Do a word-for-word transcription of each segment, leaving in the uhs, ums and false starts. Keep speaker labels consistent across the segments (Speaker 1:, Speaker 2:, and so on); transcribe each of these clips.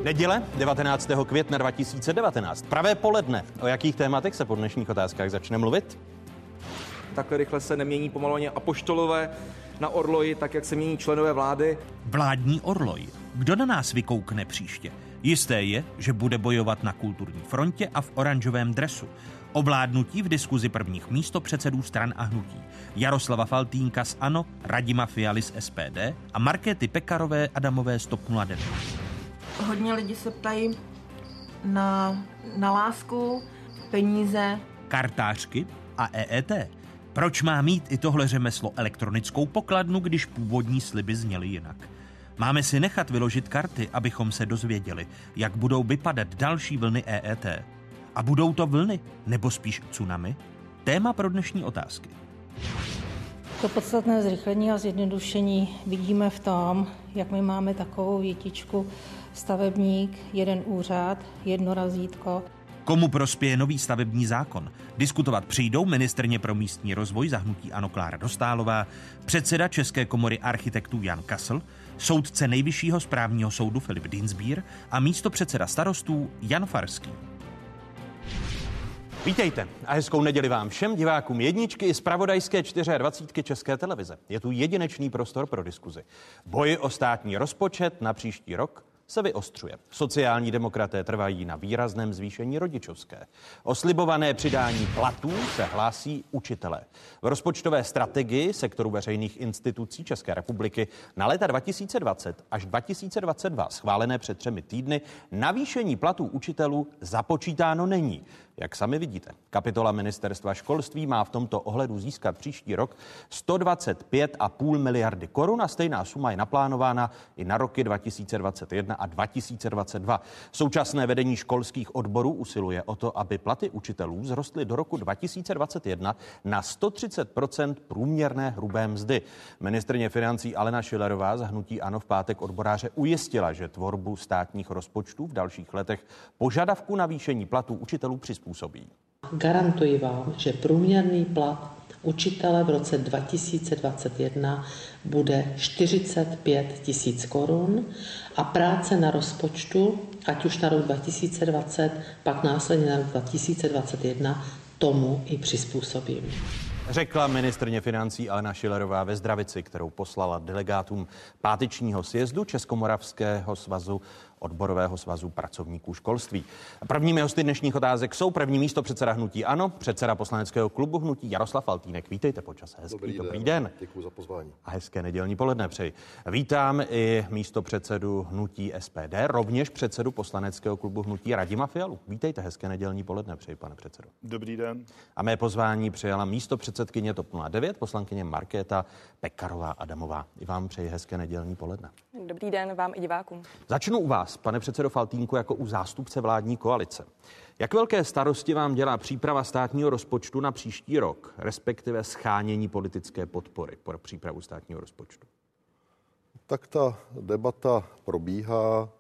Speaker 1: Neděle devatenáctého května dva tisíce devatenáct. Pravé poledne. O jakých tématech se po dnešních otázkách začne mluvit?
Speaker 2: Takhle rychle se nemění pomalovaně apoštolové na orloji, tak jak se mění členové vlády.
Speaker 3: Vládní orloj. Kdo na nás vykoukne příště? Jisté je, že bude bojovat na kulturní frontě a v oranžovém dresu. Ovládnutí v diskuzi prvních místopředsedů stran a hnutí. Jaroslava Faltýnka z ANO, Radima Fialy z S P D a Markéty Pekarové Adamové z TOP nula devět.
Speaker 4: Hodně lidí se ptají na, na lásku, peníze.
Speaker 3: Kartářky a E E T. Proč má mít i tohle řemeslo elektronickou pokladnu, když původní sliby zněly jinak? Máme si nechat vyložit karty, abychom se dozvěděli, jak budou vypadat další vlny E E T. A budou to vlny, nebo spíš tsunami? Téma pro dnešní otázky.
Speaker 5: To podstatné zrychlení a zjednodušení vidíme v tom, jak my máme takovou větičku stavebník, jeden úřad, jedno razítko.
Speaker 3: Komu prospěje nový stavební zákon? Diskutovat přijdou ministryně pro místní rozvoj za hnutí ANO Klára Dostálová, předseda České komory architektů Jan Kasl, soudce Nejvyššího správního soudu Filip Dienstbier a místopředseda starostů Jan Farský.
Speaker 1: Vítejte a hezkou neděli vám všem divákům jedničky i zpravodajské dvacet čtyři České televize. Je tu jedinečný prostor pro diskuzi. Boj o státní rozpočet na příští rok se vyostřuje. Sociální demokraté trvají na výrazném zvýšení rodičovské. O slibované přidání platů se hlásí učitelé. V rozpočtové strategii sektoru veřejných institucí České republiky na léta dva tisíce dvacet až dva tisíce dvacet dva schválené před třemi týdny navýšení platů učitelů započítáno není. Jak sami vidíte, kapitola ministerstva školství má v tomto ohledu získat příští rok sto dvacet pět celá pět miliardy korun a stejná suma je naplánována i na roky dva tisíce dvacet jedna a dva tisíce dvacet dva. Současné vedení školských odborů usiluje o to, aby platy učitelů vzrostly do roku dva tisíce dvacet jedna na sto třicet procent průměrné hrubé mzdy. Ministryně financí Alena Schillerová z hnutí ANO v pátek odboráře ujistila, že tvorbu státních rozpočtů v dalších letech požadavku navýšení platů učitelů přizpůsobí.
Speaker 6: Garantuji vám, že průměrný plat učitele v roce dva tisíce dvacet jedna bude čtyřicet pět tisíc korun a práce na rozpočtu, ať už na rok dva tisíce dvacet, pak následně na rok dva tisíce dvacet jedna, tomu i přizpůsobím.
Speaker 1: Řekla ministryně financí Alena Schillerová ve Zdravici, kterou poslala delegátům pátečního sjezdu Českomoravského svazu odborového svazu pracovníků školství. Prvními hosty dnešních otázek jsou první místo předseda hnutí ANO, předseda poslaneckého klubu hnutí Jaroslav Faltýnek. Vítejte po čase. Hezký dobrý, dobrý den. den.
Speaker 7: Děkuji za pozvání.
Speaker 1: A hezké nedělní poledne přeji. Vítám i místo předsedu hnutí S P D, rovněž předsedu poslaneckého klubu hnutí Radima Fialu. Vítejte, hezké nedělní poledne přeji, pane předsedo.
Speaker 7: Dobrý den.
Speaker 1: A mé pozvání přijala místo předsedkyně TOP nula devět, poslankyně Markéta Pekarová Adamová. I vám přeji hezké nedělní poledne.
Speaker 8: Dobrý den vám i divákům.
Speaker 1: Začnu u vás, pane předsedo Faltýnku, jako u zástupce vládní koalice. Jak velké starosti vám dělá příprava státního rozpočtu na příští rok, respektive schánění politické podpory pro přípravu státního rozpočtu?
Speaker 7: Tak ta debata probíhá,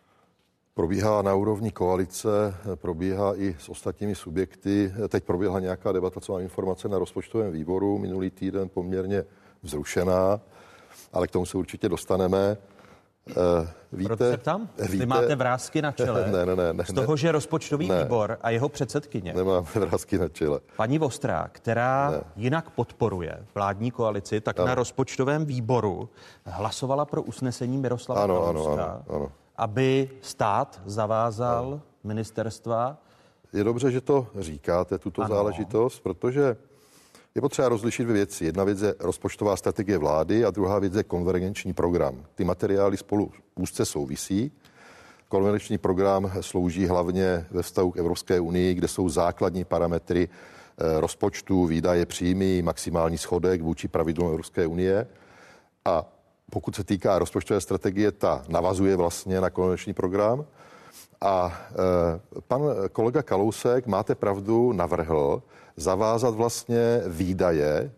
Speaker 7: probíhá na úrovni koalice, probíhá i s ostatními subjekty. Teď proběhla nějaká debata, co mám informace, na rozpočtovém výboru, minulý týden poměrně vzrušená, ale k tomu se určitě dostaneme.
Speaker 1: Uh, víte, Proto se ptám? Víte, Vy máte vrásky na čele.
Speaker 7: Ne, ne, ne, ne.
Speaker 1: Z toho, že rozpočtový ne, výbor a jeho předsedkyně.
Speaker 7: Nemáme vrásky na čele.
Speaker 1: Paní Vostrá, která ne. jinak podporuje vládní koalici, tak ano. na rozpočtovém výboru hlasovala pro usnesení Miroslava
Speaker 7: ano,
Speaker 1: Kalouska,
Speaker 7: ano, ano, ano.
Speaker 1: aby stát zavázal ano. ministerstva.
Speaker 7: Je dobře, že to říkáte, tuto ano. záležitost, protože je potřeba rozlišit dvě věci. Jedna věc je rozpočtová strategie vlády a druhá věc je konvergenční program. Ty materiály spolu úzce souvisí. Konvergenční program slouží hlavně ve vztahu k Evropské unii, kde jsou základní parametry rozpočtu, výdaje, příjmy, maximální schodek vůči pravidlům Evropské unie. A pokud se týká rozpočtové strategie, ta navazuje vlastně na konvergenční program. A e, pan kolega Kalousek, máte pravdu, navrhl zavázat vlastně výdaje e,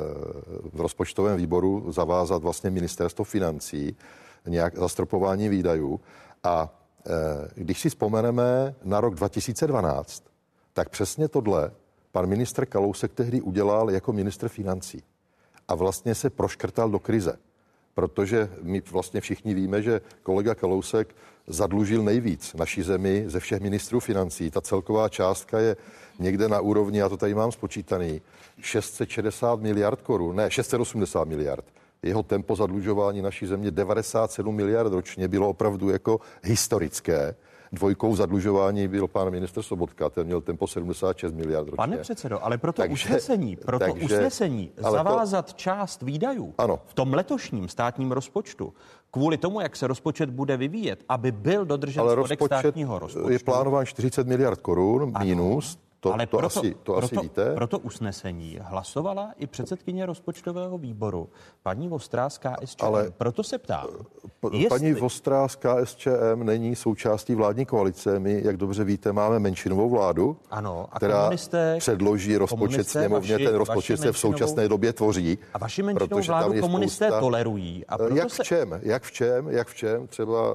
Speaker 7: v rozpočtovém výboru, zavázat vlastně ministerstvo financí, nějak zastropování výdajů. A e, když si vzpomeneme na rok dva tisíce dvanáct, tak přesně tohle pan ministr Kalousek tehdy udělal jako ministr financí. A vlastně se proškrtal do krize. protože my vlastně všichni víme, že kolega Kalousek zadlužil nejvíc naší zemi ze všech ministrů financí. Ta celková částka je někde na úrovni, já to tady mám spočítaný, šest set šedesát miliard korun, ne, šest set osmdesát miliard. Jeho tempo zadlužování naší země devadesát sedm miliard ročně bylo opravdu jako historické. Dvojkou zadlužování byl pan ministr Sobotka, ten měl tempo sedmdesát šest miliard ročně.
Speaker 1: Pane předsedo, ale proto
Speaker 7: takže,
Speaker 1: usnesení, proto
Speaker 7: takže,
Speaker 1: usnesení zavázat to, část výdajů
Speaker 7: ano.
Speaker 1: v tom letošním státním rozpočtu, kvůli tomu, jak se rozpočet bude vyvíjet, aby byl dodržen schodek státního rozpočtu.
Speaker 7: Je plánován čtyřicet miliard korun minus. To,
Speaker 1: ale
Speaker 7: to,
Speaker 1: proto,
Speaker 7: asi, to
Speaker 1: proto,
Speaker 7: asi víte.
Speaker 1: Proto usnesení hlasovala i předsedkyně rozpočtového výboru, paní Vostrá z K S Č M. Ale proto se ptám.
Speaker 7: P- paní jestli... Vostrá z K S Č M není součástí vládní koalice. My, jak dobře víte, máme menšinovou vládu,
Speaker 1: ano, a
Speaker 7: která
Speaker 1: komunisté,
Speaker 7: předloží rozpočet sněmovně. Ten rozpočet se v současné době tvoří.
Speaker 1: A vaši menšinovou vládu komunisté spousta... tolerují. A
Speaker 7: jak
Speaker 1: se...
Speaker 7: v čem? Jak v čem? Jak v čem? Třeba...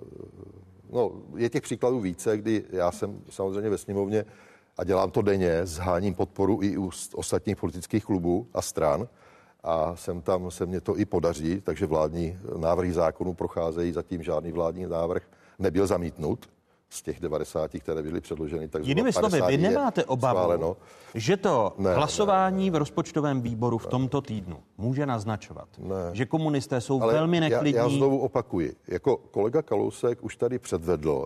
Speaker 7: No, je těch příkladů více, kdy já jsem samozřejmě ve sněmovně a dělám to denně, zháním podporu i u ostatních politických klubů a stran a sem tam se mně to i podaří, takže vládní návrhy zákonů procházejí, zatím žádný vládní návrh nebyl zamítnut z těch devadesáti, které byly předloženy. Tak
Speaker 1: jinými slovy, vy nemáte obavu,
Speaker 7: schváleno.
Speaker 1: Že to
Speaker 7: ne,
Speaker 1: hlasování
Speaker 7: ne, ne,
Speaker 1: v rozpočtovém výboru v tomto týdnu může naznačovat,
Speaker 7: ne.
Speaker 1: že komunisté jsou
Speaker 7: Ale
Speaker 1: velmi neklidní.
Speaker 7: Já, já znovu opakuji, jako kolega Kalousek už tady předvedl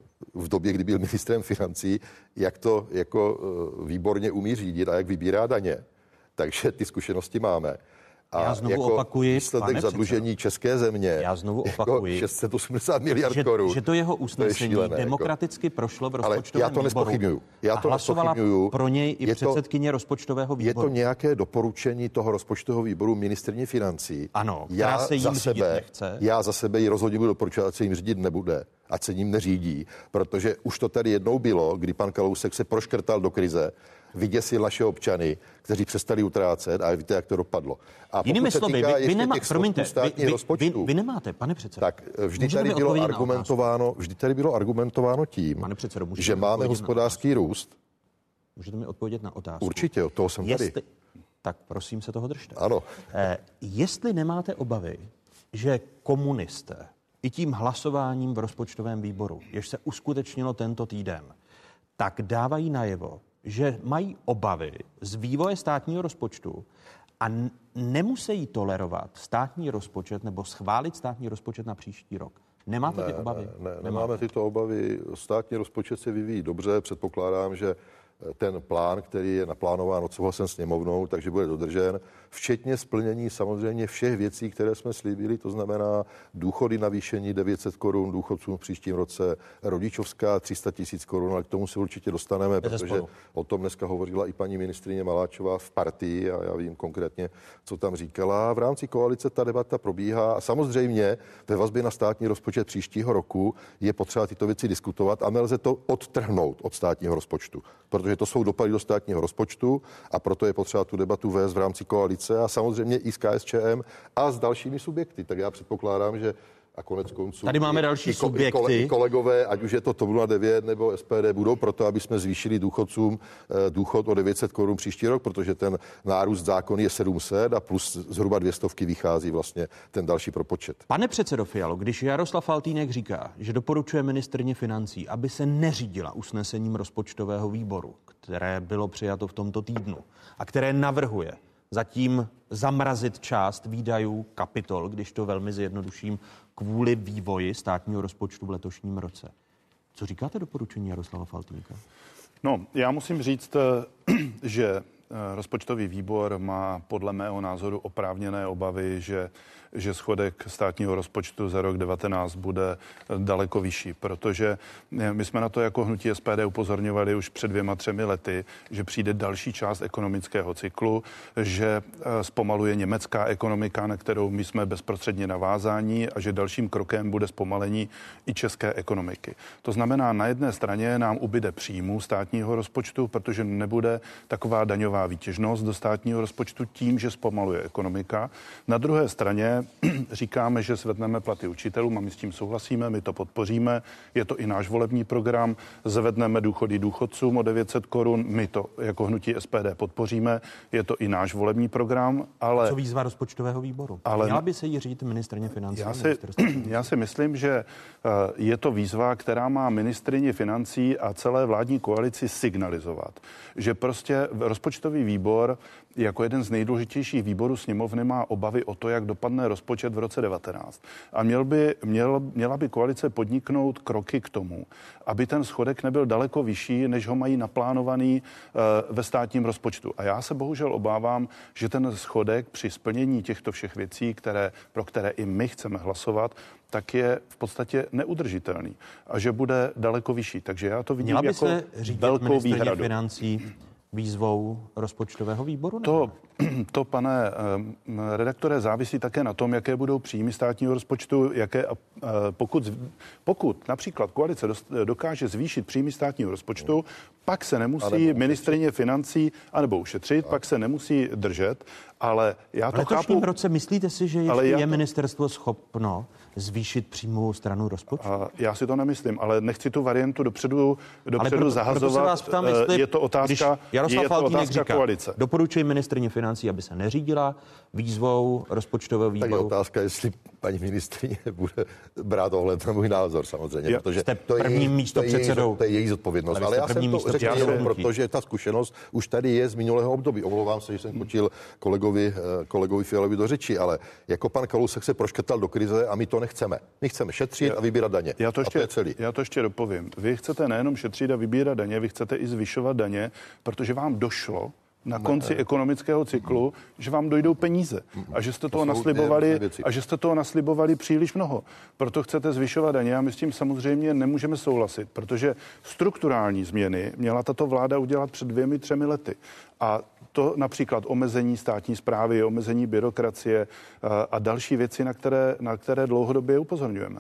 Speaker 7: v době, kdy byl ministrem financí, jak to jako výborně umí řídit a jak vybírá daně. Takže ty zkušenosti máme. A
Speaker 1: já znovu
Speaker 7: jako
Speaker 1: opakuji,
Speaker 7: výsledek zadlužení předsedo. České země,
Speaker 1: já znovu opakuji,
Speaker 7: jako šest set osmdesát miliard
Speaker 1: že,
Speaker 7: korun.
Speaker 1: Že to jeho usnesení to šílené, demokraticky jako. prošlo v rozpočtovém
Speaker 7: Ale já to nespochybnuju. Já to nespochybnuju.
Speaker 1: Pro něj i
Speaker 7: je
Speaker 1: předsedkyně to, rozpočtového výboru.
Speaker 7: Je to nějaké doporučení toho rozpočtového výboru ministryně financí.
Speaker 1: Ano,
Speaker 7: já
Speaker 1: se jim
Speaker 7: za
Speaker 1: řídit
Speaker 7: sebe,
Speaker 1: nechce.
Speaker 7: Já za sebe ji rozhodně budu doporučovat, ať se jim řídit nebude. Ať se ním neřídí, protože už to tady jednou bylo, kdy pan Kalousek se proškrtal do krize, vyděsil naše občany, kteří přestali utrácet a víte, jak to dopadlo. A
Speaker 1: jinými slovy, vy, vy, nemá, promiňte,
Speaker 7: vy, vy, vy,
Speaker 1: vy nemáte, pane předsedo.
Speaker 7: Tak vždy tady bylo argumentováno, vždy tady bylo argumentováno tím,
Speaker 1: pane předsedo,
Speaker 7: že máme hospodářský růst.
Speaker 1: Můžete mi odpovědět na otázku?
Speaker 7: Určitě, od toho jsem
Speaker 1: jestli,
Speaker 7: tady.
Speaker 1: Tak prosím se toho držte.
Speaker 7: Ano.
Speaker 1: Eh, jestli nemáte obavy, že komunisté i tím hlasováním v rozpočtovém výboru, jež se uskutečnilo tento týden, tak dávají najevo, že mají obavy z vývoje státního rozpočtu a n- nemusí tolerovat státní rozpočet nebo schválit státní rozpočet na příští rok. Nemáte
Speaker 7: ne,
Speaker 1: ty obavy?
Speaker 7: Ne, ne, nemáme tyto obavy. Státní rozpočet se vyvíjí dobře. Předpokládám, že ten plán, který je naplánován odsouhlasen sněmovnou, takže bude dodržen, včetně splnění samozřejmě všech věcí, které jsme slíbili, to znamená důchody navýšení devět set korun důchodcům v příštím roce, rodičovská tři sta tisíc korun, ale k tomu se určitě dostaneme,
Speaker 1: Bez
Speaker 7: protože
Speaker 1: sporu.
Speaker 7: O tom dneska hovořila i paní ministryně Maláčová v partii a já vím konkrétně, co tam říkala. V rámci koalice ta debata probíhá a samozřejmě ve vazbě na státní rozpočet příštího roku je potřeba tyto věci diskutovat a nelze to odtrhnout od státního rozpočtu, protože to jsou dopady do státního rozpočtu a proto je potřeba tu debatu vést v rámci koalice a samozřejmě i s K S Č M a s dalšími subjekty. Tak já předpokládám, že a konec konců
Speaker 1: tady máme další
Speaker 7: i,
Speaker 1: subjekty.
Speaker 7: I kolegové, ať už je to TOP nula devět nebo S P D, budou proto, aby jsme zvýšili důchodcům důchod o devět set korun příští rok, protože ten nárůst zákony je sedm set a plus zhruba dvě stovky vychází vlastně ten další propočet.
Speaker 1: Pane předsedo Fialo, když Jaroslav Faltýnek říká, že doporučuje ministryni financí, aby se neřídila usnesením rozpočtového výboru, které bylo přijato v tomto týdnu a které navrhuje zatím zamrazit část výdajů kapitol, když to velmi zjednoduším, kvůli vývoji státního rozpočtu v letošním roce. Co říkáte doporučení Jaroslava Faltýnka?
Speaker 9: No, já musím říct, že rozpočtový výbor má podle mého názoru oprávněné obavy, že, že schodek státního rozpočtu za rok devatenáct bude daleko vyšší, protože my jsme na to jako hnutí S P D upozorňovali už před dvěma, třemi lety, že přijde další část ekonomického cyklu, že zpomaluje německá ekonomika, na kterou my jsme bezprostředně navázáni a že dalším krokem bude zpomalení i české ekonomiky. To znamená, na jedné straně nám ubyde příjmů státního rozpočtu, protože nebude taková daňová dodá výtěžnost do státního rozpočtu tím, že zpomaluje ekonomika. Na druhé straně říkáme, že zvedneme platy učitelům a my s tím souhlasíme, my to podpoříme. Je to i náš volební program. Zvedneme důchody důchodcům o devět set korun. My to jako hnutí S P D podpoříme. Je to i náš volební program, ale...
Speaker 1: Co výzva rozpočtového výboru?
Speaker 9: Ale...
Speaker 1: Měla by se jí řídit ministryně financí?
Speaker 9: Já si, já si myslím, že je to výzva, která má ministryni financí a celé vládní koalici signalizovat, že prostě rozpočtový výbor jako jeden z nejdůležitějších výborů sněmovny má obavy o to, jak dopadne rozpočet v roce devatenáct. A měl by, měl, měla by koalice podniknout kroky k tomu, aby ten schodek nebyl daleko vyšší, než ho mají naplánovaný uh, ve státním rozpočtu. A já se bohužel obávám, že ten schodek při splnění těchto všech věcí, které, pro které i my chceme hlasovat, tak je v podstatě neudržitelný a že bude daleko vyšší. Takže já to vidím
Speaker 1: Měla by
Speaker 9: jako
Speaker 1: se řídit
Speaker 9: velkou výhradu.
Speaker 1: Financí výzvou rozpočtového výboru?
Speaker 9: To, to, pane redaktore, závisí také na tom, jaké budou příjmy státního rozpočtu, jaké, pokud, pokud například koalice dokáže zvýšit příjmy státního rozpočtu, pak se nemusí ministryně financí anebo ušetřit, pak se nemusí držet, ale já to
Speaker 1: chápu. V letošním roce myslíte si, že ještě je
Speaker 9: to...
Speaker 1: ministerstvo schopno zvýšit příjmovou stranu rozpočtu?
Speaker 9: Já si to nemyslím, ale nechci tu variantu dopředu, dopředu
Speaker 1: proto,
Speaker 9: zahazovat.
Speaker 1: Proto se vás ptám, jestli,
Speaker 9: je to otázka,
Speaker 1: Jaroslav
Speaker 9: je to otázka
Speaker 1: říká,
Speaker 9: koalice.
Speaker 1: Doporučuji ministryni financí, aby se neřídila výzvou rozpočtového výboru.
Speaker 7: Tak je otázka, jestli paní ministryně bude brát ohled na můj názor samozřejmě,
Speaker 1: Já,
Speaker 7: protože
Speaker 1: jste
Speaker 7: to je,
Speaker 1: prvním místopředsedou.
Speaker 7: To je její zodpovědnost. Ale, ale já jsem to řekl jenom, protože ta zkušenost už tady je z minulého období. Omlouvám se, že jsem kočil kolegovi, kolegovi Fialovi do řeči, ale jako pan Kalousek se proškrtal do krize a my to nechceme. My chceme šetřit já, a vybírat daně.
Speaker 9: Já to, ještě,
Speaker 7: to je celý.
Speaker 9: já to ještě dopovím. Vy chcete nejenom šetřit a vybírat daně, vy chcete i zvyšovat daně, protože vám došlo na konci ekonomického cyklu, že vám dojdou peníze a že jste toho naslibovali a že jste toho naslibovali příliš mnoho. Proto chcete zvyšovat daně a my s tím samozřejmě nemůžeme souhlasit, protože strukturální změny měla tato vláda udělat před dvěmi, třemi lety. A to například omezení státní správy, omezení byrokracie a další věci, na které, na které dlouhodobě upozorňujeme.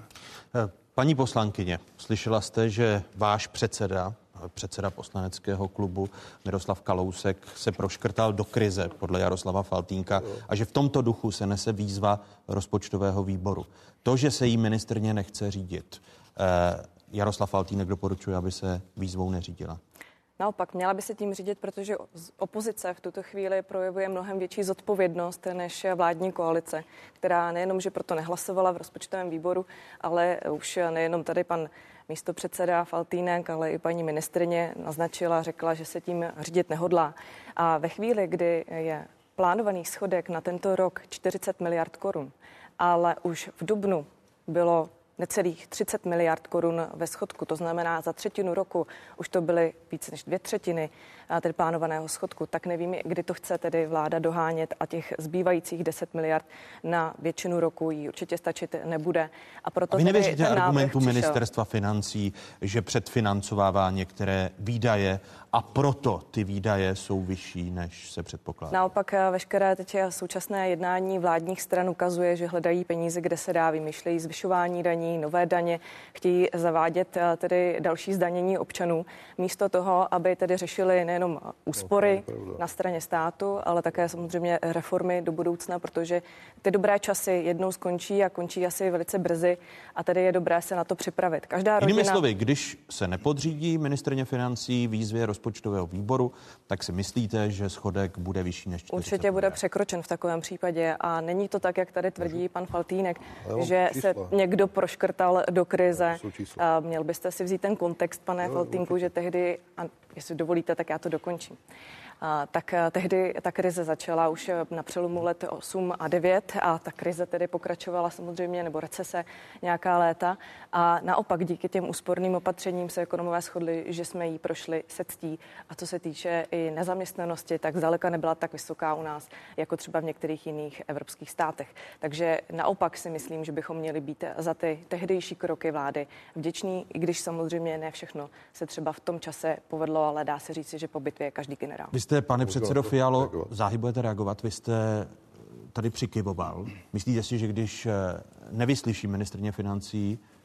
Speaker 1: Paní poslankyně, slyšela jste, že váš předseda předseda poslaneckého klubu Miroslav Kalousek se proškrtal do krize podle Jaroslava Faltýnka a že v tomto duchu se nese výzva rozpočtového výboru. To, že se jí ministrně nechce řídit, eh, Jaroslav Faltýnek doporučuje, aby se výzvou neřídila.
Speaker 8: Naopak, měla by se tím řídit, protože opozice v tuto chvíli projevuje mnohem větší zodpovědnost než vládní koalice, která nejenom, že proto nehlasovala v rozpočtovém výboru, ale už nejenom tady pan místopředseda Faltýnek, ale i paní ministryně naznačila, řekla, že se tím řídit nehodlá. A ve chvíli, kdy je plánovaný schodek na tento rok čtyřicet miliard korun, ale už v dubnu bylo necelých třicet miliard korun ve schodku. To znamená, za třetinu roku už to byly více než dvě třetiny tedy plánovaného schodku. Tak nevím, kdy to chce tedy vláda dohánět a těch zbývajících deset miliard na většinu roku jí určitě stačit nebude. A proto
Speaker 1: a vy nevěříte argumentu
Speaker 8: přišel.
Speaker 1: Ministerstva financí, že předfinancovává některé výdaje a proto ty výdaje jsou vyšší, než se předpokládá?
Speaker 8: Naopak veškeré teď současné jednání vládních stran ukazuje, že hledají peníze, kde se dá, vymýšlejí zvyšování daní, nové daně, chtějí zavádět tedy další zdanění občanů, místo toho, aby tedy řešili nejenom úspory na straně státu, ale také samozřejmě reformy do budoucna, protože ty dobré časy jednou skončí a končí asi velice brzy a tedy je dobré se na to připravit. Každá rodina...
Speaker 1: Jinými slovy, když se nepodřídí ministryně financí výzvě rozpočtového výboru, tak si myslíte, že schodek bude vyšší než čtyřicet?
Speaker 8: Určitě bude překročen v takovém případě a není to tak, jak tady tvrdí pan Faltýnek, že se někdo proškrtal do krize. Měl byste si vzít ten kontext, pane Faltýnku, že tehdy, a jestli dovolíte, tak já to dokončím. A, tak tehdy ta krize začala už na přelomu let osm a devět a ta krize tedy pokračovala samozřejmě, nebo recese nějaká léta. A naopak díky těm úsporným opatřením se ekonomové shodli, že jsme jí prošli se ctí. A co se týče i nezaměstnanosti, tak zdaleka nebyla tak vysoká u nás, jako třeba v některých jiných evropských státech. Takže naopak si myslím, že bychom měli být za ty tehdejší kroky vlády vděční, i když samozřejmě ne všechno se třeba v tom čase povedlo, ale dá se říci, že po bitvě je každý generál.
Speaker 1: Vy jste, pane předsedo Fialo, záhy budete reagovat. Vy jste tady přikyvoval. Myslíte si, že když nevyslyší ministryně financí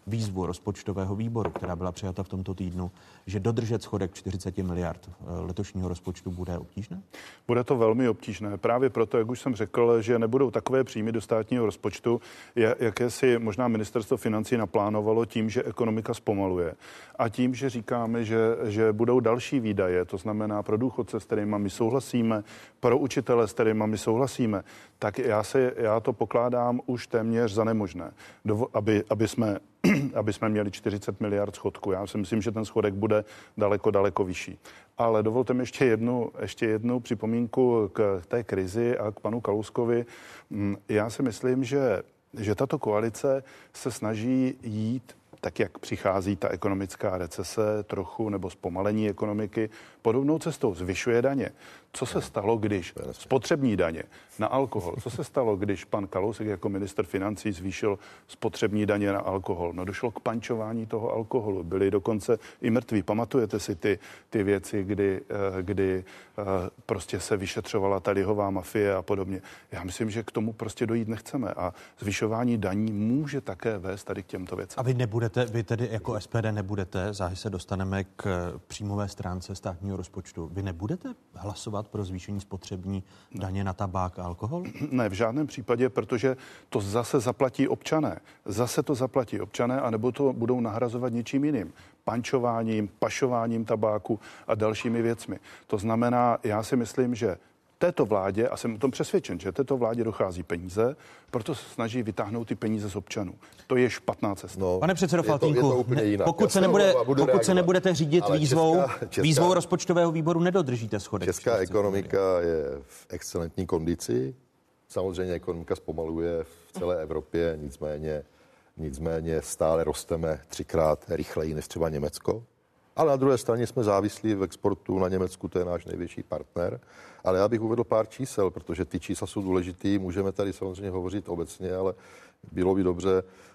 Speaker 1: výzvu rozpočtového výboru, která byla přijata v tomto týdnu, že dodržet schodek čtyřicet miliard letošního rozpočtu bude obtížné?
Speaker 9: Bude to velmi obtížné. Právě proto, jak už jsem řekl, že nebudou takové příjmy do státního rozpočtu, jaké si možná ministerstvo financí naplánovalo tím, že ekonomika zpomaluje. A tím, že říkáme, že, že budou další výdaje, to znamená pro důchodce, s kterými my souhlasíme, pro učitele, s kterými my souhlasíme, tak já, se, já to pokládám už téměř za nemožné, Dovo, aby, aby, jsme, aby jsme měli čtyřicet miliard schodku. Já si myslím, že ten schodek bude daleko, daleko vyšší. Ale dovolte mi ještě jednu, ještě jednu připomínku k té krizi a k panu Kalouskovi. Já si myslím, že, že tato koalice se snaží jít tak, jak přichází ta ekonomická recese trochu nebo zpomalení ekonomiky, podobnou cestou zvyšuje daně. Co se stalo, když spotřební daně na alkohol, co se stalo, když pan Kalousek jako ministr financí zvýšil spotřební daně na alkohol? No došlo k pančování toho alkoholu. Byli dokonce i mrtví. Pamatujete si ty, ty věci, kdy, kdy prostě se vyšetřovala ta lihová mafie a podobně. Já myslím, že k tomu prostě dojít nechceme a zvyšování daní může také vést tady k těmto věcem.
Speaker 1: A vy nebudete, vy tedy jako S P D nebudete, záhy se dostaneme k příjmové stránce státního rozpočtu. Vy nebudete hlasovat pro zvýšení spotřební daně na tabák a alkohol?
Speaker 9: Ne, v žádném případě, protože to zase zaplatí občané. Zase to zaplatí občané, anebo to budou nahrazovat něčím jiným. Pančováním, pašováním tabáku a dalšími věcmi. To znamená, já si myslím, že této vládě, a jsem o tom přesvědčen, že této vládě dochází peníze, proto se snaží vytáhnout ty peníze z občanů. To je špatná cesta.
Speaker 1: No, pane předsedo Faltýnku, ne, pokud, se, nebude, pokud se nebudete řídit výzvou, česká, česká, výzvou rozpočtového výboru, nedodržíte schodek.
Speaker 7: Česká ekonomika je v excelentní kondici. Samozřejmě ekonomika zpomaluje v celé Evropě, nicméně, nicméně stále rosteme třikrát rychleji než třeba Německo. Ale na druhé straně jsme závislí v exportu na Německu, to je náš největší partner. Ale já bych uvedl pár čísel, protože ty čísla jsou důležitý. Můžeme tady samozřejmě hovořit obecně, ale bylo by dobře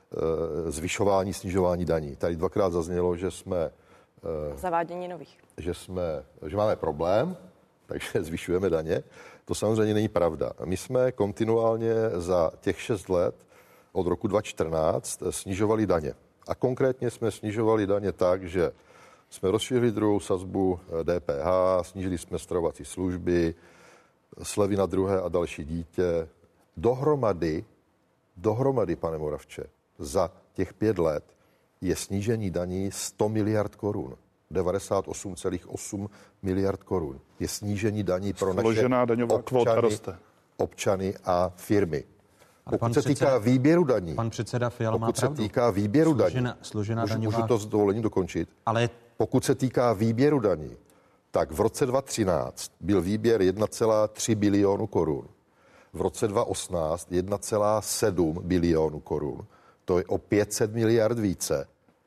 Speaker 7: e, zvyšování, snižování daní. Tady dvakrát zaznělo, že jsme...
Speaker 8: E, Zavádění nových.
Speaker 7: Že, jsme, že máme problém, takže zvyšujeme daně. To samozřejmě není pravda. My jsme kontinuálně za těch šest let od roku dva tisíce čtrnáct snižovali daně. A konkrétně jsme snižovali daně tak, že jsme rozšířili druhou sazbu D P H, snížili jsme stravovací služby, slevy na druhé a další dítě. Dohromady, dohromady, pane Moravče, za těch pět let je snížení daní sto miliard korun. devadesát osm celá osm miliard korun. Je snížení daní pro naše občany, občany a firmy. Pokud se týká výběru daní,
Speaker 1: pan předseda Fiala
Speaker 7: pokud
Speaker 1: má
Speaker 7: se týká výběru
Speaker 1: složena,
Speaker 7: daní,
Speaker 1: složena
Speaker 7: můžu,
Speaker 1: daňová...
Speaker 7: můžu to s dovolením dokončit,
Speaker 1: ale...
Speaker 7: pokud se týká výběru daní, tak v roce dva tisíce třináct byl výběr jedna celá tři bilionu korun. V roce dva tisíce osmnáct jedna celá sedm bilionu korun. To je o pět set miliard více.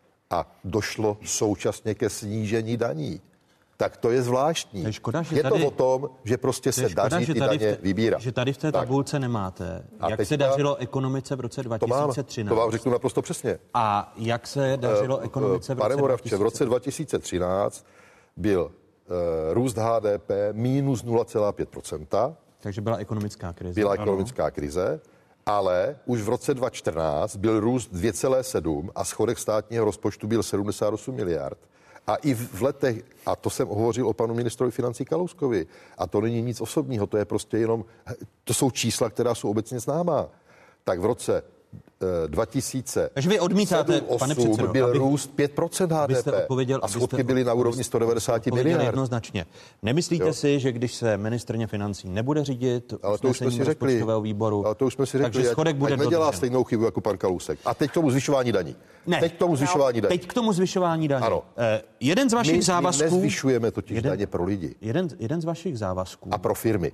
Speaker 7: A došlo současně ke snížení daní. Tak to je zvláštní.
Speaker 1: Je, škoda, že
Speaker 7: je
Speaker 1: tady,
Speaker 7: to o tom, že prostě se
Speaker 1: škoda,
Speaker 7: daří ty daně
Speaker 1: te,
Speaker 7: vybírat.
Speaker 1: Že tady v té tabulce tak nemáte, jak teďka, se dařilo ekonomice v roce dva tisíce třináct.
Speaker 7: To, mám, to vám řeknu naprosto přesně.
Speaker 1: A jak se dařilo uh, ekonomice v roce
Speaker 7: Pane Moravče,
Speaker 1: dva tisíce třináct?
Speaker 7: V roce dva tisíce třináct byl uh, růst H D P minus nula celá pět procenta.
Speaker 1: Takže byla ekonomická krize.
Speaker 7: Byla
Speaker 1: ano.
Speaker 7: ekonomická krize, ale už v roce dva tisíce čtrnáct byl růst dvě celá sedm a schodek státního rozpočtu byl sedmdesát osm miliard. A i v letech, a to jsem hovořil o panu ministrovi financí Kalouskovi, a to není nic osobního, to je prostě jenom, to jsou čísla, která jsou obecně známá. Tak v roce eh, dva tisíce
Speaker 1: Takže vy odmítáte, pane předsedo,
Speaker 7: byl
Speaker 1: aby,
Speaker 7: růst pět procent H D P a schodky byly na úrovni sto devadesát miliard.
Speaker 1: Jednoznačně. Nemyslíte jo. si, že když se ministryně financí nebude řídit
Speaker 7: ale to už jsme si řekli,
Speaker 1: výboru,
Speaker 7: ale to už jsme si řekli,
Speaker 1: takže schodek bude dodržen.
Speaker 7: Nedělá stejnou chybu jako pan Kalousek. A teď k tomu zvyšování daní.
Speaker 1: Ne.
Speaker 7: Teď k tomu zvyšování daní.
Speaker 1: Teď k tomu zvyšování daní.
Speaker 7: Ano.
Speaker 1: Eh, jeden z vašich
Speaker 7: my,
Speaker 1: závazků...
Speaker 7: My nezvyšujeme totiž
Speaker 1: jeden,
Speaker 7: daně pro lidi.
Speaker 1: Jeden, jeden z vašich závazků...
Speaker 7: A pro firmy.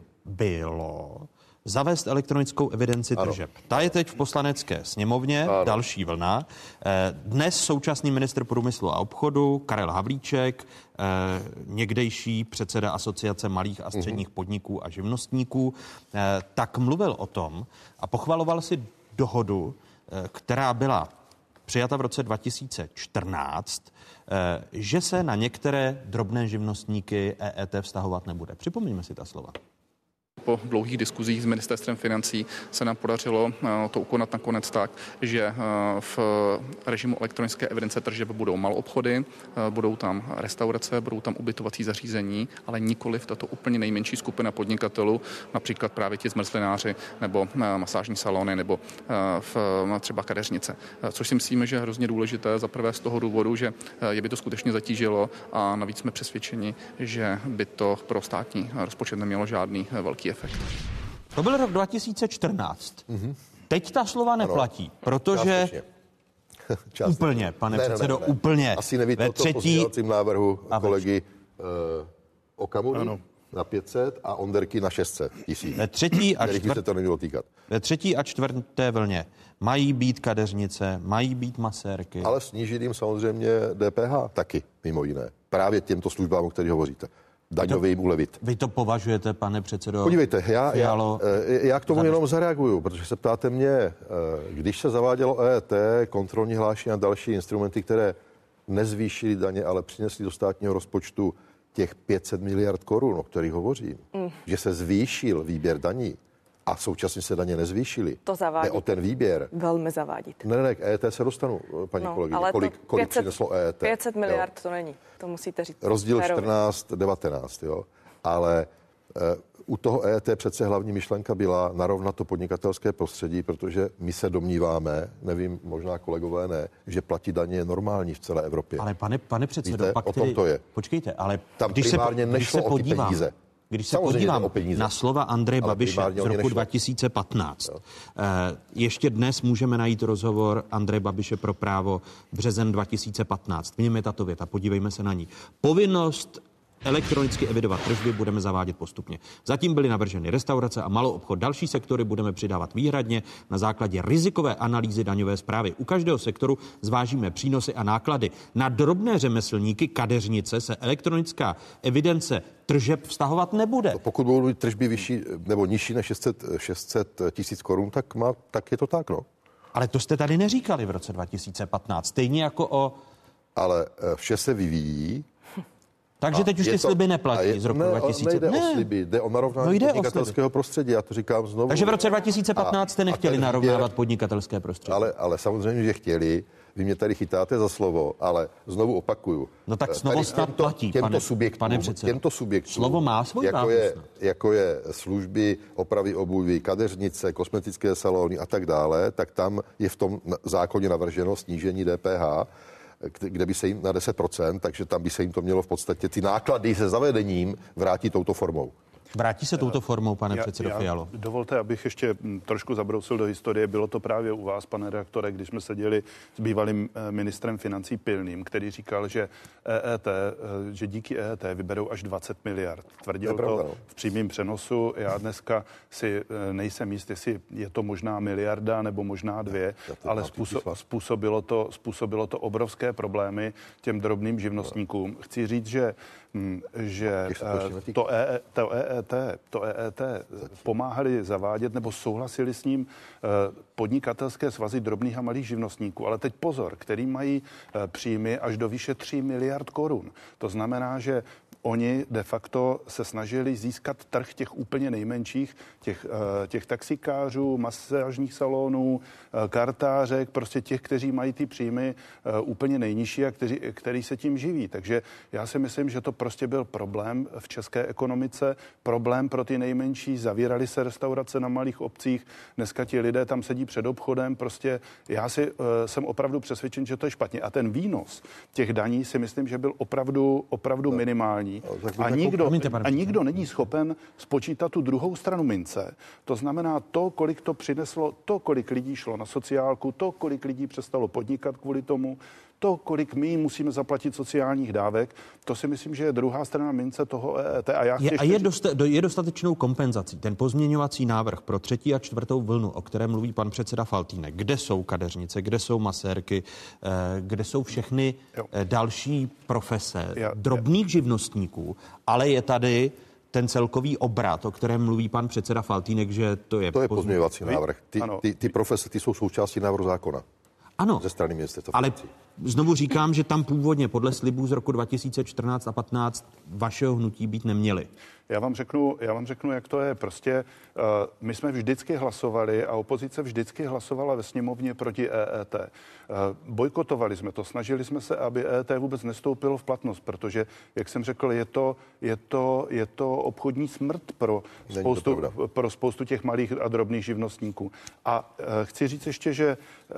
Speaker 1: Bylo zavést elektronickou evidenci tržeb. Ta je teď v poslanecké sněmovně, ano. Další vlna. Dnes současný ministr průmyslu a obchodu Karel Havlíček, někdejší předseda Asociace malých a středních uhum. podniků a živnostníků, tak mluvil o tom a pochvaloval si dohodu, která byla přijata v roce dva tisíce čtrnáct, že se na některé drobné živnostníky E E T vztahovat nebude. Připomeňme si ta slova.
Speaker 10: po dlouhých diskuzích s ministerstvem financí se nám podařilo to ukonat nakonec tak, že v režimu elektronické evidence tržeb budou maloobchody, budou tam restaurace, budou tam ubytovací zařízení, ale nikoli v tato úplně nejmenší skupina podnikatelů, například právě ti zmrzlináři nebo masážní salony nebo v třeba kadeřnice. Což si myslíme, že je hrozně důležité za prvé z toho důvodu, že je by to skutečně zatížilo a navíc jsme přesvědčeni, že by to pro státní rozpočet nemělo žádný velký efekt.
Speaker 1: To byl rok dva tisíce čtrnáct. Mm-hmm. Teď ta slova neplatí, ano, protože
Speaker 7: částečně. Částečně.
Speaker 1: úplně, pane ne, předsedo,
Speaker 7: ne, ne, ne.
Speaker 1: úplně.
Speaker 7: Asi nevíte o tom pozměňovacím návrhu kolegy uh, Okamury na pět set a Onderky na šest set tisíc.
Speaker 1: Ve třetí a, čtvrt...
Speaker 7: se to nemělo týkat.
Speaker 1: Ve třetí a čtvrté vlně mají být kadeřnice, mají být masérky.
Speaker 7: Ale snížit jim samozřejmě D P H taky, mimo jiné. Právě těmto službám, o kterých hovoříte. Daňově jim ulevit.
Speaker 1: Vy to považujete, pane předsedo?
Speaker 7: Podívejte, já, já, já k tomu jenom zareaguju, protože se ptáte mě, když se zavádělo E E T, kontrolní hlášení a další instrumenty, které nezvýšily daně, ale přinesly do státního rozpočtu těch pět set miliard korun, o kterých hovořím, mm. že se zvýšil výběr daní a současně se daně nezvýšily.
Speaker 8: To zavádí.
Speaker 7: O ten výběr.
Speaker 8: Velmi zavádit.
Speaker 7: Ne, ne, ne, k E E T se dostanu, paní
Speaker 8: no,
Speaker 7: kolegyně. Kolik, kolik
Speaker 8: pět set,
Speaker 7: přineslo E E T?
Speaker 8: pět set miliard jo. To není, to musíte říct.
Speaker 7: Rozdíl čtrnáct devatenáct, jo. Ale uh, u toho E E T přece hlavní myšlenka byla narovnat to podnikatelské prostředí, protože my se domníváme, nevím, možná kolegové ne, že platit daně je normální v celé Evropě.
Speaker 1: Ale pane, pane předsedo,
Speaker 7: víte,
Speaker 1: pak
Speaker 7: o tom
Speaker 1: tedy,
Speaker 7: to je.
Speaker 1: Počkejte, ale
Speaker 7: tam
Speaker 1: když
Speaker 7: primárně
Speaker 1: se,
Speaker 7: nešlo
Speaker 1: když se podívám,
Speaker 7: o ty peníze.
Speaker 1: Když se samozřejmě podívám na slova Andreje Babiše z roku dva tisíce patnáct, jo. ještě dnes můžeme najít rozhovor Andreje Babiše pro Právo březen dva tisíce patnáct. V něm je tato věta, podívejme se na ní. Povinnost elektronicky evidovat tržby budeme zavádět postupně. Zatím byly navrženy restaurace a maloobchod. Další sektory budeme přidávat výhradně na základě rizikové analýzy daňové správy. U každého sektoru zvážíme přínosy a náklady. Na drobné řemeslníky, kadeřnice se elektronická evidence tržeb vztahovat nebude.
Speaker 7: Pokud budou být tržby vyšší nebo nižší než šest set tisíc korun, tak, má, tak je to tak, no.
Speaker 1: Ale to jste tady neříkali v roce dva tisíce patnáct. Stejně jako o...
Speaker 7: Ale vše se vyvíjí.
Speaker 1: Takže teď už ty to, sliby neplatí je, z roku
Speaker 7: ne,
Speaker 1: dva tisíce.
Speaker 7: Nejde ne. o sliby, jde o narovnání no podnikatelského prostředí, já to říkám znovu.
Speaker 1: Takže v roce dva tisíce patnáct jste nechtěli narovnávat podnikatelské prostředí.
Speaker 7: Ale, ale samozřejmě, že chtěli. Vy mě tady chytáte za slovo, ale znovu opakuju.
Speaker 1: No tak slovo snad
Speaker 7: těmto,
Speaker 1: platí,
Speaker 7: těmto
Speaker 1: pane,
Speaker 7: subjektům,
Speaker 1: pane předsedo.
Speaker 7: Těmto subjektům,
Speaker 1: slovo má svůj
Speaker 7: jako je, jako je služby, opravy obuví, kadeřnice, kosmetické salony a tak dále, tak tam je v tom zákoně navrženo snížení D P H, kde by se jim na deset procent, takže tam by se jim to mělo v podstatě ty náklady se zavedením vrátit touto formou.
Speaker 1: Vrátí se touto formou, pane já, předsedo já, Fialo?
Speaker 9: Dovolte, abych ještě trošku zabrousil do historie. Bylo to právě u vás, pane redaktore, když jsme seděli s bývalým ministrem financí Pilným, který říkal, že E E T, že díky E E T vyberou až dvacet miliard. Tvrdil to v přímém přenosu. Já dneska si nejsem jist, jestli je to možná miliarda nebo možná dvě, ale způsob, způsobilo, to, způsobilo to obrovské problémy těm drobným živnostníkům. Chci říct, že že to, e, to E E T, to E E T pomáhali zavádět nebo souhlasili s ním podnikatelské svazy drobných a malých živnostníků. Ale teď pozor, který mají příjmy až do výše tří miliard korun. To znamená, že oni de facto se snažili získat trh těch úplně nejmenších, těch, těch taxikářů, masážních salonů, kartářek, prostě těch, kteří mají ty příjmy úplně nejnižší a kteří, který se tím živí. Takže já si myslím, že to prostě byl problém v české ekonomice, problém pro ty nejmenší, zavírali se restaurace na malých obcích, dneska ti lidé tam sedí před obchodem, prostě já si jsem opravdu přesvědčen, že to je špatně. A ten výnos těch daní si myslím, že byl opravdu, opravdu minimální. A nikdo, a nikdo není schopen spočítat tu druhou stranu mince. To znamená to, kolik to přineslo, to, kolik lidí šlo na sociálku, to, kolik lidí přestalo podnikat kvůli tomu, to, kolik my musíme zaplatit sociálních dávek, to si myslím, že je druhá strana mince toho E E T. A, já
Speaker 1: je, a je, dosta, je dostatečnou kompenzací ten pozměňovací návrh pro třetí a čtvrtou vlnu, o kterém mluví pan předseda Faltýnek. Kde jsou kadeřnice, kde jsou masérky, kde jsou všechny jo. další profese já, drobných já. živnostníků, ale je tady ten celkový obrat, o kterém mluví pan předseda Faltýnek, že to je...
Speaker 7: To je pozměňovací návrh. Ty, ty, ty profese, ty jsou součástí návrhu zákona.
Speaker 1: Ano,
Speaker 7: ze strany ministerstva
Speaker 1: ale znovu říkám, že tam původně podle slibů z roku dva tisíce čtrnáct a patnáct vašeho hnutí být neměli.
Speaker 9: Já vám řeknu, já vám řeknu, jak to je. Prostě uh, my jsme vždycky hlasovali a opozice vždycky hlasovala ve sněmovně proti E E T. Uh, bojkotovali jsme to, snažili jsme se, aby E E T vůbec nestoupilo v platnost, protože, jak jsem řekl, je to, je to, je to obchodní smrt pro spoustu, pro spoustu těch malých a drobných živnostníků. A uh, chci říct ještě, že, uh,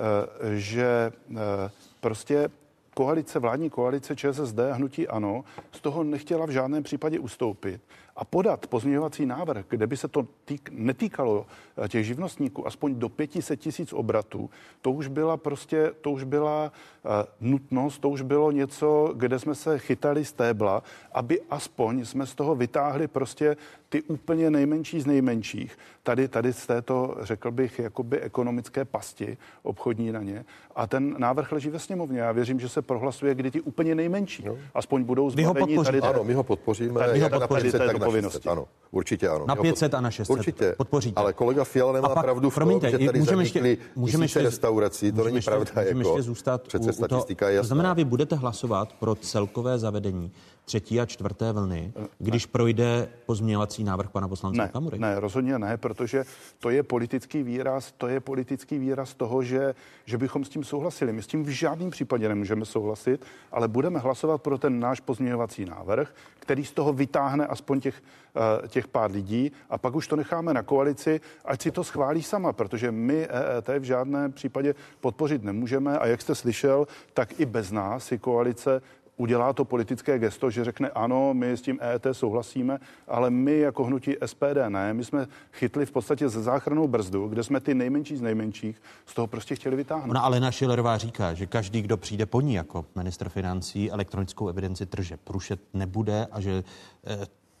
Speaker 9: že uh, prostě koalice, vládní koalice ČSSD a hnutí ANO z toho nechtěla v žádném případě ustoupit a podat pozměňovací návrh, kde by se to týk, netýkalo těch živnostníků aspoň do pět set tisíc obratů, to už byla prostě, to už byla uh, nutnost, to už bylo něco, kde jsme se chytali stébla, aby aspoň jsme z toho vytáhli prostě ty úplně nejmenší z nejmenších. Tady, tady z této, řekl bych, jakoby ekonomické pasti obchodní daně. A ten návrh leží ve sněmovně. Já věřím, že se prohlasuje, kdy ti úplně nejmenší no. aspoň budou zbaveni. Tady, tady,
Speaker 7: ano, my ho podpoříme.
Speaker 9: Tady,
Speaker 7: jak
Speaker 9: na pět set,
Speaker 7: tak na
Speaker 9: povinnosti.
Speaker 7: šest set, ano, určitě ano.
Speaker 1: Na pět set a na šest set.
Speaker 7: Určitě.
Speaker 1: Podpoříte.
Speaker 7: Ale kolega Fiala nemá
Speaker 1: pak,
Speaker 7: pravdu v tom,
Speaker 1: promiňte,
Speaker 7: že tady
Speaker 1: můžeme
Speaker 7: zanikly
Speaker 1: ještě, můžeme
Speaker 7: tisíce
Speaker 1: ještě,
Speaker 7: restaurací. To není
Speaker 1: ještě,
Speaker 7: pravda.
Speaker 1: Můžeme
Speaker 7: jako,
Speaker 1: ještě zůstat
Speaker 7: přece
Speaker 1: u,
Speaker 7: statistika
Speaker 1: u
Speaker 7: je
Speaker 1: to znamená, vy budete hlasovat pro celkové zavedení třetí a čtvrté vlny, když projde pozměňovací návrh pana poslance
Speaker 9: ne,
Speaker 1: Okamury?
Speaker 9: Ne, rozhodně ne, protože to je politický výraz, to je politický výraz toho, že, že bychom s tím souhlasili. My s tím v žádném případě nemůžeme souhlasit, ale budeme hlasovat pro ten náš pozměňovací návrh, který z toho vytáhne aspoň těch, uh, těch pár lidí a pak už to necháme na koalici, ať si to schválí sama, protože my E E T v žádném případě podpořit nemůžeme a jak jste slyšel, tak i bez nás si koalice udělá to politické gesto, že řekne ano, my s tím E E T souhlasíme, ale my jako hnutí S P D ne. My jsme chytli v podstatě ze záchrannou brzdu, kde jsme ty nejmenší z nejmenších z toho prostě chtěli vytáhnout.
Speaker 1: Ona Alena Schillerová říká, že každý, kdo přijde po ní jako ministr financí, elektronickou evidenci tržeb rušit nebude a že e,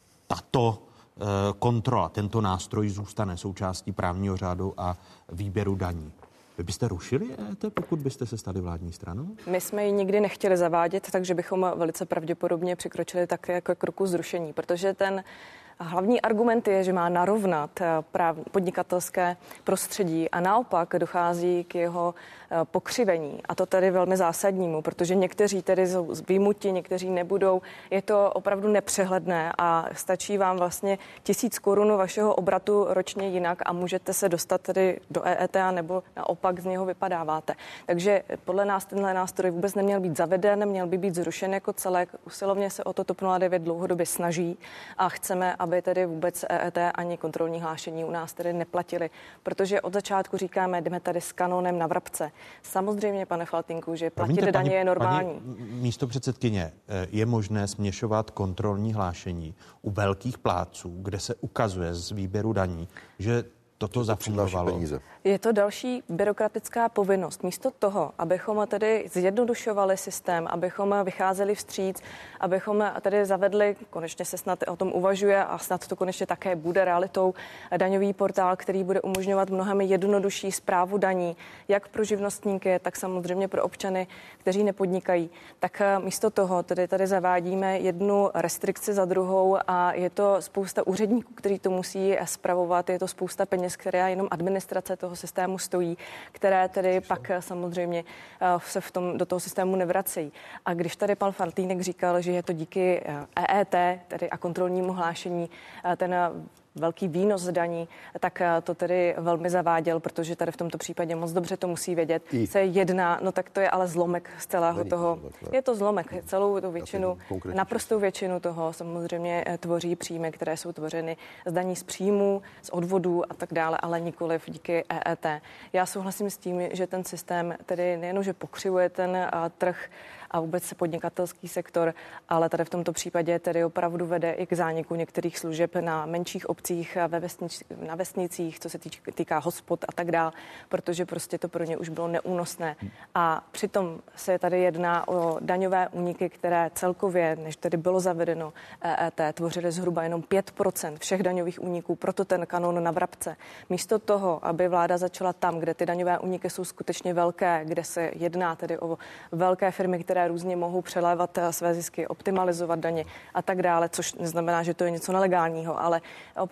Speaker 1: tato e, kontrola, tento nástroj zůstane součástí právního řádu a výběru daní. Vy byste rušili E E T, pokud byste se stali vládní stranou?
Speaker 8: My jsme ji nikdy nechtěli zavádět, takže bychom velice pravděpodobně přikročili také jako kroku zrušení, protože ten hlavní argument je, že má narovnat práv, podnikatelské prostředí a naopak dochází k jeho pokřivení. A to tady velmi zásadnímu, protože někteří tedy jsou výjimuti, někteří nebudou. Je to opravdu nepřehledné a stačí vám vlastně tisíc korun vašeho obratu ročně jinak a můžete se dostat tedy do E E T nebo naopak z něho vypadáváte. Takže podle nás tenhle nástroj vůbec neměl být zaveden, měl by být zrušen jako celek. Usilovně se o to TOP nula devět dlouhodobě snaží a chceme, aby tedy vůbec E E T ani kontrolní hlášení u nás tedy neplatili, protože od začátku říkáme, jdeme tady s kanonem na vrabce. Samozřejmě, pane Faltýnku, že platit
Speaker 1: Promiňte,
Speaker 8: daně
Speaker 1: paní,
Speaker 8: je normální.
Speaker 1: Paní místo předsedkyně, je možné směšovat kontrolní hlášení u velkých plátců, kde se ukazuje z výběru daní, že toto zafungovalo.
Speaker 8: Je to další byrokratická povinnost. Místo toho, abychom tedy zjednodušovali systém, abychom vycházeli vstříc, abychom tedy zavedli, konečně se snad o tom uvažuje a snad to konečně také bude realitou, daňový portál, který bude umožňovat mnohem jednodušší správu daní, jak pro živnostníky, tak samozřejmě pro občany, kteří nepodnikají. Tak místo toho tedy tady zavádíme jednu restrikci za druhou a je to spousta úředníků, kteří to musí spravovat, je to spousta peněz, která jenom administrace toho systému stojí, které tedy pak samozřejmě se v tom, do toho systému nevracejí. A když tady pan Faltýnek říkal, že je to díky E E T, tedy a kontrolnímu hlášení, ten velký výnos z daní, tak to tedy velmi zaváděl, protože tady v tomto případě moc dobře to musí vědět. I. Se jedná, no tak to je ale zlomek z celého Není toho. Zlomek, je to zlomek. Celou tu většinu, naprostou většinu toho samozřejmě tvoří příjmy, které jsou tvořeny z daní z příjmů, z odvodů a tak dále, ale nikoliv díky E E T. Já souhlasím s tím, že ten systém tedy nejenom, že pokřivuje ten trh a vůbec se podnikatelský sektor, ale tady v tomto případě tedy opravdu vede i k zániku některých služeb na menších obcích, ve vesnic, na vesnicích, co se týká, týká hospod a tak dále, protože prostě to pro ně už bylo neúnosné. A přitom se tady jedná o daňové úniky, které celkově, než tedy bylo zavedeno E E T, tvořily zhruba jenom pět procent všech daňových úniků, proto ten kanon na vrabce. Místo toho, aby vláda začala tam, kde ty daňové úniky jsou skutečně velké, kde se jedná tedy o velké firmy, které různě mohou přelévat své zisky, optimalizovat daně a tak dále, což neznamená, že to je něco nelegálního, ale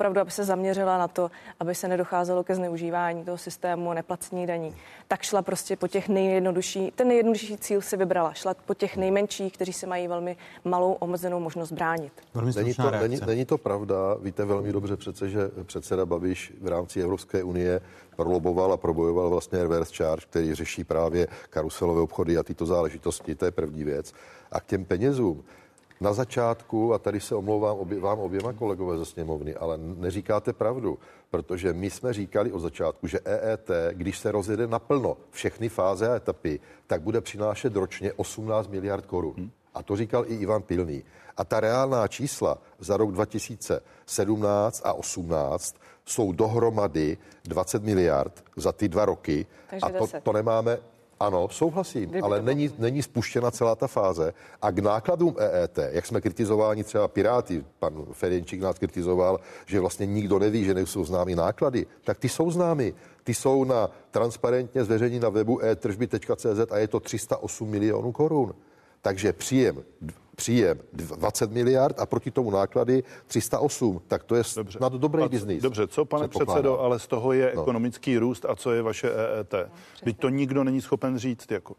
Speaker 8: opravdu, aby se zaměřila na to, aby se nedocházelo ke zneužívání toho systému, neplacení daní, tak šla prostě po těch nejjednodušší, ten nejjednodušší cíl si vybrala, šla po těch nejmenších, kteří se mají velmi malou omezenou možnost bránit.
Speaker 7: Není to, není, není to pravda, víte velmi dobře přece, že předseda Babiš v rámci Evropské unie proloboval a probojoval vlastně reverse charge, který řeší právě karuselové obchody a tyto záležitosti, to je první věc. A k těm penězům. Na začátku, a tady se omlouvám obě, vám oběma kolegové ze sněmovny, ale neříkáte pravdu, protože my jsme říkali od začátku, že E E T, když se rozjede naplno všechny fáze a etapy, tak bude přinášet ročně osmnáct miliard korun. Hmm. A to říkal i Ivan Pilný. A ta reálná čísla za rok dva tisíce sedmnáct a osmnáct jsou dohromady dvacet miliard za ty dva roky. Takže a to, to nemáme... Ano, souhlasím, Kdyby ale není, není spuštěna celá ta fáze. A k nákladům E E T, jak jsme kritizováni třeba Piráty, pan Ferjenčík nás kritizoval, že vlastně nikdo neví, že nejsou známy náklady, tak ty jsou známy. Ty jsou na transparentně zveřejnění na webu e tržby tečka cé zet a je to tři sta osm milionů korun. Takže příjem, příjem dvacet miliard a proti tomu náklady tři sta osm. Tak to je dobře. Snad dobrý biznis.
Speaker 9: Dobře, co pane předsedo, ale z toho je no. ekonomický růst a co je vaše E E T? Teď to nikdo není schopen říct. Jako.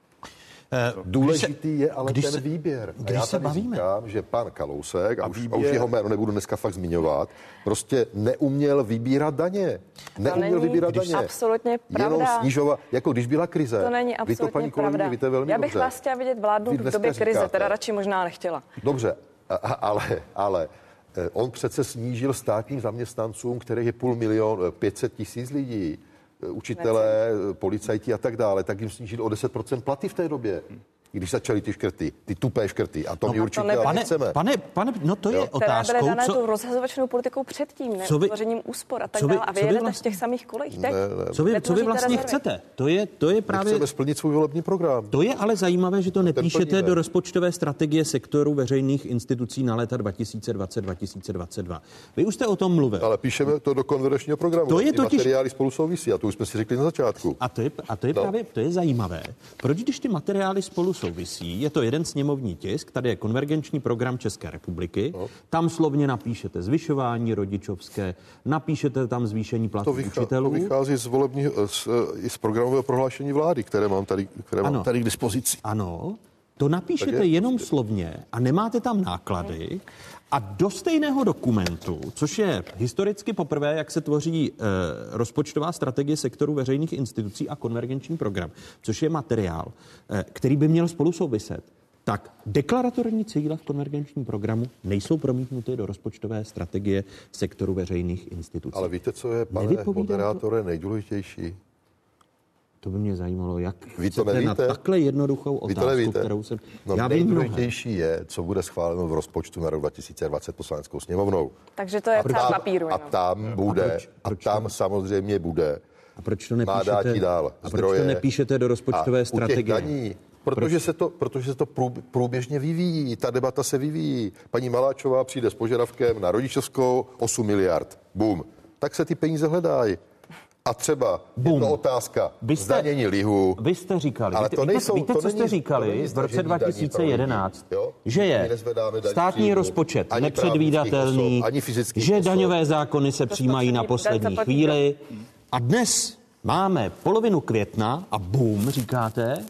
Speaker 7: Důležitý je ale ten
Speaker 1: se,
Speaker 7: výběr.
Speaker 1: A já
Speaker 7: se tady bavíme. říkám, že pan Kalousek, a, a, už, výběr... a už jeho jméno nebudu dneska fakt zmiňovat, prostě neuměl vybírat daně. Neuměl vybírat daně.
Speaker 8: Absolutně pravda.
Speaker 7: Jenom snižovat, jako když byla krize.
Speaker 8: To není absolutně
Speaker 7: vy to, paní kolegyně, víte velmi
Speaker 8: Já bych
Speaker 7: dobře.
Speaker 8: vás chtěla vidět vládnout v době krize, říkáte. Teda radši možná nechtěla.
Speaker 7: Dobře, a, ale, ale on přece snížil státním zaměstnancům, kterých je půl milion, pět set tisíc lidí, učitelé, policajti a tak dále, tak jim snížil o deset procent platy v té době. Když začaly ty škrty, ty tupé škrty. A to no, my určitě to
Speaker 1: pane,
Speaker 7: nechceme.
Speaker 1: Pane, pane, no to jo. je otázkou.
Speaker 8: Které byly dané
Speaker 1: co...
Speaker 8: tou rozhazovačnou politikou předtím, ne? Utvořením úspor a tak dále. A vy jedete vlastně... v těch samých kolejích.
Speaker 7: Ne, ne,
Speaker 1: co vy, co vy vlastně rezervy? chcete? To je, to je právě...
Speaker 7: My chceme splnit svůj volební program.
Speaker 1: To je ale zajímavé, že to nepíšete do rozpočtové strategie sektoru veřejných institucí na léta dva tisíce dvacet až dva tisíce dvacet dva. Vy už jste o tom mluvil.
Speaker 7: Ale píšeme to do konvergenčního programu.
Speaker 1: To je
Speaker 7: ty
Speaker 1: totiž...
Speaker 7: materiály spolu souvisí a to už jsme si řekli na začátku.
Speaker 1: A to je, a to je no. právě to je zajímavé. Proč, když ty materiály spolu souvisí, je to jeden sněmovní tisk, tady je konvergenční program České republiky, no. tam slovně napíšete zvyšování rodičovské, napíšete tam zvýšení platů to vychá, učitelů.
Speaker 7: To vychází z volebního, z, z programového prohlášení vlády, které mám tady, které mám tady k dispozici.
Speaker 1: Ano, to napíšete jenom slovně a nemáte tam náklady a do stejného dokumentu, což je historicky poprvé, jak se tvoří e, rozpočtová strategie sektoru veřejných institucí a konvergenční program, což je materiál, e, který by měl spolu souviset, tak deklaratorní cíle v konvergenčním programu nejsou promítnuty do rozpočtové strategie sektoru veřejných institucí.
Speaker 7: Ale víte, co je, pane moderátore, nejdůležitější?
Speaker 1: To by mě zajímalo, jak
Speaker 7: vy to nevíte?
Speaker 1: Na takhle jednoduchou otázku, kterou jsem...
Speaker 7: No,
Speaker 1: já
Speaker 7: nejdůležitější je, co bude schváleno v rozpočtu na rok dva tisíce dvacet poslaneckou sněmovnou.
Speaker 8: Takže to je psát papíru.
Speaker 7: A tam bude, a, proč, proč a tam to? samozřejmě bude.
Speaker 1: A proč to nepíšete, dál a proč to nepíšete do rozpočtové strategie?
Speaker 7: Daní, protože, se to, protože se to průběžně vyvíjí, ta debata se vyvíjí. Paní Maláčová přijde s požadavkem na rodičovskou osm miliard. Bum. Tak se ty peníze hledají. A třeba je to otázka
Speaker 1: jste,
Speaker 7: zdanění lihu.
Speaker 1: Vy jste říkali,
Speaker 7: ale to nejsou,
Speaker 1: víte,
Speaker 7: to
Speaker 1: co
Speaker 7: není,
Speaker 1: jste říkali v roce dva tisíce jedenáct, že je státní příjmu, rozpočet nepředvídatelný, že
Speaker 7: osob.
Speaker 1: daňové zákony se přijímají na poslední chvíli. A dnes máme polovinu května a bum, říkáte,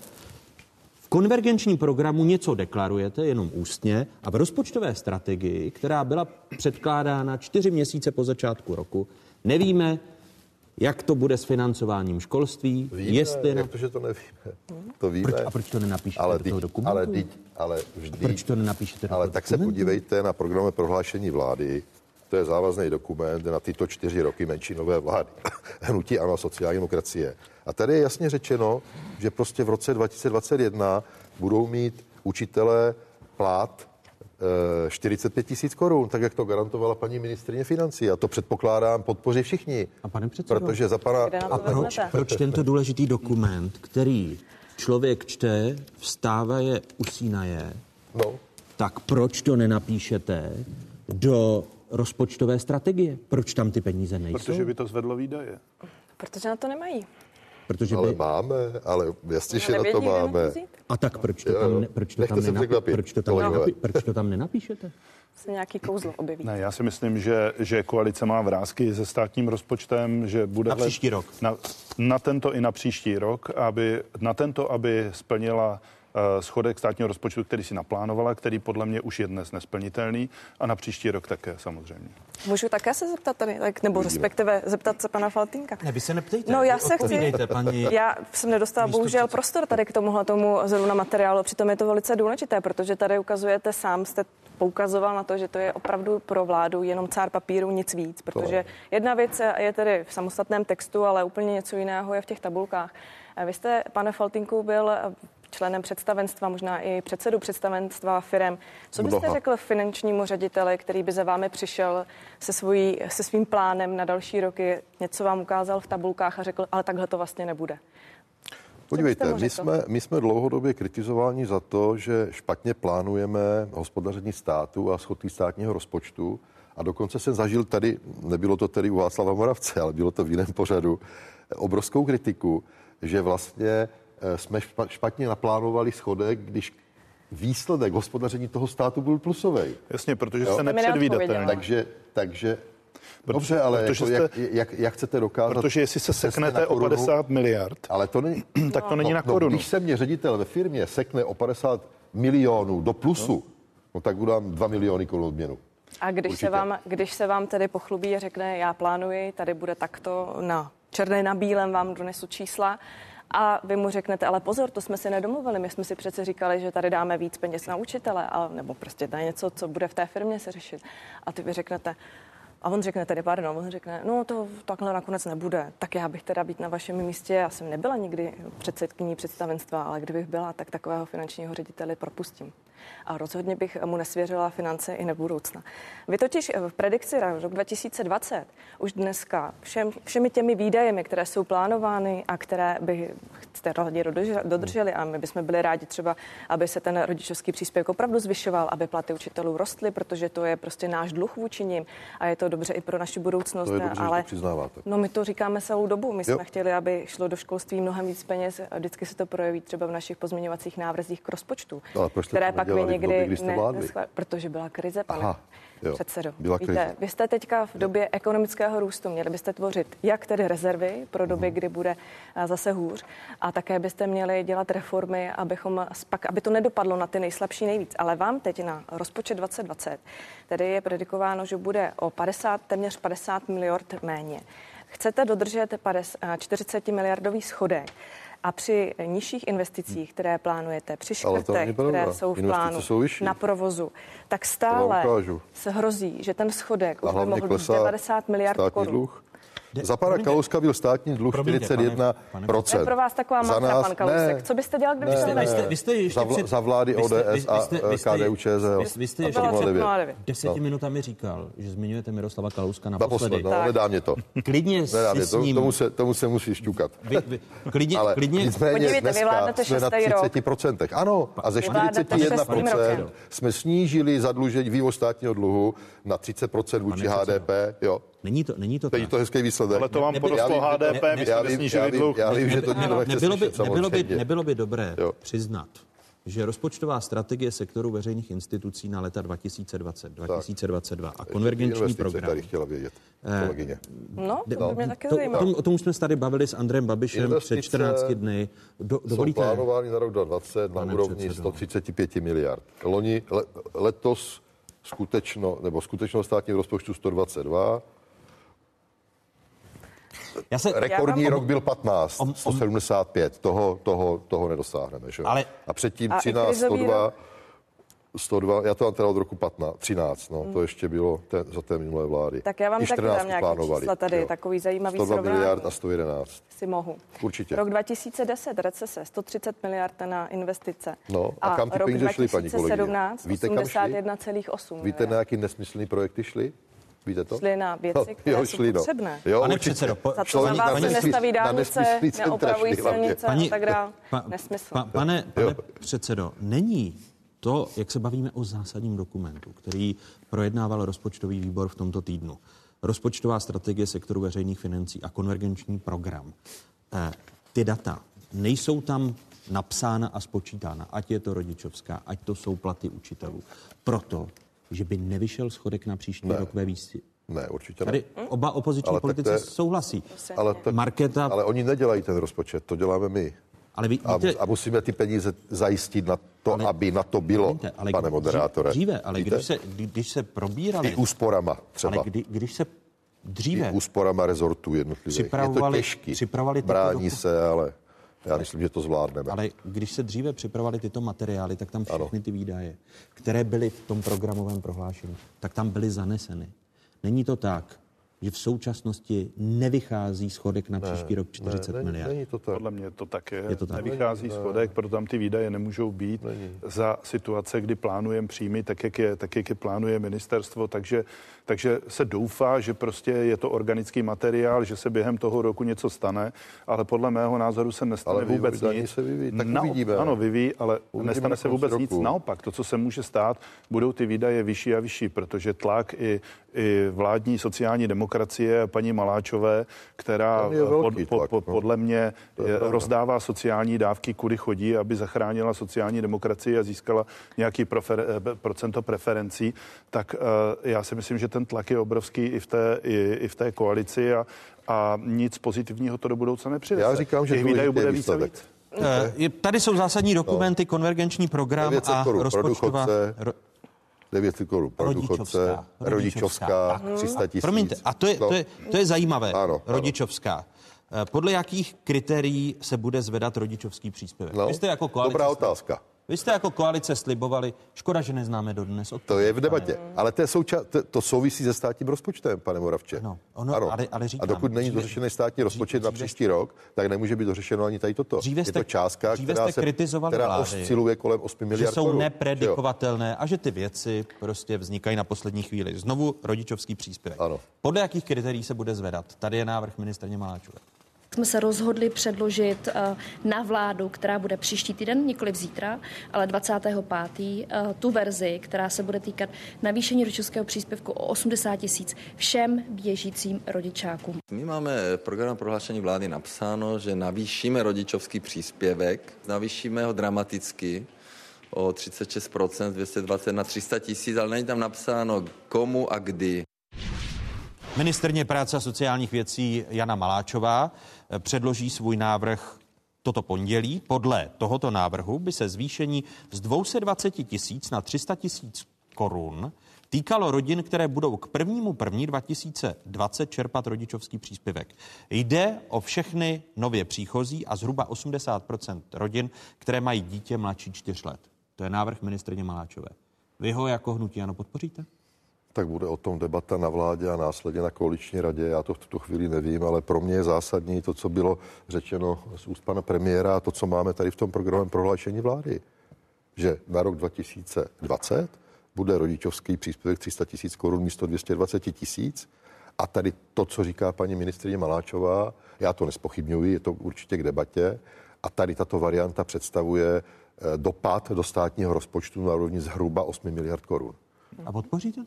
Speaker 1: v konvergenčním programu něco deklarujete jenom ústně a v rozpočtové strategii, která byla předkládána čtyři měsíce po začátku roku, nevíme, jak to bude s financováním školství?
Speaker 7: Víme,
Speaker 1: jestli
Speaker 7: jak to, že to nevíme. To víme.
Speaker 1: Proč, a proč to nenapíšete
Speaker 7: ale
Speaker 1: do toho dokumentu?
Speaker 7: Ale, dík, ale vždy.
Speaker 1: A proč to nenapíšete do
Speaker 7: ale
Speaker 1: toho
Speaker 7: tak
Speaker 1: dokumentu?
Speaker 7: se podívejte na programové prohlášení vlády. To je závazný dokument na tyto čtyři roky menšinové vlády. Hnutí ANO, sociální demokracie. A tady je jasně řečeno, že prostě v roce dva tisíce dvacet jedna budou mít učitelé plat čtyřicet pět tisíc korun, tak jak to garantovala paní ministryně financí. A to předpokládám podpoří všichni.
Speaker 1: A pane předsedo,
Speaker 7: protože za pana...
Speaker 1: A proč, proč tento důležitý dokument, který člověk čte, vstávaje, usínaje,
Speaker 7: no.
Speaker 1: tak proč to nenapíšete do rozpočtové strategie? Proč tam ty peníze nejsou?
Speaker 9: Protože by to zvedlo výdaje.
Speaker 8: Protože na to nemají.
Speaker 1: Protože
Speaker 7: ale
Speaker 1: by...
Speaker 7: máme, ale jasně, že na to máme.
Speaker 1: A tak proč to tam, ne, proč to tam, nenapí, proč to tam, nenapí, proč to tam nenapíšete?
Speaker 8: Se nějaký kouzlo objeví.
Speaker 9: Ne, já si myslím, že, že koalice má vrásky se státním rozpočtem, že bude...
Speaker 1: Na příští rok.
Speaker 9: Na, na tento i na příští rok, aby, na tento, aby splnila uh, schodek státního rozpočtu, který si naplánovala, který podle mě už je dnes nesplnitelný, a na příští rok také samozřejmě.
Speaker 8: Můžu také se zeptat tady, tak, nebo respektive zeptat se pana Faltýnka.
Speaker 1: Ne, vy se neptejte.
Speaker 8: No, já se chci.
Speaker 1: Paní...
Speaker 8: Já jsem nedostala bohužel prostor tady k tomuhle tomu zrovna materiálu, přitom je to velice důležité, protože tady ukazujete sám, jste poukazoval na to, že to je opravdu pro vládu jenom cár papíru, nic víc, protože jedna věc je tedy v samostatném textu, ale úplně něco jiného je v těch tabulkách. Vy jste, pane Faltýnku, byl členem představenstva, možná i předsedu představenstva firem. Co byste Mnoha. řekl finančnímu řediteli, který by za vámi přišel se, svojí, se svým plánem na další roky, něco vám ukázal v tabulkách a řekl, ale takhle to vlastně nebude?
Speaker 7: Podívejte, my jsme, my jsme dlouhodobě kritizováni za to, že špatně plánujeme hospodaření státu a schodky státního rozpočtu. A dokonce jsem zažil tady, nebylo to tedy u Václava Moravce, ale bylo to v jiném pořadu, obrovskou kritiku, že vlastně jsme špatně naplánovali schodek, když výsledek hospodaření toho státu byl plusový.
Speaker 9: Jasně, protože jste nepředvídatelný.
Speaker 7: Takže, takže dobře, ale jako, jste, jak, jak, jak chcete dokázat...
Speaker 9: Protože jestli se seknete o padesát miliard,
Speaker 7: ale to není,
Speaker 9: tak to není
Speaker 7: no,
Speaker 9: na korunu.
Speaker 7: No, když se mě ředitel ve firmě sekne o padesát milionů do plusu, no, no tak budu dám dva miliony korun odměnu.
Speaker 8: A když se, vám, když se vám tedy pochlubí a řekne, já plánuji, tady bude takto na černé na bílém, vám donesu čísla, a vy mu řeknete, ale pozor, to jsme si nedomluvili, my jsme si přece říkali, že tady dáme víc peněz na učitele, ale, nebo prostě to je něco, co bude v té firmě se řešit. A ty vy řeknete, a on řekne tedy, pardon, on řekne, no to takhle nakonec nebude, tak já bych teda být na vašem místě, já jsem nebyla nikdy předsedkyní představenstva, ale kdybych byla, tak takového finančního ředitele propustím. A rozhodně bych mu nesvěřila finance i na budoucna. Vy totiž v predikci rok dva tisíce dvacet už dneska všem, všemi těmi výdajemi, které jsou plánovány a které by jste rádi dodrželi, a my bychom byli rádi třeba, aby se ten rodičovský příspěvek opravdu zvyšoval, aby platy učitelů rostly, protože to je prostě náš dluh vůči nim a je to dobře i pro naši budoucnost.
Speaker 7: To je dobře,
Speaker 8: ale
Speaker 7: že to přiznáváte.
Speaker 8: No, my to říkáme celou dobu. My
Speaker 7: jo.
Speaker 8: jsme chtěli, aby šlo do školství mnohem víc peněz. Vždycky se to projeví třeba v našich pozměňovacích návrzích k rozpočtu,
Speaker 7: no, které pak vy někdy ne, neschvál,
Speaker 8: protože byla krize, pane Aha, jo, předsedo.
Speaker 7: Byla
Speaker 8: Víte,
Speaker 7: krize.
Speaker 8: vy jste teďka v době ekonomického růstu, měli byste tvořit jak tedy rezervy pro doby, kdy bude zase hůř, a také byste měli dělat reformy, abychom pak, aby to nedopadlo na ty nejslabší nejvíc. Ale vám teď na rozpočet dvacet dvacet, tedy je predikováno, že bude o padesát, téměř padesát miliard méně. Chcete dodržet čtyřicet miliardový schodek. A při nižších investicích, které plánujete, při škrtech, které jsou v plánu jsou na provozu, tak stále se hrozí, že ten schodek už by mohl být devadesát miliard korun.
Speaker 7: Za pana Kalouska byl státní dluh čtyřicet jedna procent.
Speaker 8: To je pro vás taková mantra, pan Kalousek. Ne, co byste dělal, kdybyste
Speaker 7: ne, ne, vy jste ještě za, před, za vlády O D S a K D U Č S L.
Speaker 1: Vy jste ještě před deseti minutami říkal, že zmiňujete Miroslava Kalouska naposledy.
Speaker 7: No, nedá mě to.
Speaker 1: Klidně si s ním.
Speaker 7: Tomu se, tomu se musí šťukat.
Speaker 1: Vy, vy, klidně,
Speaker 7: ale
Speaker 1: klidně.
Speaker 7: Nicméně dneska jsme na třicet procent. Ano, a ze čtyřicet jedna procent jsme snížili zadlužení, vývoz státního dluhu na třicet procent vůči H D P. Jo.
Speaker 1: Není to, není to
Speaker 7: tak. to hezký výsledek.
Speaker 9: Ale to vám porostlo H D P, vy jste snížili dluh.
Speaker 7: Já vím, že to nikdo nechce slyšet, samozřejmě.
Speaker 1: Nebylo by dobré přiznat, že rozpočtová strategie sektoru veřejných institucí na leta dva tisíce dvacet až dva tisíce dvacet dva a konvergenční program.
Speaker 7: Tady chtěla vědět, kolegyně.
Speaker 8: No, to mě taky
Speaker 1: to,
Speaker 8: zajímá.
Speaker 1: O tom jsme se tady bavili s Andrejem Babišem před čtrnácti dny. Do, dovolíte?
Speaker 7: Jsou plánovány na rok dva tisíce dvacet na úrovni sto třicet pět miliard. Loni, le, letos skutečno, nebo skutečnost státního rozpočtu sto dvacet dva. Já se, Rekordní rok byl patnáct, om, om, sto sedmdesát pět, toho, toho, toho nedosáhneme. Že? Ale, a předtím a třináct, sto dva, sto dva, já to mám teda od roku patnáct, třináct, no, hmm. to ještě bylo ten, za té minulé vlády.
Speaker 8: Tak já vám taky dám nějaké čísla tady, jo. Takový zajímavý srovnání.
Speaker 7: sto dva miliard a sto jedenáct.
Speaker 8: Si mohu.
Speaker 7: Určitě.
Speaker 8: Rok dva tisíce deset, recese, sto třicet miliard na investice.
Speaker 7: No, a, a kam ty peníze šly, paní kolegyně? Víte,
Speaker 8: osmdesát jedna celá osm.
Speaker 7: Víte, na jaký nesmyslný projekty šly? Víte to?
Speaker 8: Šli na věci, no, které jo, jsou šli, potřebné.
Speaker 7: No. Jo,
Speaker 1: pane předsedo, po,
Speaker 8: za to za vás se nestaví dálnice, neopravují silnice a tak dále.
Speaker 1: Pa,
Speaker 8: Nesmysl.
Speaker 1: Pa, pane, pane předsedo, není to, jak se bavíme o zásadním dokumentu, který projednával rozpočtový výbor v tomto týdnu, rozpočtová strategie sektoru veřejných financí a konvergenční program. Eh, ty data nejsou tam napsána a spočítána, ať je to rodičovská, ať to jsou platy učitelů, proto, že by nevyšel schodek na příští ne. rok ve výši.
Speaker 7: Ne, určitě
Speaker 1: Tady
Speaker 7: ne.
Speaker 1: oba opoziční ale politici je, souhlasí.
Speaker 7: Ale, to,
Speaker 1: Markéta,
Speaker 7: ale oni nedělají ten rozpočet, to děláme my.
Speaker 1: Ale vy,
Speaker 7: a,
Speaker 1: víte,
Speaker 7: a musíme ty peníze zajistit na to, ale, aby na to bylo, víte, ale pane moderátore.
Speaker 1: Dříve, ale když se, když se probírali...
Speaker 7: I úsporama třeba.
Speaker 1: Ale kdy, když se dříve...
Speaker 7: I úsporama rezortů jednotlivých. Je to těžký. Brání doku... se, ale já myslím, že to zvládneme.
Speaker 1: Ale když se dříve připravovali tyto materiály, tak tam všechny ty výdaje, které byly v tom programovém prohlášení, tak tam byly zaneseny. Není to tak, že v současnosti nevychází schodek na příští ne, rok čtyřicet
Speaker 7: ne,
Speaker 1: miliard.
Speaker 7: Není to tak.
Speaker 9: Podle mě to tak je.
Speaker 1: je to tak.
Speaker 9: Nevychází ne, schodek, proto tam ty výdaje nemůžou být není. Za situace, kdy plánujeme příjmy, tak jak je, tak jak je plánuje ministerstvo, takže, takže se doufá, že prostě je to organický materiál, že se během toho roku něco stane, ale podle mého názoru se nestane ale vůbec nic.
Speaker 7: Se vyvíjí, tak
Speaker 9: Na,
Speaker 7: uvidíme.
Speaker 9: Ano, vyvíjí, ale
Speaker 7: uvidíme
Speaker 9: nestane se vůbec roku. Nic. Naopak, to, co se může stát, budou ty výdaje vyšší a vyšší, protože tlak i, i vládní sociální demokracie a paní Maláčové, která pod, pod, pod, podle mě je, rozdává sociální dávky, kudy chodí, aby zachránila sociální demokracii a získala nějaký profer, procento preferencí, tak uh, já si myslím, že ten tlak je obrovský i v té, i, i v té koalici a, a nic pozitivního to do budoucna nepřinese.
Speaker 7: Já říkám, že
Speaker 9: výdajů bude víc a víc.
Speaker 1: Uh, tady jsou zásadní dokumenty, no. konvergenční program a rozpočtová...
Speaker 7: devět set korun pro důchodce, rodičovská, tři sta tisíc.
Speaker 1: Promiňte, a to je, to je, to je zajímavé,
Speaker 7: ano,
Speaker 1: rodičovská. Ano. Podle jakých kritérií se bude zvedat rodičovský příspěvek?
Speaker 7: No,
Speaker 1: Vy jste jako koalice
Speaker 7: dobrá otázka.
Speaker 1: Vy jste jako koalice slibovali, škoda, že neznáme dodnes odpověď.
Speaker 7: To je v debatě, ale to, je souča- to, to souvisí se státním rozpočtem, pane Moravče.
Speaker 1: No, ono, ano. Ale, ale říkám,
Speaker 7: a dokud není dořešený státní rozpočet dříve, na příští rok, tak nemůže být dořešeno ani tady toto.
Speaker 1: Jste,
Speaker 7: je to částka, která, se, která osciluje kolem osmi miliard korun.
Speaker 1: Že jsou nepredikovatelné a že ty věci prostě vznikají na poslední chvíli. Znovu rodičovský příspěvek.
Speaker 7: Ano.
Speaker 1: Podle jakých kritérií se bude zvedat? Tady je návrh ministryně Maláčové.
Speaker 11: Jsme se rozhodli předložit na vládu, která bude příští týden, nikoliv zítra, ale dvacátého pátého tu verzi, která se bude týkat navýšení rodičovského příspěvku o osmdesát tisíc všem běžícím rodičákům.
Speaker 12: My máme v programu prohlášení vlády napsáno, že navýšíme rodičovský příspěvek, navýšíme ho dramaticky o třicet šest procent, dvě stě dvacet na tři sta tisíc, ale není tam napsáno komu a kdy.
Speaker 1: Ministryně práce a sociálních věcí Jana Maláčová předloží svůj návrh toto pondělí. Podle tohoto návrhu by se zvýšení z dvě stě dvacet tisíc na tři sta tisíc korun týkalo rodin, které budou k prvnímu první dva tisíce dvacet čerpat rodičovský příspěvek. Jde o všechny nově příchozí a zhruba osmdesát procent rodin, které mají dítě mladší čtyř let. To je návrh ministryně Maláčové. Vy ho jako hnutí ANO podpoříte?
Speaker 7: Tak bude o tom debata na vládě a následně na koaliční radě. Já to v tuto chvíli nevím, ale pro mě je zásadní to, co bylo řečeno z úst pana premiéra a to, co máme tady v tom programovém prohlášení vlády. Že na rok dva tisíce dvacet bude rodičovský příspěvek tři sta tisíc korun místo dvě stě dvacet tisíc. A tady to, co říká paní ministryně Maláčová, já to nespochybňuji, je to určitě k debatě. A tady tato varianta představuje dopad do státního rozpočtu na úrovni zhruba osmi miliard korun.
Speaker 1: A podpoříte to?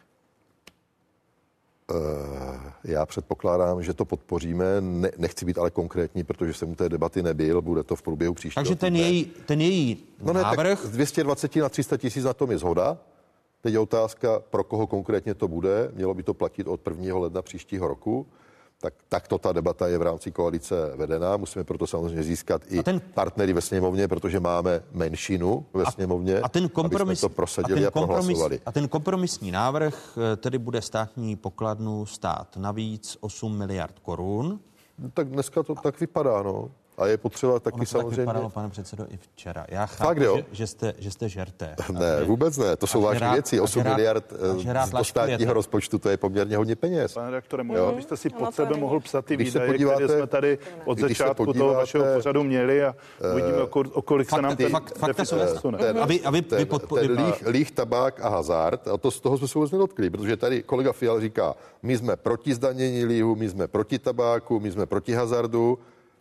Speaker 7: Já předpokládám, že to podpoříme. Ne, nechci být ale konkrétní, protože jsem u té debaty nebyl, bude to v průběhu příštího.
Speaker 1: Takže ten její, ten její
Speaker 7: no ne,
Speaker 1: návrh...
Speaker 7: Tak z dvě stě dvacet na tři sta tisíc na tom je shoda. Teď je otázka, pro koho konkrétně to bude. Mělo by to platit od prvního ledna příštího roku. Tak, tak to ta debata je v rámci koalice vedená. Musíme proto samozřejmě získat i ten, partnery ve sněmovně, protože máme menšinu ve a, sněmovně,
Speaker 1: a ten kompromis,
Speaker 7: aby jsme to prosadili a,
Speaker 1: a
Speaker 7: prohlasovali.
Speaker 1: A ten kompromisní návrh tedy bude státní pokladnu stát navíc osm miliard korun.
Speaker 7: No, tak dneska to tak vypadá, no. A je potřeba taky
Speaker 1: ono to
Speaker 7: samozřejmě...
Speaker 1: tak vypadalo, pane předsedo, i včera. Já chápu, že, že, jste, že jste žerté.
Speaker 7: Ne, vůbec ne, to jsou vážné věci. osm miliard do státního rozpočtu, to je poměrně hodně peněz.
Speaker 9: Pane redaktore, možná byste si pod sebe mohl psat ty výdaje, které jsme tady od začátku podíváte, toho vašeho pořadu měli a uvidíme, o kolik se nám ten deficit sune.
Speaker 7: Ten líh, tabák a hazard, a to z toho jsme se vůbec nedotkli, protože tady kolega Fiala říká, my jsme proti zdanění líhu, my jsme proti tabáku, my jsme proti hazardu.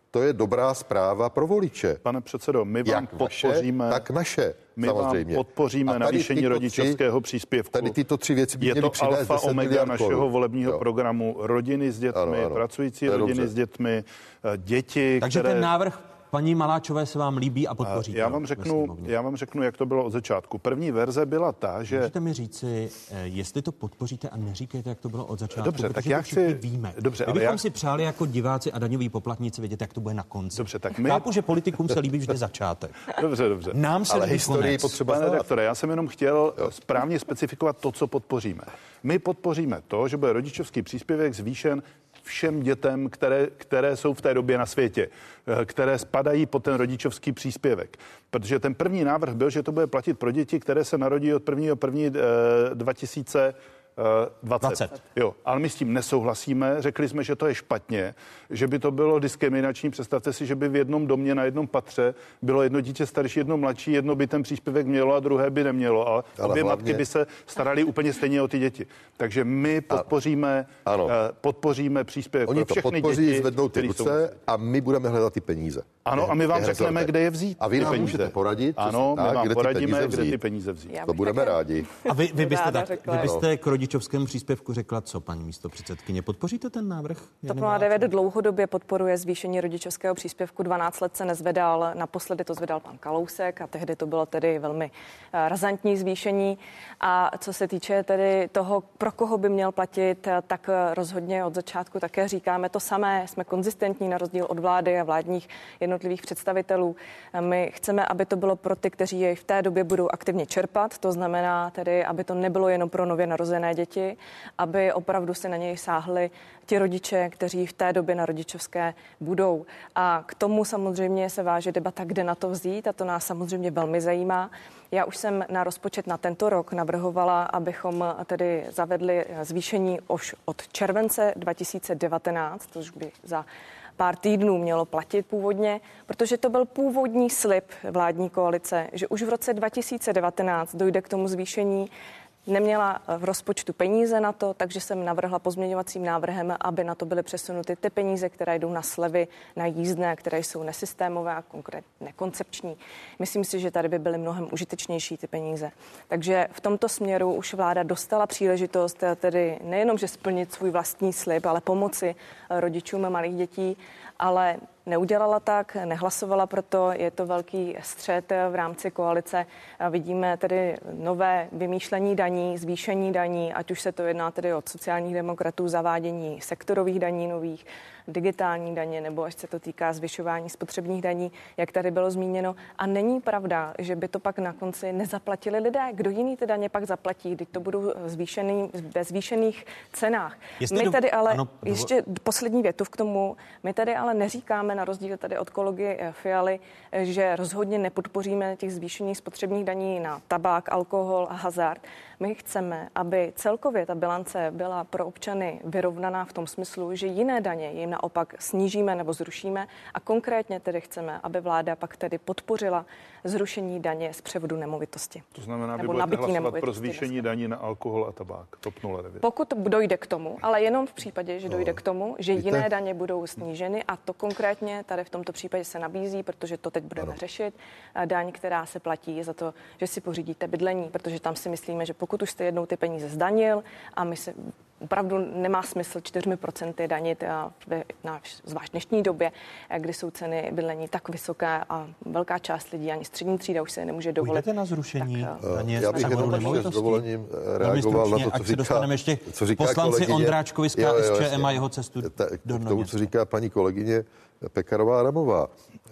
Speaker 7: to je dobrá zpráva pro voliče.
Speaker 9: Pane předsedo, my vám
Speaker 7: Jak
Speaker 9: podpoříme...
Speaker 7: Vaše, tak naše,
Speaker 9: My
Speaker 7: samozřejmě.
Speaker 9: vám podpoříme navýšení rodičovského
Speaker 7: tři,
Speaker 9: příspěvku.
Speaker 7: Tady tyto tři věci by
Speaker 9: je
Speaker 7: měly
Speaker 9: to
Speaker 7: přinést
Speaker 9: alfa omega našeho
Speaker 7: korun.
Speaker 9: volebního
Speaker 7: jo.
Speaker 9: programu. Rodiny s dětmi,
Speaker 7: ano, ano.
Speaker 9: pracující rodiny
Speaker 7: dobře.
Speaker 9: s dětmi, děti,
Speaker 1: Takže
Speaker 9: které...
Speaker 1: ten návrh paní Maláčové se vám líbí a podpoříte?
Speaker 9: Já vám, řeknu, já vám řeknu, jak to bylo od začátku. První verze byla ta, že...
Speaker 1: Můžete mi říci, jestli to podpoříte a neříkejte, jak to bylo od začátku.
Speaker 9: Dobře, tak
Speaker 1: protože
Speaker 9: já
Speaker 1: to všichni
Speaker 9: chci...
Speaker 1: víme.
Speaker 9: Dobře,
Speaker 1: my bychom
Speaker 9: já...
Speaker 1: si přáli jako diváci a daňoví poplatníci vědět, jak to bude na konci.
Speaker 9: Dobře, tak my...
Speaker 1: Chápu, že politikům se líbí vždy začátek.
Speaker 9: Dobře, dobře.
Speaker 1: Nám se
Speaker 7: Ale
Speaker 1: líbí
Speaker 7: historii
Speaker 1: konec.
Speaker 7: potřeba
Speaker 9: Pane
Speaker 7: znát.
Speaker 9: redaktore, já jsem jenom chtěl jo. správně specifikovat to, co podpoříme. My podpoříme to, že bude rodičovský příspěvek zvýšen všem dětem, které, které jsou v té době na světě, které spadají pod ten rodičovský příspěvek. Protože ten první návrh byl, že to bude platit pro děti, které se narodí od prvního prvního dva tisíce dvacet. dvacet. Jo, ale my s tím nesouhlasíme. Řekli jsme, že to je špatně, že by to bylo diskriminační. Představte si, že by v jednom domě na jednom patře bylo jedno dítě starší, jedno mladší, jedno by ten příspěvek mělo a druhé by nemělo. Ale, ale obě hlavně... matky by se starali úplně stejně o ty děti. Takže my podpoříme, ano. podpoříme příspěvek
Speaker 7: Oni
Speaker 9: pro všechny
Speaker 7: to podpoří,
Speaker 9: děti,
Speaker 7: zvednou ty ruce a my budeme hledat ty peníze.
Speaker 9: Ano, a my vám řekneme, kde je vzít.
Speaker 7: A vy nám můžete poradit.
Speaker 9: Ano, my
Speaker 7: tak,
Speaker 9: vám
Speaker 7: kde
Speaker 9: poradíme,
Speaker 7: ty
Speaker 9: kde ty peníze vzít.
Speaker 7: To budeme rádi.
Speaker 1: A vy, vy, byste, tak, vy byste k rodičovskému příspěvku řekla co, paní místopředsedkyně? Podpoříte ten návrh?
Speaker 8: TOP nula devět dlouhodobě podporuje zvýšení rodičovského příspěvku. dvanáct let se nezvedal, naposledy to zvedal pan Kalousek a tehdy to bylo tedy velmi razantní zvýšení. A co se týče tedy toho, pro koho by měl platit, tak rozhodně od začátku také říkáme to samé. Jsme konzistentní na rozdíl od vlády a vládních jednotlivých představitelů. My chceme, aby to bylo pro ty, kteří jej v té době budou aktivně čerpat. To znamená tedy, aby to nebylo jenom pro nově narozené děti, aby opravdu se na něj sáhli ti rodiče, kteří v té době na rodičovské budou. A k tomu samozřejmě se váže debata, kde na to vzít, a to nás samozřejmě velmi zajímá. Já už jsem na rozpočet na tento rok navrhovala, abychom tedy zavedli zvýšení už od července dva tisíce devatenáct, což by za pár týdnů mělo platit původně, protože to byl původní slib vládní koalice, že už v roce dva tisíce devatenáct dojde k tomu zvýšení. Neměla v rozpočtu peníze na to, takže jsem navrhla pozměňovacím návrhem, aby na to byly přesunuty ty peníze, které jdou na slevy, na jízdné, které jsou nesystémové a konkrétně nekoncepční. Myslím si, že tady by byly mnohem užitečnější ty peníze. Takže v tomto směru už vláda dostala příležitost tedy nejenom, že splnit svůj vlastní slib, ale pomoci rodičům malých dětí, ale neudělala tak, nehlasovala proto, je to velký střet v rámci koalice. Vidíme tedy nové vymýšlení daní, zvýšení daní, ať už se to jedná tedy od sociálních demokratů, zavádění sektorových daní nových, digitální daně, nebo až se to týká zvyšování spotřebních daní, jak tady bylo zmíněno. A není pravda, že by to pak na konci nezaplatili lidé. Kdo jiný ty daně pak zaplatí, když to budou zvýšený, ve zvýšených cenách. Jestli my tady ale, ano, ještě poslední větu k tomu, my tady ale neříkáme, na rozdíl tady od kolegy Fialy, že rozhodně nepodpoříme těch zvýšených spotřebních daní na tabák, alkohol a hazard. My chceme, aby celkově ta bilance byla pro občany vyrovnaná v tom smyslu, že jiné daně jim naopak snížíme nebo zrušíme a konkrétně tedy chceme, aby vláda pak tedy podpořila zrušení daně z převodu nemovitosti.
Speaker 9: To znamená, že budete hlasovat pro zvýšení daní na alkohol a tabák. TOP nula devět.
Speaker 8: Pokud dojde k tomu, ale jenom v případě, že dojde k tomu, že Víte? jiné daně budou sníženy a to konkrétně tady v tomto případě se nabízí, protože to teď budeme ano. řešit, daň, která se platí za to, že si pořídíte bydlení, protože tam si myslíme, že pokud už jste jednou ty peníze zdanil a my se opravdu nemá smysl čtyřmi procenty danit a na zvlášť dnešní době, kdy jsou ceny bydlení tak vysoké a velká část lidí, ani střední třída už se nemůže dovolit.
Speaker 1: Půjdete na zrušení
Speaker 7: tak,
Speaker 1: daně
Speaker 7: já bych jenom ještě s dovolením reagoval na to, co říká,
Speaker 1: ještě
Speaker 7: co říká
Speaker 1: poslanci
Speaker 7: kolegyně,
Speaker 1: Ondráčkovi z K S Č M a jeho cestu
Speaker 7: ta,
Speaker 1: do
Speaker 7: k tomu, co říká paní kolegyně Pekarová Adamová.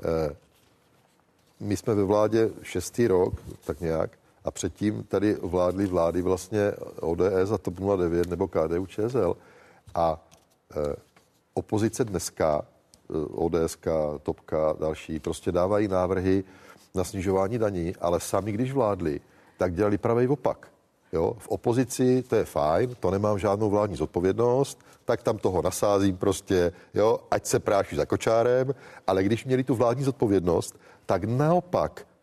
Speaker 7: My jsme ve vládě šestý rok, tak nějak, a předtím tady vládly vlády vlastně O D S a TOP nula devět nebo K D U Č S L. A e, opozice dneska, O D S K, Topka, další, prostě dávají návrhy na snižování daní, ale sami, když vládli, tak dělali pravý opak. Jo? V opozici to je fajn, to nemám žádnou vládní zodpovědnost, tak tam toho nasázím prostě, jo, ať se práší za kočárem, ale když měli tu vládní zodpovědnost, tak naopak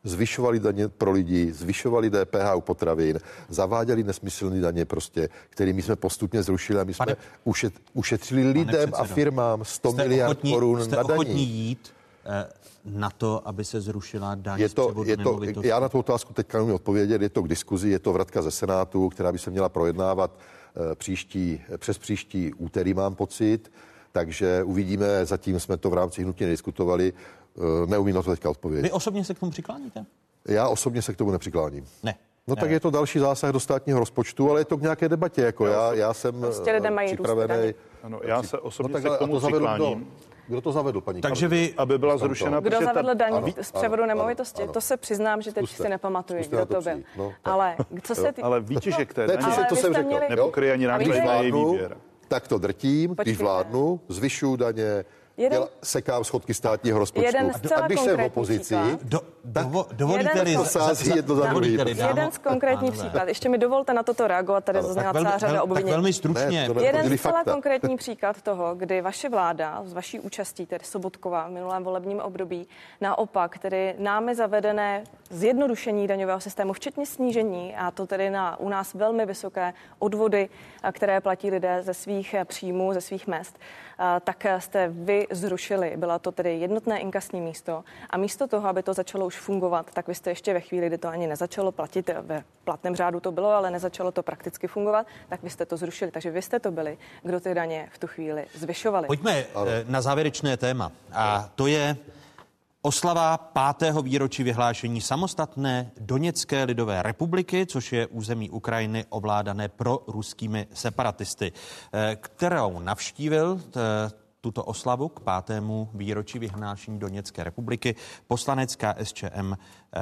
Speaker 7: zvyšovali daně pro lidi, zvyšovali D P H u potravin, zaváděli nesmyslné daně prostě, kterými jsme postupně zrušili a my jsme pane, ušet, ušetřili lidem a firmám sto miliard
Speaker 1: ochotní,
Speaker 7: korun
Speaker 1: jste
Speaker 7: na daní.
Speaker 1: ochotní jít eh, na to, aby se zrušila daň
Speaker 7: je
Speaker 1: z
Speaker 7: to,
Speaker 1: převodu
Speaker 7: je to,
Speaker 1: nemovitosti?
Speaker 7: Já na tu otázku teďka nemůžu odpovědět, je to k diskuzi, je to vratka ze Senátu, která by se měla projednávat eh, příští, přes příští úterý, mám pocit, takže uvidíme, zatím jsme to v rámci hnutí nediskutovali, eh, neumím na to teďka odpovědět.
Speaker 1: Vy osobně se k tomu přikláníte?
Speaker 7: Já osobně se k tomu nepřikláním.
Speaker 1: Ne.
Speaker 7: No
Speaker 1: ne.
Speaker 7: tak je to další zásah do státního rozpočtu, ale je to k nějaké debatě, jako já, já jsem
Speaker 8: prostě lidé mají
Speaker 7: připravený.
Speaker 9: Ano, já se osobně
Speaker 7: no,
Speaker 9: se k tomu přikláním.
Speaker 7: Kdo to zavedl, paní
Speaker 1: Takže vy,
Speaker 9: aby byla zrušena...
Speaker 8: Kdo zavedl daň
Speaker 7: ano,
Speaker 8: z převodu
Speaker 7: ano,
Speaker 8: nemovitosti?
Speaker 7: ano.
Speaker 8: To se přiznám, že teď
Speaker 7: Zkuste.
Speaker 8: si nepamatuju,
Speaker 7: Zkuste
Speaker 8: kdo
Speaker 7: to
Speaker 8: to byl.
Speaker 7: přijít. No,
Speaker 8: ale co se ty...
Speaker 9: Ale výtěžek té
Speaker 7: To je
Speaker 9: daně
Speaker 7: přesně, to jsem řekl.
Speaker 8: měli-
Speaker 9: nepokryje ani náklady na její výběr.
Speaker 7: Tak to drtím, když
Speaker 8: Počkejte.
Speaker 7: vládnu, zvyšuju daně,
Speaker 8: Jeden-
Speaker 7: děla, sekám schodky státního rozpočtu.
Speaker 8: Jeden zcela
Speaker 7: A když jsem v
Speaker 8: konkrétní
Speaker 7: opozici,
Speaker 8: příklad.
Speaker 1: do, dovo, dovolíte-li...
Speaker 8: Jeden-
Speaker 7: to sází jedno za druhým.
Speaker 1: dovolíte-li dál?
Speaker 8: Jeden z konkrétních
Speaker 1: Pánové.
Speaker 8: příklad. Ještě mi dovolte na toto reagovat, tady
Speaker 7: Ano,
Speaker 8: zazněla
Speaker 1: Tak,
Speaker 8: celá
Speaker 1: velmi,
Speaker 8: řada
Speaker 1: vel, tak
Speaker 8: obvinění.
Speaker 1: velmi stručně.
Speaker 7: Ne, to ne-
Speaker 8: Jeden
Speaker 7: Tvrdili
Speaker 8: zcela
Speaker 7: fakta.
Speaker 8: konkrétní příklad toho, kdy vaše vláda s vaší účastí, tedy Sobotkova v minulém volebním období, naopak tedy námi zavedené zjednodušení daňového systému, včetně snížení, a to tedy na u nás velmi vysoké odvody, a které platí lidé ze svých příjmů, ze svých mezd, a tak jste vy zrušili. Byla to tedy jednotné inkasní místo a místo toho, aby to začalo už fungovat, tak vy jste ještě ve chvíli, kdy to ani nezačalo platit, ve platném řádu to bylo, ale nezačalo to prakticky fungovat, tak vy jste to zrušili. Takže vy jste to byli, kdo ty daně v tu chvíli zvyšovali.
Speaker 1: Pojďme eh, na závěrečné téma. A to je oslava pátého výročí vyhlášení samostatné Doněcké lidové republiky, což je území Ukrajiny ovládané proruskými separatisty, eh, kterou navštívil eh, tuto oslavu k pátému výročí vyhlášení Doněcké republiky poslanec K S Č M eh,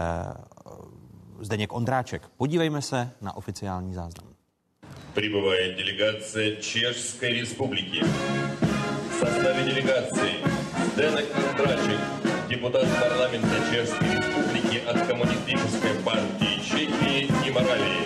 Speaker 1: Zdeněk Ondráček. Podívejme se na oficiální záznam.
Speaker 13: Прибывает делегация Чешской Республики. В составе делегации Зdeněk Ondráček, депутат парламента Чешской Республики от Коммунистической партии Чехии и Моравии.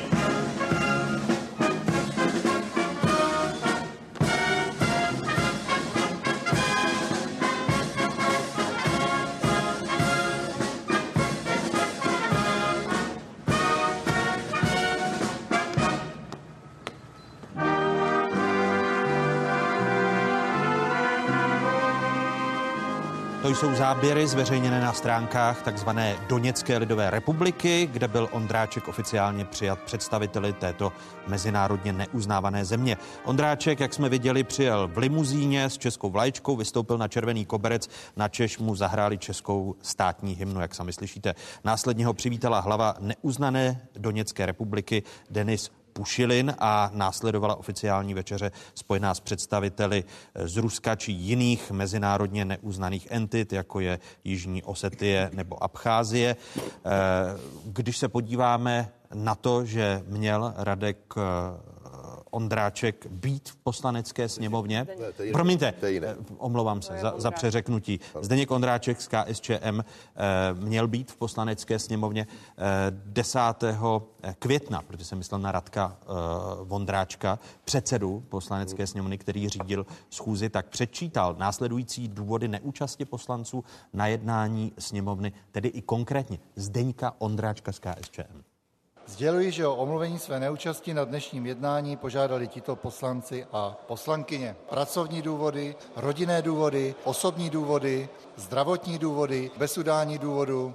Speaker 1: To jsou záběry zveřejněné na stránkách takzvané Doněcké lidové republiky, kde byl Ondráček oficiálně přijat představiteli této mezinárodně neuznávané země. Ondráček, jak jsme viděli, přijel v limuzíně s českou vlaječkou, vystoupil na červený koberec, načež mu zahráli českou státní hymnu, jak sami slyšíte. Následně ho přivítala hlava neuznané Doněcké republiky Denis Pušilin a následovala oficiální večeře spojená s představiteli z Ruska či jiných mezinárodně neuznaných entit, jako je Jižní Osetie nebo Abcházie. Když se podíváme na to, že měl Radek Ondráček být v poslanecké sněmovně. Ne, Promiňte, omlouvám se za, za přeřeknutí. Zdeněk Ondráček z K S Č M eh, měl být v poslanecké sněmovně eh, desátého května, protože jsem myslel na Radka eh, Vondráčka, předsedu poslanecké sněmovny, který řídil schůzi, tak předčítal následující důvody neúčasti poslanců na jednání sněmovny, tedy i konkrétně Zdeňka Ondráčka z K S Č M.
Speaker 14: Sděluji, že o omluvení své neúčasti na dnešním jednání požádali tito poslanci a poslankyně. Pracovní důvody, rodinné důvody, osobní důvody, zdravotní důvody, bez udání důvodu.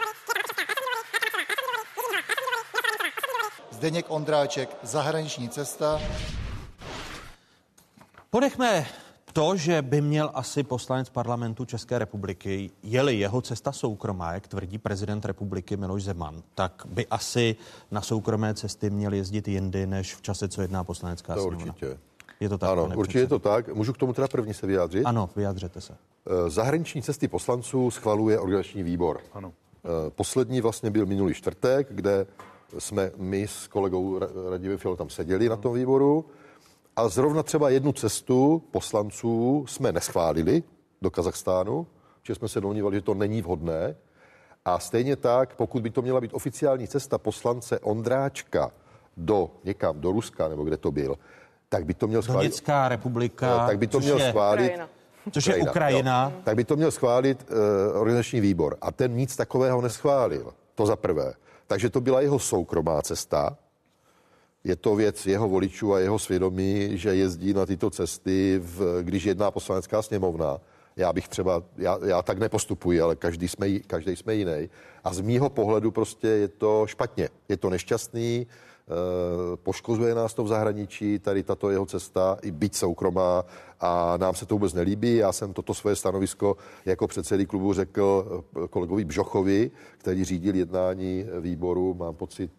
Speaker 14: Zdeněk Ondráček, zahraniční cesta.
Speaker 1: Ponechme to, že by měl asi poslanec parlamentu České republiky, je-li jeho cesta soukromá, jak tvrdí prezident republiky Miloš Zeman, tak by asi na soukromé cesty měl jezdit jindy, než v čase, co jedná poslanecká
Speaker 7: to
Speaker 1: sněmovna.
Speaker 7: Určitě.
Speaker 1: Je to tak,
Speaker 7: ano, určitě je to tak. Můžu k tomu teda první se vyjádřit?
Speaker 1: Ano, vyjádřete se.
Speaker 7: Zahraniční cesty poslanců schvaluje organizační výbor.
Speaker 9: Ano.
Speaker 7: Poslední vlastně byl minulý čtvrtek, kde jsme my s kolegou Radimem Fialou tam seděli na tom výboru. A zrovna třeba jednu cestu poslanců jsme neschválili do Kazachstánu, že jsme se domnívali, že to není vhodné. A stejně tak, pokud by to měla být oficiální cesta poslance Ondráčka do někam, do Ruska, nebo kde to byl, tak by to měl schválit...
Speaker 1: Doněcká republika,
Speaker 7: tak by to měl
Speaker 1: je
Speaker 7: schválit...
Speaker 8: Ukrajina.
Speaker 1: Což je Ukrajina.
Speaker 7: Jo, tak by to měl schválit uh, organizační výbor. A ten nic takového neschválil. To za prvé. Takže to byla jeho soukromá cesta. Je to věc jeho voličů a jeho svědomí, že jezdí na tyto cesty, v, když jedná Poslanecká sněmovna. Já bych třeba, já, já tak nepostupuji, ale každý jsme, každý jsme jiný. A z mýho pohledu prostě je to špatně. Je to nešťastný, eh, poškozuje nás to v zahraničí, tady tato jeho cesta, i byť soukromá, a nám se to vůbec nelíbí. Já jsem toto svoje stanovisko jako předsedy klubu řekl kolegovi Bžochovi, který řídil jednání výboru, mám pocit,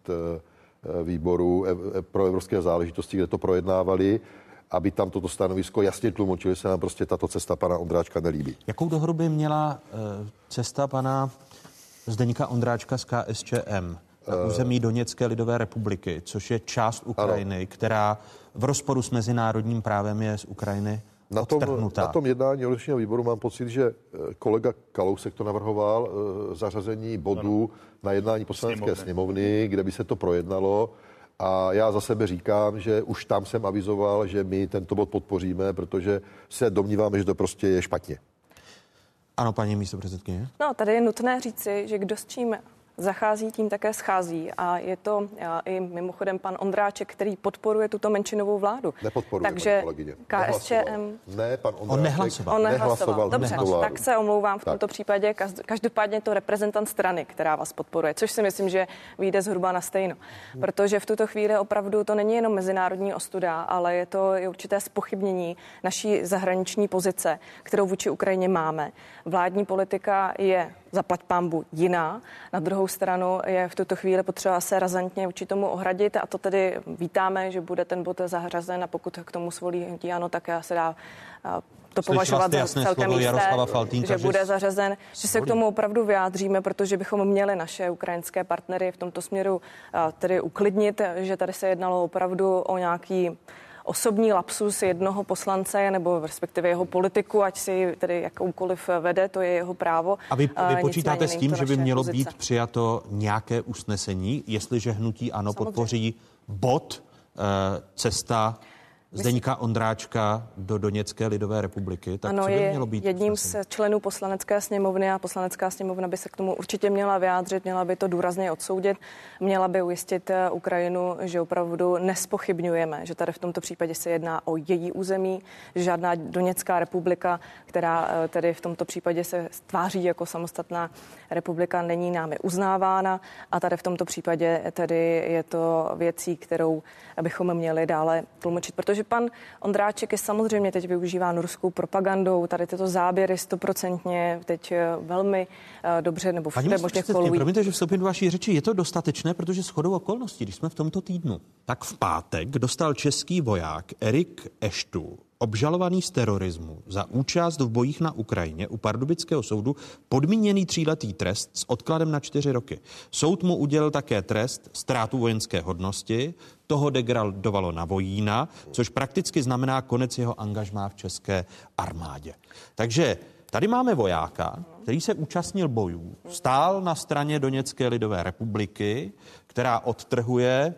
Speaker 7: výboru pro evropské záležitosti, kde to projednávali, aby tam toto stanovisko jasně tlumočili, se nám prostě tato cesta pana Ondráčka nelíbí.
Speaker 1: Jakou dohru by měla cesta pana Zdeňka Ondráčka z K S Č M na území Doněcké lidové republiky, což je část Ukrajiny, ano, která v rozporu s mezinárodním právem je z Ukrajiny
Speaker 7: na tom, na tom jednání organizačního výboru mám pocit, že kolega Kalousek to navrhoval, zařazení bodů ano. na jednání Poslanecké sněmovny, kde by se to projednalo. A já za sebe říkám, že už tam jsem avizoval, že my tento bod podpoříme, protože se domníváme, že to prostě je špatně.
Speaker 1: Ano, paní místopředsedkyně.
Speaker 8: No, tady je nutné říci, že kdo s čím zachází, tím také schází. A je to a, i mimochodem pan Ondráček, který podporuje tuto menšinovou vládu.
Speaker 7: Nepodporuje,
Speaker 8: takže K S Č M...
Speaker 7: Ne, pan Ondráček
Speaker 1: on nehlasoval.
Speaker 8: On nehlasoval. Dobře,
Speaker 7: nehlasoval.
Speaker 8: tak se omlouvám v tomto tak. případě. Každopádně je to reprezentant strany, která vás podporuje, což si myslím, že vyjde zhruba na stejno. Protože v tuto chvíli opravdu to není jenom mezinárodní ostuda, ale je to i určité zpochybnění naší zahraniční pozice, kterou vůči Ukrajině máme. Vládní politika je zaplať pánbu jiná. Na druhou stranu je v tuto chvíli potřeba se razantně vůči tomu ohradit a to tedy vítáme, že bude ten bod zařazen a pokud k tomu svolí hnutí ANO, tak se dá to považovat za celkem jisté, že bude zařazen, že se k tomu opravdu vyjádříme, protože bychom měli naše ukrajinské partnery v tomto směru tedy uklidnit, že tady se jednalo opravdu o nějaký osobní lapsus jednoho poslance nebo respektive jeho politiku, ať si tedy jakoukoliv vede, to je jeho právo.
Speaker 1: A vy, vy počítáte s tím, že by mělo pozice. být přijato nějaké usnesení, jestliže hnutí ANO Samozřejmě. podpoří bod uh, cesta Zdeňka Ondráčka do Doněcké lidové republiky, tak
Speaker 8: ano,
Speaker 1: co by
Speaker 8: je
Speaker 1: mělo být
Speaker 8: jedním
Speaker 1: usnesení?
Speaker 8: z členů poslanecké sněmovny a poslanecká sněmovna by se k tomu určitě měla vyjádřit, měla by to důrazně odsoudit, měla by ujistit Ukrajinu, že opravdu nespochybňujeme, že tady v tomto případě se jedná o její území, že žádná Doněcká republika, která tedy v tomto případě se tváří jako samostatná republika, není námi uznávána a tady v tomto případě tedy je to věcí, kterou bychom měli dále tlumočit, protože pan Ondráček je samozřejmě teď využíván ruskou propagandou, tady tyto záběry stoprocentně teď velmi uh, dobře nebo všude možně kolují.
Speaker 1: Promiňte, že vstoupím do vaší řeči, je to dostatečné, protože shodou okolností, když jsme v tomto týdnu, tak v pátek dostal český voják Erik Eštu, obžalovaný z terorismu za účast v bojích na Ukrajině u Pardubického soudu podmíněný tříletý trest s odkladem na čtyři roky. Soud mu udělil také trest ztrátu vojenské hodnosti, toho degradovalo na vojína, což prakticky znamená konec jeho angažmá v české armádě. Takže tady máme vojáka, který se účastnil bojů, stál na straně Doněcké lidové republiky, která odtrhuje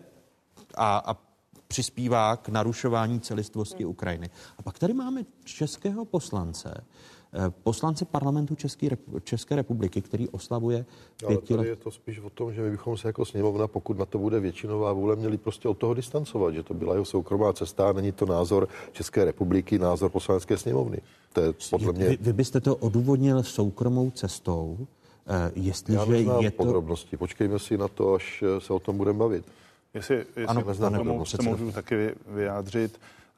Speaker 1: a, a přispívá k narušování celistvosti Ukrajiny. A pak tady máme českého poslance, poslance parlamentu České, České republiky, který oslavuje pěti let.
Speaker 7: Ale je to spíš o tom, že my bychom se jako sněmovna, pokud na to bude většinová vůle, měli prostě od toho distancovat, že to byla jeho soukromá cesta, není to názor České republiky, názor poslanecké sněmovny. To je podle mě...
Speaker 1: Vy, vy byste to odůvodnil soukromou cestou, jestliže
Speaker 7: Já neznám
Speaker 1: je to...
Speaker 7: podrobnosti. Počkejme si na to, až se o tom budeme bavit.
Speaker 9: Jestli, jestli ano, neznám, tomu se můžu taky vyjádřit.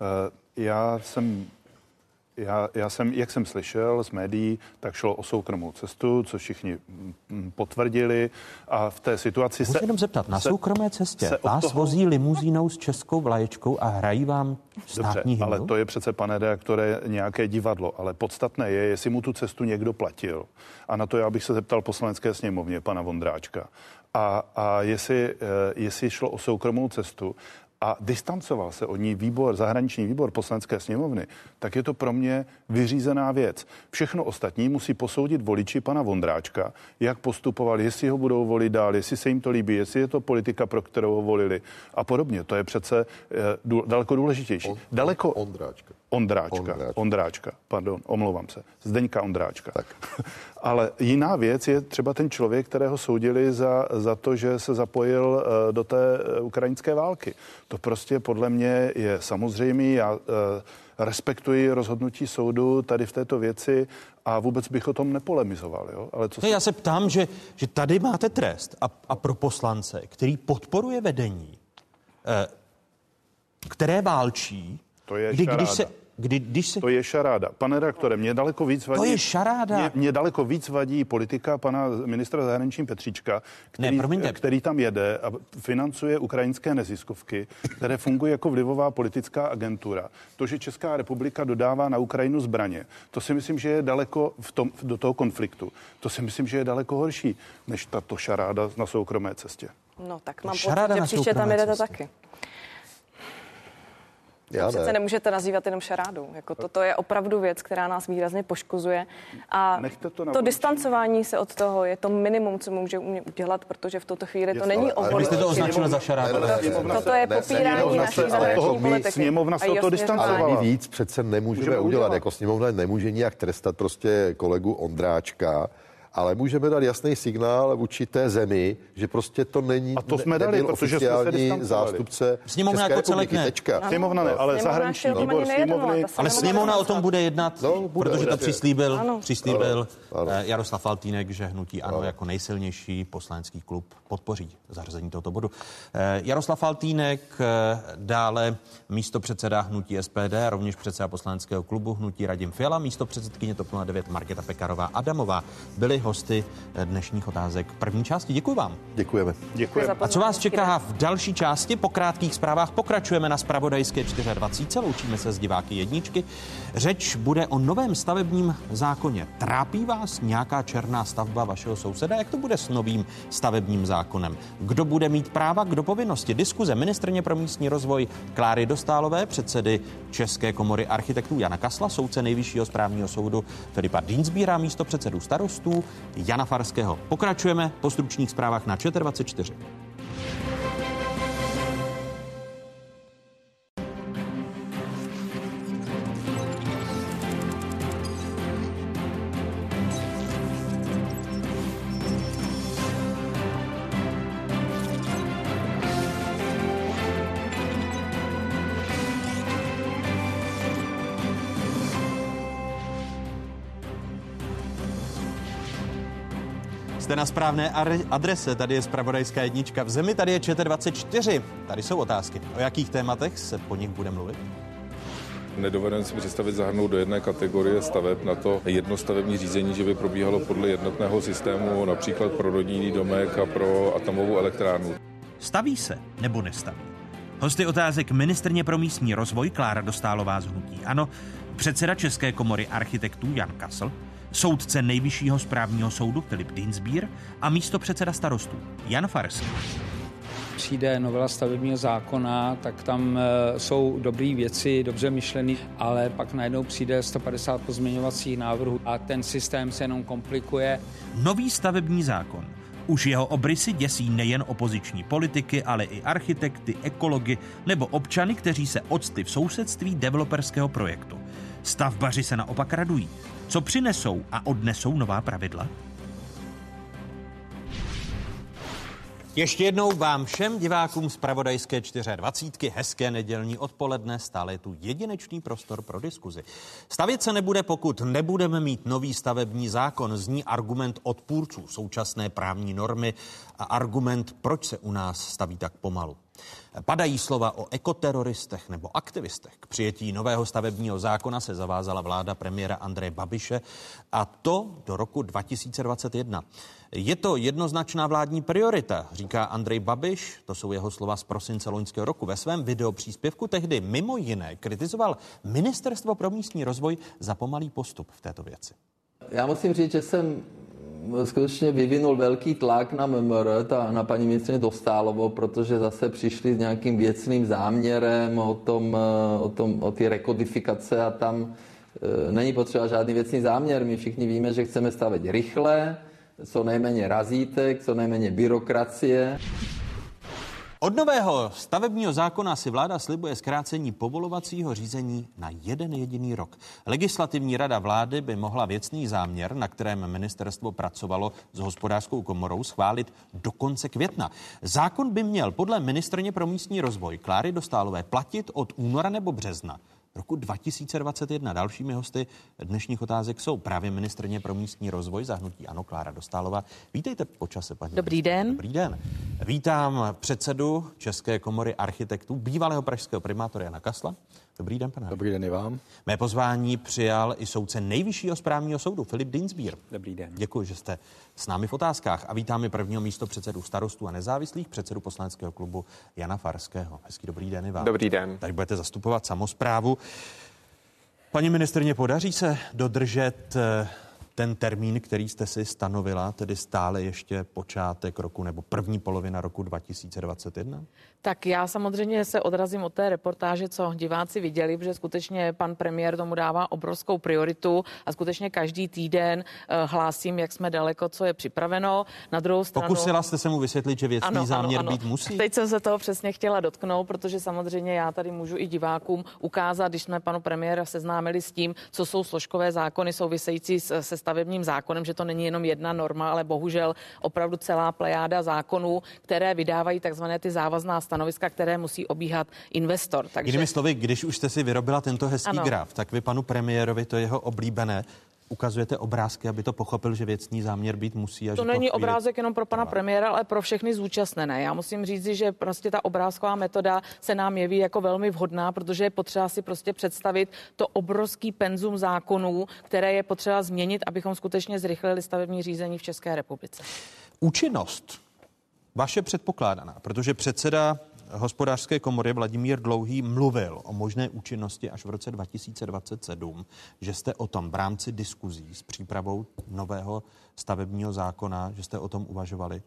Speaker 9: Já jsem, já, já jsem, jak jsem slyšel z médií, tak šlo o soukromou cestu, co všichni potvrdili a v té situaci
Speaker 1: Můžu
Speaker 9: se...
Speaker 1: jenom zeptat, na se, soukromé cestě vás toho... vozí limuzínou s českou vlaječkou a hrají vám státní hymnu?
Speaker 9: Ale to je přece, pane redaktore, nějaké divadlo, ale podstatné je, jestli mu tu cestu někdo platil. A na to já bych se zeptal poslanecké sněmovně, pana Vondráčka. A, a jestli, jestli šlo o soukromou cestu a distancoval se od ní výbor, zahraniční výbor poslanecké sněmovny, tak je to pro mě vyřízená věc. Všechno ostatní musí posoudit voliči pana Vondráčka, jak postupovali, jestli ho budou volit dál, jestli se jim to líbí, jestli je to politika, pro kterou ho volili a podobně. To je přece eh, dů, daleko důležitější.
Speaker 7: On,
Speaker 9: daleko
Speaker 7: Ondráčka.
Speaker 9: Ondráčka, Ondráčka, Ondráčka, pardon, omlouvám se, Zdeňka Ondráčka. Tak. Ale jiná věc je třeba ten člověk, kterého soudili za, za to, že se zapojil uh, do té ukrajinské války. To prostě podle mě je samozřejmé. Já uh, respektuji rozhodnutí soudu tady v této věci a vůbec bych o tom nepolemizoval. Jo? Ale co
Speaker 1: ne, si... Já se ptám, že, že tady máte trest a, a pro poslance, který podporuje vedení, eh, které válčí,
Speaker 9: to je
Speaker 1: kdy, když se... Kdy, když se...
Speaker 9: To je šaráda. Pane redaktore, mě daleko víc vadí...
Speaker 1: To je šaráda.
Speaker 9: Mě, mě daleko víc vadí politika pana ministra zahraničí Petříčka, který,
Speaker 1: ne,
Speaker 9: který tam jede a financuje ukrajinské neziskovky, které fungují jako vlivová politická agentura. To, že Česká republika dodává na Ukrajinu zbraně, to si myslím, že je daleko v tom, do toho konfliktu. To si myslím, že je daleko horší, než tato šaráda na soukromé cestě.
Speaker 8: No tak mám pocit, že příště tam jedete taky. Já přece ne. nemůžete nazývat jenom šarádou. Jako toto je opravdu věc, která nás výrazně poškozuje. A to, to distancování se od toho je to minimum, co může udělat, protože v tuto chvíli to není obor.
Speaker 1: Vy jste to označil za šarádu.
Speaker 8: Toto je popírání naší zahraniční politiky.
Speaker 9: Sněmovna se to distancovala.
Speaker 7: Ale víc přece nemůžeme udělat. Jako sněmovna nemůže nijak trestat prostě kolegu Ondráčka, ale můžeme dát jasný signál vůči té zemi, že prostě to není.
Speaker 9: A to jsme dali, protože jsme se
Speaker 7: zástupce
Speaker 1: Sněmovna jako celek ne.
Speaker 9: Sněmovna ne, ale zahraniční výbor sněmovny.
Speaker 1: Ale sněmovna o tom bude jednat, no, bude, protože to přislíbil, ano. přislíbil ano. Ano. Jaroslav Faltýnek, že hnutí ANO ano. jako nejsilnější poslanecký klub podpoří zařazení tohoto bodu. Jaroslav Faltýnek, dále místopředseda hnutí S P D, rovněž předseda poslaneckého klubu hnutí Radim Fiala, místopředsedkyně TOP nula devět Markéta Pekarová Adamová byli hosty dnešních otázek první části. Děkuji vám.
Speaker 7: Děkujeme.
Speaker 9: Děkujeme.
Speaker 1: A co vás čeká v další části? Po krátkých zprávách pokračujeme na zpravodajské dvacet čtyři. Loučíme se s diváky jedničky. Řeč bude o novém stavebním zákoně. Trápí vás nějaká černá stavba vašeho souseda? Jak to bude s novým stavebním zákonem? Kdo bude mít práva, kdo povinnosti? Diskuze ministryně pro místní rozvoj Kláry Dostálové, předsedy České komory architektů Jana Kasla, soudce Nejvyššího správního soudu Filipa Dienstbiera, místopředsedů starostů Jana Farského. Pokračujeme po stručných zprávách na ČT dvacet čtyři. Jste na správné adrese, tady je zpravodajská jednička v zemi, tady je ČT dvacet čtyři. Tady jsou otázky. O jakých tématech se po nich bude mluvit?
Speaker 15: Nedovedeme si představit zahrnout do jedné kategorie staveb na to jedno stavební řízení, že by probíhalo podle jednotného systému, například pro rodinný domek a pro atomovou elektrárnu.
Speaker 3: Staví se nebo nestaví? Hosty otázek ministryně pro místní rozvoj Klára Dostálová z hnutí ANO, předseda České komory architektů Jan Kasl, soudce Nejvyššího správního soudu Filip Dienstbier a místopředseda starostů Jan Farský.
Speaker 16: Přijde novela stavebního zákona, tak tam jsou dobré věci, dobře myšlený, ale pak najednou přijde sto padesát pozměňovacích návrhů a ten systém se jenom komplikuje.
Speaker 3: Nový stavební zákon. Už jeho obrysy děsí nejen opoziční politiky, ale i architekty, ekology nebo občany, kteří se octli v sousedství developerského projektu. Stavbaři se naopak radují. Co přinesou a odnesou nová pravidla?
Speaker 1: Ještě jednou vám všem divákům zpravodajské dvacet čtyři hezké nedělní odpoledne, stále je tu jedinečný prostor pro diskuzi. Stavět se nebude, pokud nebudeme mít nový stavební zákon, zní argument odpůrců současné právní normy a argument, proč se u nás staví tak pomalu. Padají slova o ekoteroristech nebo aktivistech. K přijetí nového stavebního zákona se zavázala vláda premiéra Andreje Babiše a to do roku dva tisíce dvacet jedna. Je to jednoznačná vládní priorita, říká Andrej Babiš, to jsou jeho slova z prosince loňského roku. Ve svém videopříspěvku tehdy mimo jiné kritizoval Ministerstvo pro místní rozvoj za pomalý postup v této věci.
Speaker 12: Já musím říct, že jsem skutečně vyvinul velký tlak na M M R, ta, na paní ministryni Dostálovou, protože zase přišli s nějakým věcným záměrem o tom, o tom, o ty rekodifikace a tam e, není potřeba žádný věcný záměr. My všichni víme, že chceme stavět rychle, co nejméně razítek, co nejméně byrokracie.
Speaker 1: Od nového stavebního zákona si vláda slibuje zkrácení povolovacího řízení na jeden jediný rok. Legislativní rada vlády by mohla věcný záměr, na kterém ministerstvo pracovalo s Hospodářskou komorou, schválit do konce května. Zákon by měl podle ministryně pro místní rozvoj Kláry Dostálové platit od února nebo března roku dva tisíce dvacet jedna. Dalšími hosty dnešních otázek jsou právě ministryně pro místní rozvoj za hnutí ANO Klára Dostálová. Vítejte po čase, paní.
Speaker 17: Dobrý den.
Speaker 1: Dobrý den. Vítám předsedu České komory architektů, bývalého pražského primátora Jana Kasla. Dobrý den, pane.
Speaker 18: Dobrý den i vám.
Speaker 1: Mé pozvání přijal i soudce Nejvyššího správního soudu Filip Dienstbier.
Speaker 18: Dobrý den.
Speaker 1: Děkuji, že jste s námi v otázkách. A vítáme prvního místo předsedu Starostů a nezávislých, předsedu poslaneckého klubu Jana Farského. Hezký dobrý den i vám.
Speaker 18: Dobrý den.
Speaker 1: Tady budete zastupovat samosprávu. Paní ministryně, podaří se dodržet ten termín, který jste si stanovila, tedy stále ještě počátek roku nebo první polovina roku dva tisíce dvacet jedna?
Speaker 17: Tak já samozřejmě se odrazím od té reportáže, co diváci viděli, protože skutečně pan premiér tomu dává obrovskou prioritu a skutečně každý týden uh, hlásím, jak jsme daleko, co je připraveno. Na druhou stranu...
Speaker 1: Pokusila jste se mu vysvětlit, že věcný ano, záměr ano, ano. být musí?
Speaker 17: Teď jsem se toho přesně chtěla dotknout, protože samozřejmě já tady můžu i divákům ukázat, když jsme panu premiéra seznámili s tím, co jsou složkové zákony související se stavebním zákonem, že to není jenom jedna norma, ale bohužel opravdu celá plejáda zákonů, které vydávají takzvané ty závazná stanoviska, které musí obíhat investor. Takže...
Speaker 1: Jinými slovy, když už jste si vyrobila tento hezký
Speaker 17: ano.
Speaker 1: graf, tak vy panu premiérovi, to jeho oblíbené, ukazujete obrázky, aby to pochopil, že věcný záměr být musí. A
Speaker 17: to
Speaker 1: že
Speaker 17: není
Speaker 1: to chvíli...
Speaker 17: obrázek jenom pro pana premiéra, ale pro všechny zúčastněné. Já musím říct, že prostě ta obrázková metoda se nám jeví jako velmi vhodná, protože je potřeba si prostě představit to obrovský penzum zákonů, které je potřeba změnit, abychom skutečně zrychlili stavební řízení v České republice.
Speaker 1: Účinnost vaše předpokládaná, protože předseda Hospodářské komory Vladimír Dlouhý mluvil o možné účinnosti až v roce dva tisíce dvacet sedm, že jste o tom v rámci diskuzí s přípravou nového stavebního zákona, že jste o tom uvažovali.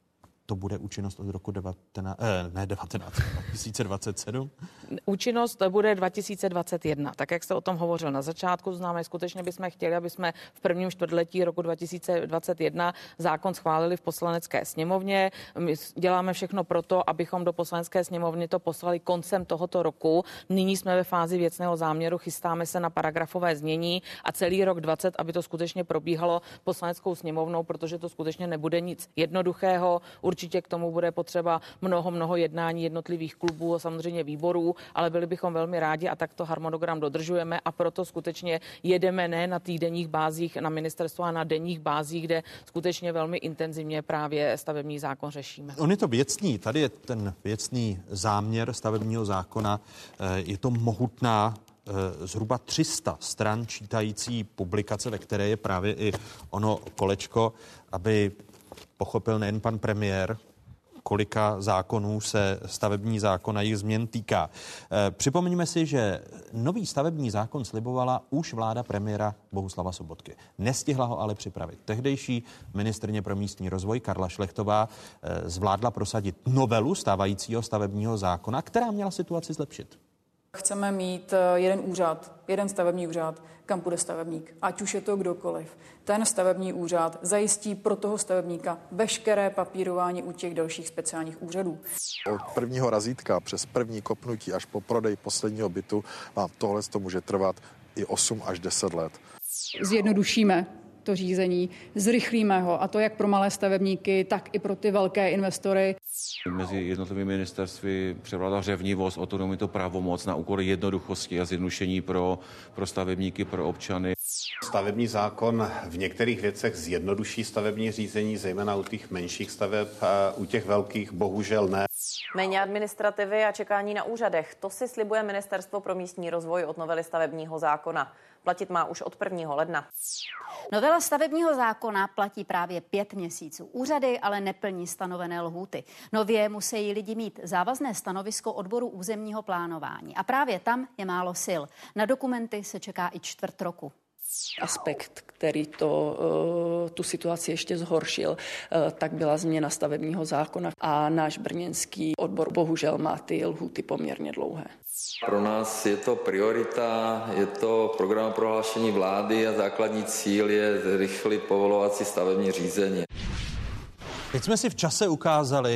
Speaker 1: To bude účinnost od roku devatenáct, eh, ne devatenáct, dva tisíce dvacet sedm?
Speaker 17: Účinnost bude dva tisíce dvacet jedna. Tak, jak jste o tom hovořil na začátku, známe, skutečně bychom chtěli, aby jsme v prvním čtvrtletí roku dva tisíce dvacet jedna zákon schválili v poslanecké sněmovně. My děláme všechno proto, abychom do poslanecké sněmovny to poslali koncem tohoto roku. Nyní jsme ve fázi věcného záměru, chystáme se na paragrafové znění a celý rok dvacet, aby to skutečně probíhalo poslaneckou sněmovnou, protože to skutečně nebude nic jednoduchého. Určitě k tomu bude potřeba mnoho, mnoho jednání jednotlivých klubů a samozřejmě výborů, ale byli bychom velmi rádi a takto harmonogram dodržujeme a proto skutečně jedeme ne na týdenních bázích na ministerstvo a na denních bázích, kde skutečně velmi intenzivně právě stavební zákon řešíme.
Speaker 1: On je to věcný, tady je ten věcný záměr stavebního zákona, je to mohutná zhruba tři sta stran čítající publikace, ve které je právě i ono kolečko, aby pochopil nejen pan premiér, kolika zákonů se stavební zákon a jejich změn týká. E, připomeňme si, že nový stavební zákon slibovala už vláda premiéra Bohuslava Sobotky. Nestihla ho ale připravit. Tehdejší ministryně pro místní rozvoj Karla Šlechtová e, zvládla prosadit novelu stávajícího stavebního zákona, která měla situaci zlepšit.
Speaker 19: Chceme mít jeden úřad, jeden stavební úřad, kam půjde stavebník, ať už je to kdokoliv. Ten stavební úřad zajistí pro toho stavebníka veškeré papírování u těch dalších speciálních úřadů.
Speaker 20: Od prvního razítka přes první kopnutí až po prodej posledního bytu vám tohle to může trvat i osm až deset let.
Speaker 19: Zjednodušíme to řízení, zrychlíme ho, a to jak pro malé stavebníky, tak i pro ty velké investory.
Speaker 21: Mezi jednotlivými ministerstvy převládá řevnivost o to, že je to pravomoc na úkor jednoduchosti a zjednodušení pro, pro stavebníky, pro občany.
Speaker 22: Stavební zákon v některých věcech zjednoduší stavební řízení, zejména u těch menších staveb, a u těch velkých bohužel ne.
Speaker 8: Méně administrativy a čekání na úřadech. To si slibuje Ministerstvo pro místní rozvoj od novely stavebního zákona. Platit má už od prvního ledna.
Speaker 23: Novela stavebního zákona platí právě pět měsíců. Úřady ale neplní stanovené lhůty. Nově musí lidi mít závazné stanovisko odboru územního plánování. A právě tam je málo sil. Na dokumenty se čeká i čtvrt roku.
Speaker 24: Aspekt, který to, tu situaci ještě zhoršil, tak byla změna stavebního zákona a náš brněnský odbor bohužel má ty lhůty poměrně dlouhé.
Speaker 12: Pro nás je to priorita, je to program prohlášení vlády a základní cíl je zrychlit povolovací stavební řízení.
Speaker 1: Teď jsme si v čase ukázali,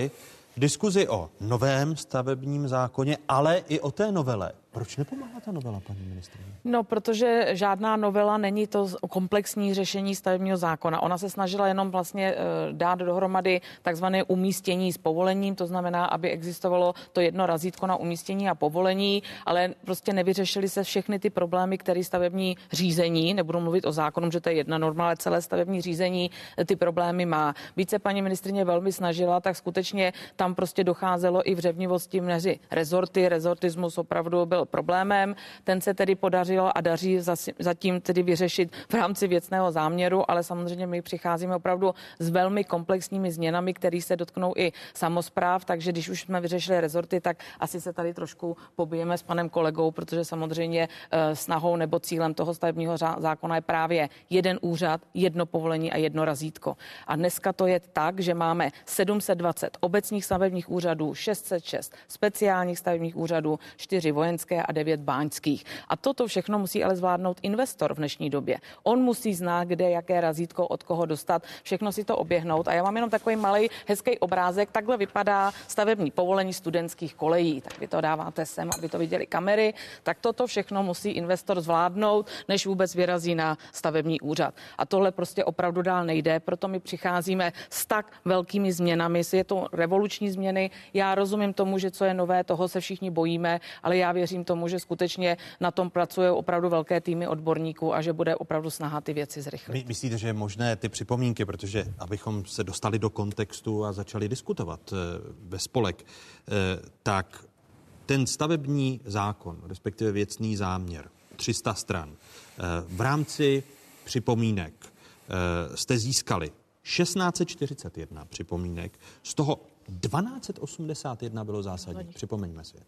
Speaker 1: diskuzi o novém stavebním zákoně, ale i o té novele. Proč nepomáhá ta novela, paní ministryně?
Speaker 17: No, protože žádná novela není to komplexní řešení stavebního zákona. Ona se snažila jenom vlastně uh, dát dohromady takzvané umístění s povolením, to znamená, aby existovalo to jedno razítko na umístění a povolení, ale prostě nevyřešily se všechny ty problémy, které stavební řízení, nebudu mluvit o zákonu, že to je jedna norma, ale celé stavební řízení ty problémy má. Více paní ministryně velmi snažila, tak skutečně tam prostě docházelo i v řevnivosti mezi rezorty. Rezortismus opravdu byl problémem. Ten se tedy podařilo a daří zatím tedy vyřešit v rámci věcného záměru, ale samozřejmě my přicházíme opravdu s velmi komplexními změnami, které se dotknou i samospráv, takže když už jsme vyřešili rezorty, tak asi se tady trošku pobijeme s panem kolegou, protože samozřejmě snahou nebo cílem toho stavebního zákona je právě jeden úřad, jedno povolení a jedno razítko. A dneska to je tak, že máme sedm set dvacet obecních stavebních úřadů, šest set šest speciálních stavebních úřadů, čtyři vojenské a devět báňských. A toto všechno musí ale zvládnout investor v dnešní době. On musí znát, kde jaké razítko od koho dostat, všechno si to oběhnout. A já mám jenom takový malý hezký obrázek. Takhle vypadá stavební povolení studentských kolejí. Tak vy to dáváte sem, aby to viděli kamery. Tak toto všechno musí investor zvládnout, než vůbec vyrazí na stavební úřad. A tohle prostě opravdu dál nejde, proto my přicházíme s tak velkými změnami. Je to revoluční změny. Já rozumím tomu, že co je nové, toho se všichni bojíme, ale já věřím tomu, že skutečně na tom pracují opravdu velké týmy odborníků a že bude opravdu snaha ty věci zrychlit.
Speaker 1: My myslíte, že je možné ty připomínky, protože abychom se dostali do kontextu a začali diskutovat ve spolek, tak ten stavební zákon, respektive věcný záměr, tři sta stran, v rámci připomínek jste získali šestnáct set čtyřicet jedna připomínek, z toho dvanáct set osmdesát jedna bylo zásadní. Připomeňme si.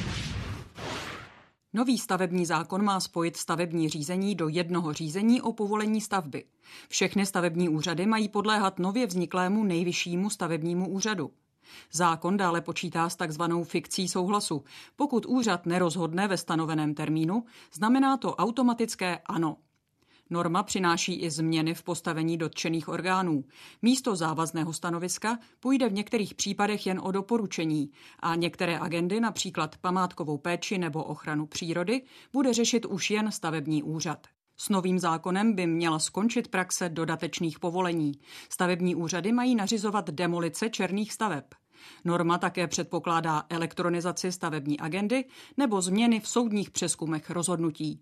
Speaker 2: Nový stavební zákon má spojit stavební řízení do jednoho řízení o povolení stavby. Všechny stavební úřady mají podléhat nově vzniklému nejvyššímu stavebnímu úřadu. Zákon dále počítá s takzvanou fikcí souhlasu. Pokud úřad nerozhodne ve stanoveném termínu, znamená to automatické ano. Norma přináší i změny v postavení dotčených orgánů. Místo závazného stanoviska půjde v některých případech jen o doporučení a některé agendy, například památkovou péči nebo ochranu přírody, bude řešit už jen stavební úřad. S novým zákonem by měla skončit praxe dodatečných povolení. Stavební úřady mají nařizovat demolice černých staveb. Norma také předpokládá elektronizaci stavební agendy nebo změny v soudních přezkumech rozhodnutí.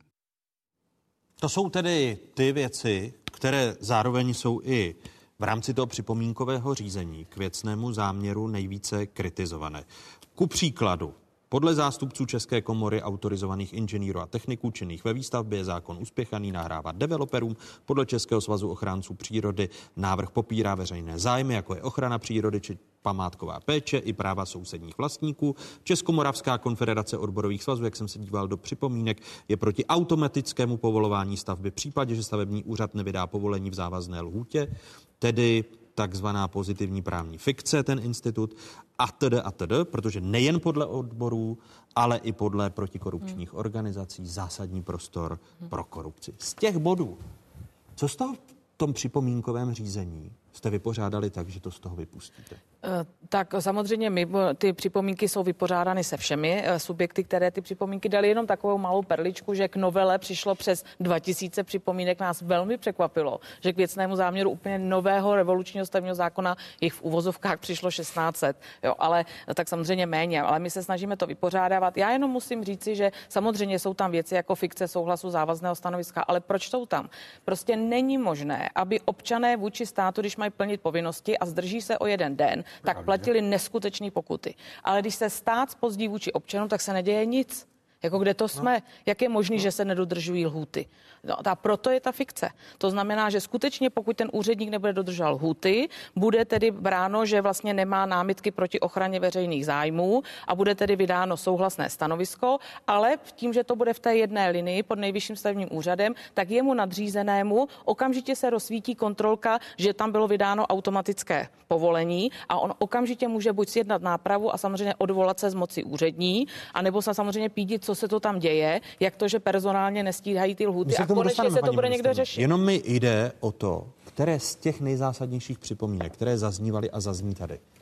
Speaker 1: To jsou tedy ty věci, které zároveň jsou i v rámci toho připomínkového řízení k věcnému záměru nejvíce kritizované. Ku příkladu, podle zástupců České komory autorizovaných inženýrů a techniků činných ve výstavbě je zákon uspěchaný nahrávat developerům. Podle Českého svazu ochránců přírody návrh popírá veřejné zájmy, jako je ochrana přírody či památková péče i práva sousedních vlastníků. Českomoravská konfederace odborových svazů, jak jsem se díval do připomínek, je proti automatickému povolování stavby v případě, že stavební úřad nevydá povolení v závazné lhůtě, tedy takzvaná pozitivní právní fikce, ten institut, a tedy a tedy, protože nejen podle odborů, ale i podle protikorupčních hmm. organizací zásadní prostor hmm. pro korupci. Z těch bodů, co z toho v tom připomínkovém řízení jste vypořádali tak, že to z toho vypustíte?
Speaker 17: Tak samozřejmě my, ty připomínky jsou vypořádány se všemi subjekty, které ty připomínky dali. Jenom takovou malou perličku, že k novele přišlo přes dva tisíce připomínek. Nás velmi překvapilo, že k věcnému záměru úplně nového revolučního stavebního zákona jich v uvozovkách přišlo šestnáct set. Jo, ale tak samozřejmě méně, ale my se snažíme to vypořádávat. Já jenom musím říci, že samozřejmě jsou tam věci jako fikce souhlasu závazného stanoviska, ale proč jsou tam? Prostě není možné, aby občané vůči státu, když mají plnit povinnosti a zdrží se o jeden den, tak platili neskutečné pokuty. Ale když se stát zpozdí vůči občanům, tak se neděje nic. Jako kde to jsme? Jak je možný, že se nedodržují lhůty? No, a proto je ta fikce. To znamená, že skutečně pokud ten úředník nebude dodržovat lhůty, bude tedy bráno, že vlastně nemá námitky proti ochraně veřejných zájmů a bude tedy vydáno souhlasné stanovisko, ale tím, že to bude v té jedné linii pod nejvyšším stavebním úřadem, tak jemu nadřízenému okamžitě se rozsvítí kontrolka, že tam bylo vydáno automatické povolení a on okamžitě může buď sjednat nápravu a samozřejmě odvolat se z moci úřední, anebo se samozřejmě pídit, co se to tam děje, jak to, že personálně nestíhají ty lhůty a konečně se to bude někdo řešit.
Speaker 1: Jenom mi jde o to, které z těch nejzásadnějších připomínek, které zaznívaly a zazní tady,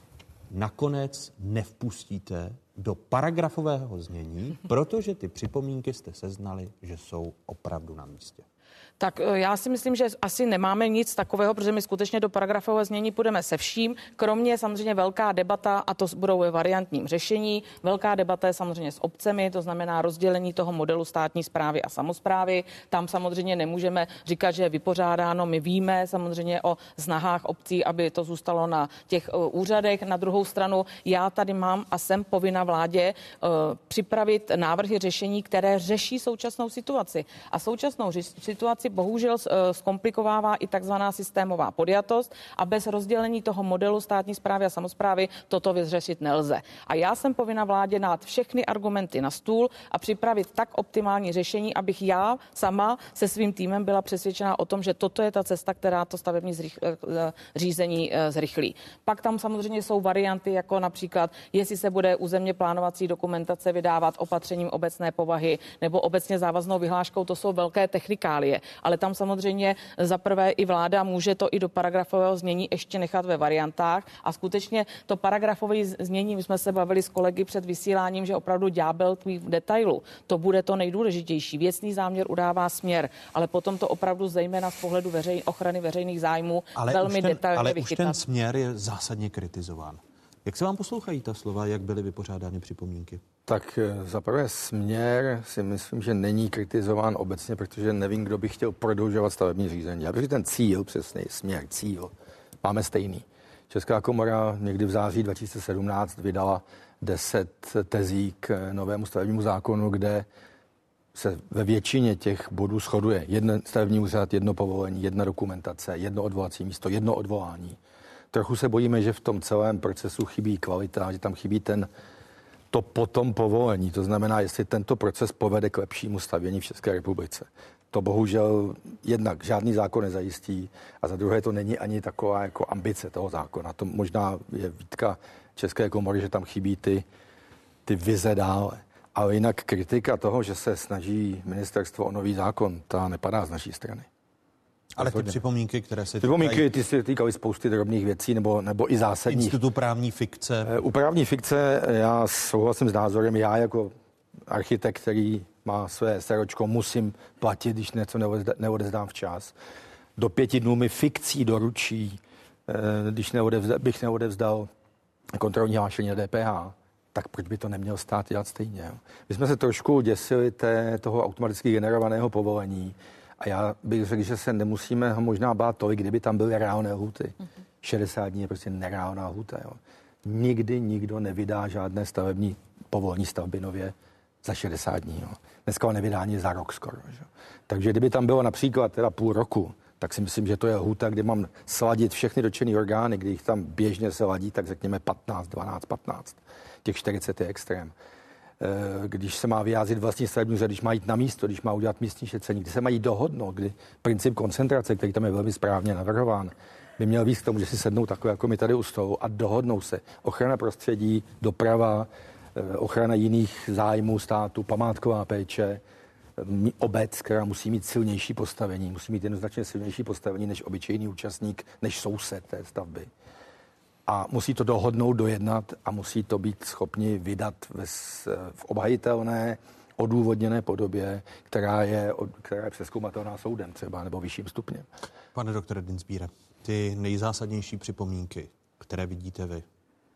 Speaker 1: nakonec nevpustíte do paragrafového znění, protože ty připomínky jste seznali, že jsou opravdu na místě.
Speaker 17: Tak já si myslím, že asi nemáme nic takového, protože my skutečně do paragrafového znění půjdeme se vším, kromě samozřejmě velká debata, a to budou ve variantním řešení. Velká debata je samozřejmě s obcemi, to znamená rozdělení toho modelu státní správy a samosprávy. Tam samozřejmě nemůžeme říkat, že je vypořádáno. My víme samozřejmě o snahách obcí, aby to zůstalo na těch úřadech. Na druhou stranu já tady mám a jsem povinna vládě uh, připravit návrhy řešení, které řeší současnou situaci. A současnou situaci bohužel zkomplikovává i takzvaná systémová podjatost a bez rozdělení toho modelu státní správy a samosprávy toto vyřešit nelze. A já jsem povinna vládě dát všechny argumenty na stůl a připravit tak optimální řešení, abych já sama se svým týmem byla přesvědčená o tom, že toto je ta cesta, která to stavební zrych, řízení zrychlí. Pak tam samozřejmě jsou varianty, jako například, jestli se bude územně plánovací dokumentace vydávat opatřením obecné povahy nebo obecně závaznou vyhláškou, to jsou velké technikálie. Ale tam samozřejmě za prvé i vláda může to i do paragrafového znění ještě nechat ve variantách a skutečně to paragrafové znění, my jsme se bavili s kolegy před vysíláním, že opravdu ďábel tkví v detailu. To bude to nejdůležitější. Věcný záměr udává směr, ale potom to opravdu zejména z pohledu veřej, ochrany veřejných zájmů ale velmi
Speaker 1: ten,
Speaker 17: detailně
Speaker 1: ale
Speaker 17: vychytat.
Speaker 1: Ale už ten směr je zásadně kritizován. Jak se vám poslouchají ta slova, jak byly vypořádány připomínky?
Speaker 4: Tak za prvé směr si myslím, že není kritizován obecně, protože nevím, kdo by chtěl prodlužovat stavební řízení. Já bych ten cíl, přesný směr, cíl, máme stejný. Česká komora někdy v září dva tisíce sedmnáct vydala deset tezí k novému stavebnímu zákonu, kde se ve většině těch bodů shoduje jeden stavební úřad, jedno povolení, jedna dokumentace, jedno odvolací místo, jedno odvolání. Trochu se bojíme, že v tom celém procesu chybí kvalita, že tam chybí ten to potom povolení. To znamená, jestli tento proces povede k lepšímu stavění v České republice. To bohužel jednak žádný zákon nezajistí a za druhé to není ani taková jako ambice toho zákona. To možná je výtka České komory, že tam chybí ty, ty vize dále. Ale jinak kritika toho, že se snaží ministerstvo o nový zákon, ta nepadá z naší strany.
Speaker 1: Ale ty připomínky, které se
Speaker 4: Připomínky,
Speaker 1: týkají...
Speaker 4: ty se týkaly spousty drobných věcí nebo, nebo i zásadních.
Speaker 1: Institutu právní fikce.
Speaker 4: U právní fikce já souhlasím s názorem, já jako architekt, který má své SROčko, musím platit, když něco neodezdám včas. Do pěti dnů mi fikcí doručí, když neodevzdal, bych neodevzdal kontrolní hlášení na D P H, tak proč by to neměl stát dělat stejně? My jsme se trošku děsili té, toho automaticky generovaného povolení. A já bych řekl, že se nemusíme ho možná bát tolik, kdyby tam byly reálné lhůty. Mm-hmm. šedesát dní je prostě nereálná lhůta. Jo. Nikdy nikdo nevydá žádné stavební povolení stavby nově za šedesát dní. Jo. Dneska ho nevydá ani za rok skoro. Že? Takže kdyby tam bylo například teda půl roku, tak si myslím, že to je lhůta, kdy mám sladit všechny dotčené orgány, kdy jich tam běžně se ladí, tak řekněme patnáct, dvanáct, patnáct. Těch čtyřicet je extrém. Když se má vyjádřit vlastní stavební úřad, když má jít na místo, když má udělat místní šetření, kdy se mají dohodnout, kdy princip koncentrace, který tam je velmi správně navrhován, by měl víc k tomu, že si sednou takové, jako my tady u stolu a dohodnou se. Ochrana prostředí, doprava, ochrana jiných zájmů státu, památková péče, obec, která musí mít silnější postavení, musí mít jednoznačně silnější postavení než obyčejný účastník, než soused té stavby. A musí to dohodnout, dojednat a musí to být schopni vydat ve, v obhajitelné, odůvodněné podobě, která je, která je přezkoumatelná soudem třeba nebo vyšším stupněm.
Speaker 1: Pane doktore Dienstbiere, ty nejzásadnější připomínky, které vidíte vy?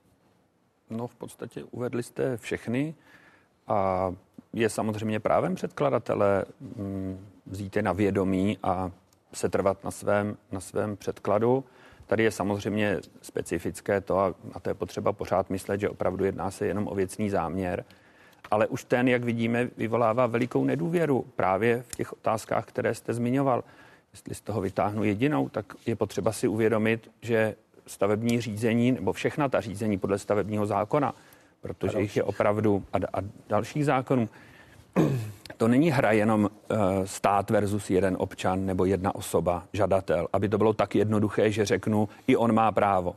Speaker 5: No v podstatě uvedli jste všechny a je samozřejmě právem předkladatele vzít je na vědomí a setrvat na svém, na svém předkladu. Tady je samozřejmě specifické to, a na to je potřeba pořád myslet, že opravdu jedná se jenom o věcný záměr, ale už ten, jak vidíme, vyvolává velikou nedůvěru právě v těch otázkách, které jste zmiňoval. Jestli z toho vytáhnu jedinou, tak je potřeba si uvědomit, že stavební řízení, nebo všechna ta řízení podle stavebního zákona, protože jich je opravdu a, a dalších zákonů, to není hra jenom uh, stát versus jeden občan nebo jedna osoba, žadatel, aby to bylo tak jednoduché, že řeknu, i on má právo uh,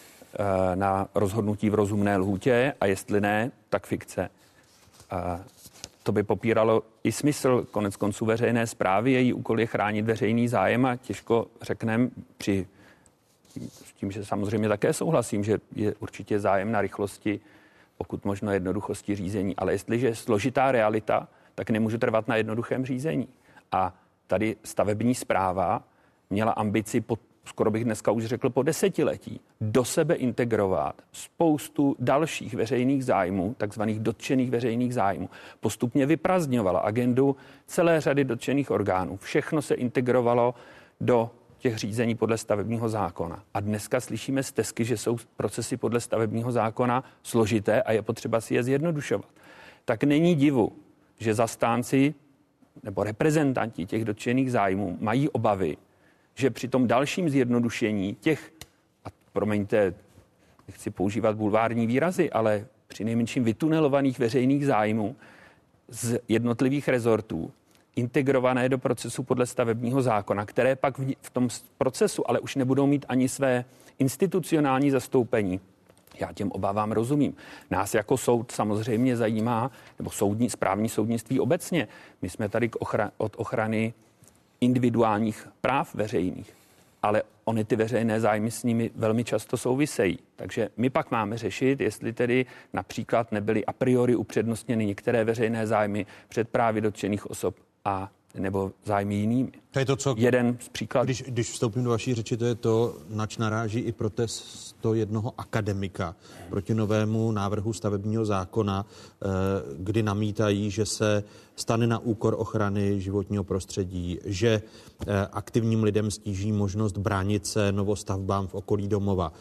Speaker 5: na rozhodnutí v rozumné lhůtě a jestli ne, tak fikce. Uh, to by popíralo i smysl konec konců veřejné správy, její úkol je chránit veřejný zájem a těžko řekneme při s tím, že samozřejmě také souhlasím, že je určitě zájem na rychlosti, pokud možno jednoduchosti řízení, ale jestliže je složitá realita, tak nemůžu trvat na jednoduchém řízení. A tady stavební správa měla ambici po, skoro bych dneska už řekl po desetiletí, do sebe integrovat spoustu dalších veřejných zájmů, takzvaných dotčených veřejných zájmů. Postupně vyprazdňovala agendu celé řady dotčených orgánů. Všechno se integrovalo do těch řízení podle stavebního zákona. A dneska slyšíme stesky, že jsou procesy podle stavebního zákona složité a je potřeba si je zjednodušovat. Tak není divu, že zastánci nebo reprezentanti těch dotčených zájmů mají obavy, že při tom dalším zjednodušení těch, a promiňte, nechci používat bulvární výrazy, ale při nejmenším vytunelovaných veřejných zájmů z jednotlivých rezortů, integrované do procesu podle stavebního zákona, které pak v, v tom procesu ale už nebudou mít ani své institucionální zastoupení. Já těm obávám rozumím. Nás jako soud samozřejmě zajímá, nebo soudní, správní soudnictví obecně. My jsme tady k ochra- od ochrany individuálních práv veřejných, ale ony ty veřejné zájmy s nimi velmi často souvisejí. Takže my pak máme řešit, jestli tedy například nebyly a priori upřednostněny některé veřejné zájmy před právy dotčených osob a nebo zájmy jinými.
Speaker 1: To je to, co...
Speaker 5: Jeden z příkladů.
Speaker 1: Když, když vstoupím do vaší řeči, to je to, nač naráží i protest to jednoho akademika proti novému návrhu stavebního zákona, kdy namítají, že se stane na úkor ochrany životního prostředí, že aktivním lidem stíží možnost bránit se novostavbám v okolí domova.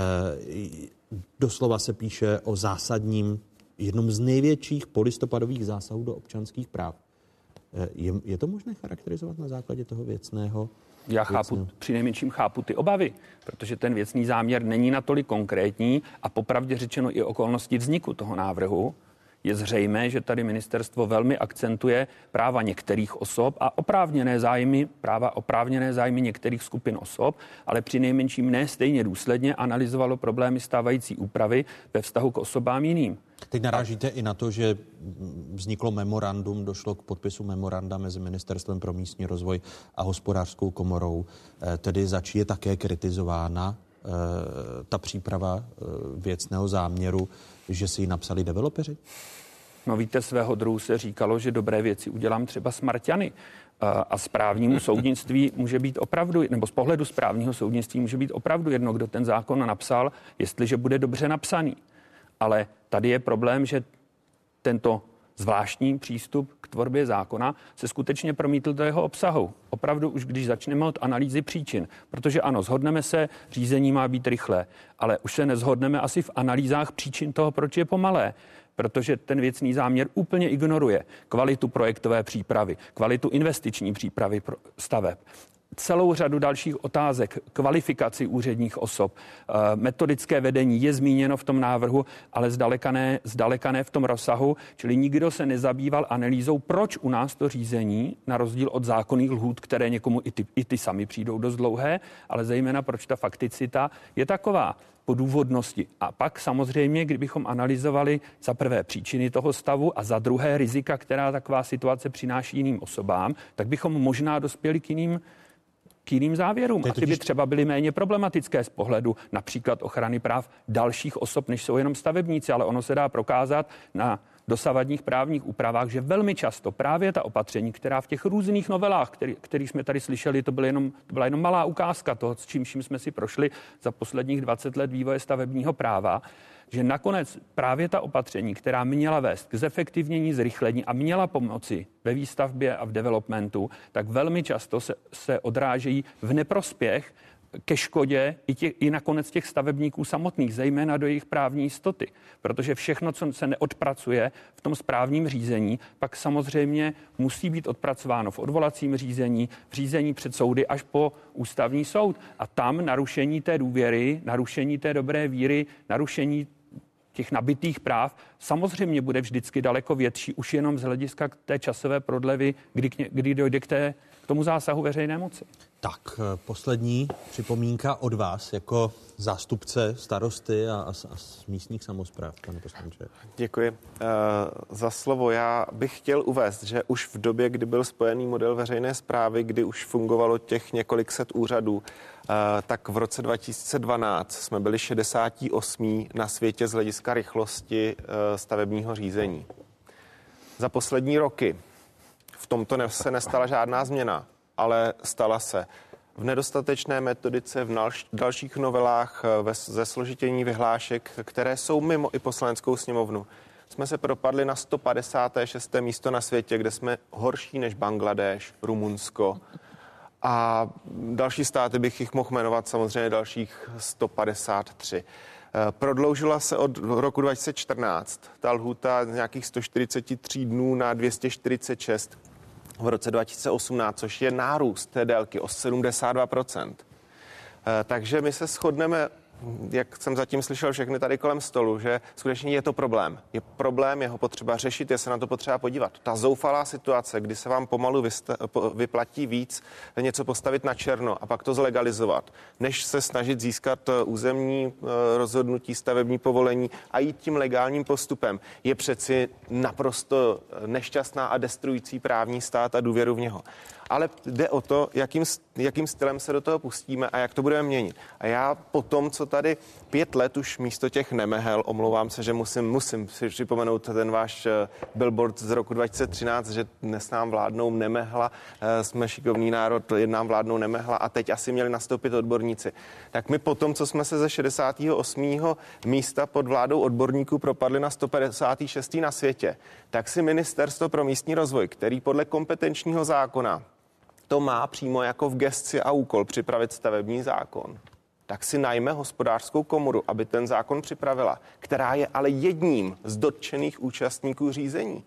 Speaker 1: Doslova se píše o zásadním, jednom z největších polistopadových zásahů do občanských práv. Je, je to možné charakterizovat na základě toho věcného?
Speaker 5: Já chápu, věcného. Přinejmenším chápu ty obavy, protože ten věcný záměr není natolik konkrétní a popravdě řečeno i okolnosti vzniku toho návrhu. Je zřejmé, že tady ministerstvo velmi akcentuje práva některých osob a oprávněné zájmy, práva oprávněné zájmy některých skupin osob, ale přinejmenším ne stejně důsledně analyzovalo problémy stávající úpravy ve vztahu k osobám jiným.
Speaker 1: Teď narážíte i na to, že vzniklo memorandum, došlo k podpisu memoranda mezi Ministerstvem pro místní rozvoj a Hospodářskou komorou, tedy zač je také kritizována ta příprava věcného záměru, že si ji napsali developeři?
Speaker 5: No víte, svého druhu se říkalo, že dobré věci udělám třeba s Marťany. A správnímu soudnictví může být opravdu, nebo z pohledu správního soudnictví může být opravdu jedno, kdo ten zákon napsal, jestliže bude dobře napsaný. Ale tady je problém, že tento zvláštní přístup k tvorbě zákona se skutečně promítl do jeho obsahu. Opravdu už když začneme od analýzy příčin, protože ano, shodneme se, řízení má být rychlé, ale už se nezhodneme asi v analýzách příčin toho, proč je pomalé, protože ten věcný záměr úplně ignoruje kvalitu projektové přípravy, kvalitu investiční přípravy staveb, celou řadu dalších otázek, kvalifikaci úředních osob, metodické vedení je zmíněno v tom návrhu, ale zdaleka ne, zdaleka ne v tom rozsahu, čili nikdo se nezabýval analýzou, proč u nás to řízení, na rozdíl od zákonných lhůt, které někomu i ty, i ty sami přijdou dost dlouhé, ale zejména proč ta fakticita je taková po důvodnosti. A pak samozřejmě, kdybychom analyzovali za prvé příčiny toho stavu a za druhé rizika, která taková situace přináší jiným osobám, tak bychom možná dospěli k jiným k jiným závěrům. A ty by třeba byly méně problematické z pohledu například ochrany práv dalších osob, než jsou jenom stavebníci, ale ono se dá prokázat na dosavadních právních úpravách, že velmi často právě ta opatření, která v těch různých novelách, který, který jsme tady slyšeli, to, byl jenom, to byla jenom malá ukázka toho, s čím, čím jsme si prošli za posledních dvacet let vývoje stavebního práva, že nakonec právě ta opatření, která měla vést k zefektivnění, zrychlení a měla pomoci ve výstavbě a v developmentu, tak velmi často se, se odrážejí v neprospěch ke škodě i, těch, i nakonec těch stavebníků samotných, zejména do jejich právní jistoty. Protože všechno, co se neodpracuje v tom správním řízení, pak samozřejmě musí být odpracováno v odvolacím řízení, v řízení před soudy až po ústavní soud. A tam narušení té důvěry, narušení té dobré víry, narušení těch nabitých práv samozřejmě bude vždycky daleko větší, už jenom z hlediska té časové prodlevy, kdy, kdy dojde k té k tomu zásahu veřejné moci.
Speaker 1: Tak, poslední připomínka od vás jako zástupce starosty a, a, a místních samospráv, pane poslanče.
Speaker 6: Děkuji uh, za slovo. Já bych chtěl uvést, že už v době, kdy byl spojený model veřejné správy, kdy už fungovalo těch několik set úřadů, uh, tak v roce dva tisíce dvanáct jsme byli šedesátí osmí na světě z hlediska rychlosti uh, stavebního řízení. Za poslední roky v tomto ne- se nestala žádná změna, ale stala se v nedostatečné metodice, v dalších novelách, ve, ze složitění vyhlášek, které jsou mimo i Poslaneckou sněmovnu. Jsme se propadli na sto padesáté šesté místo na světě, kde jsme horší než Bangladéš, Rumunsko a další státy bych jich mohl jmenovat, samozřejmě dalších sto padesát tři. Prodloužila se od roku dva tisíce čtrnáct ta lhůta z nějakých sto čtyřicet tři dnů na dvě stě čtyřicet šest v roce dva tisíce osmnáct, což je nárůst té délky o sedmdesát dva procent. Takže my se shodneme, jak jsem zatím slyšel všechny tady kolem stolu, že skutečně je to problém. Je problém, je ho potřeba řešit, je se na to potřeba podívat. Ta zoufalá situace, kdy se vám pomalu vysta- vyplatí víc něco postavit na černo a pak to zlegalizovat, než se snažit získat územní rozhodnutí, stavební povolení a jít tím legálním postupem, je přeci naprosto nešťastná a destruující právní stát a důvěru v něho. Ale jde o to, jakým, jakým stylem se do toho pustíme a jak to budeme měnit. A já po tom, co tady pět let už místo těch nemehel, omlouvám se, že musím, musím si připomenout ten váš billboard z roku dva tisíce třináct, že dnes nám vládnou nemehla, jsme šikovný národ, jen nám vládnou nemehla a teď asi měli nastoupit odborníci. Tak my po tom, co jsme se ze šedesátého osmého místa pod vládou odborníků propadli na sto padesátém šestém na světě, tak si Ministerstvo pro místní rozvoj, který podle kompetenčního zákona to má přímo jako v gesci a úkol připravit stavební zákon, tak si najme Hospodářskou komoru, aby ten zákon připravila, která je ale jedním z dotčených účastníků řízení.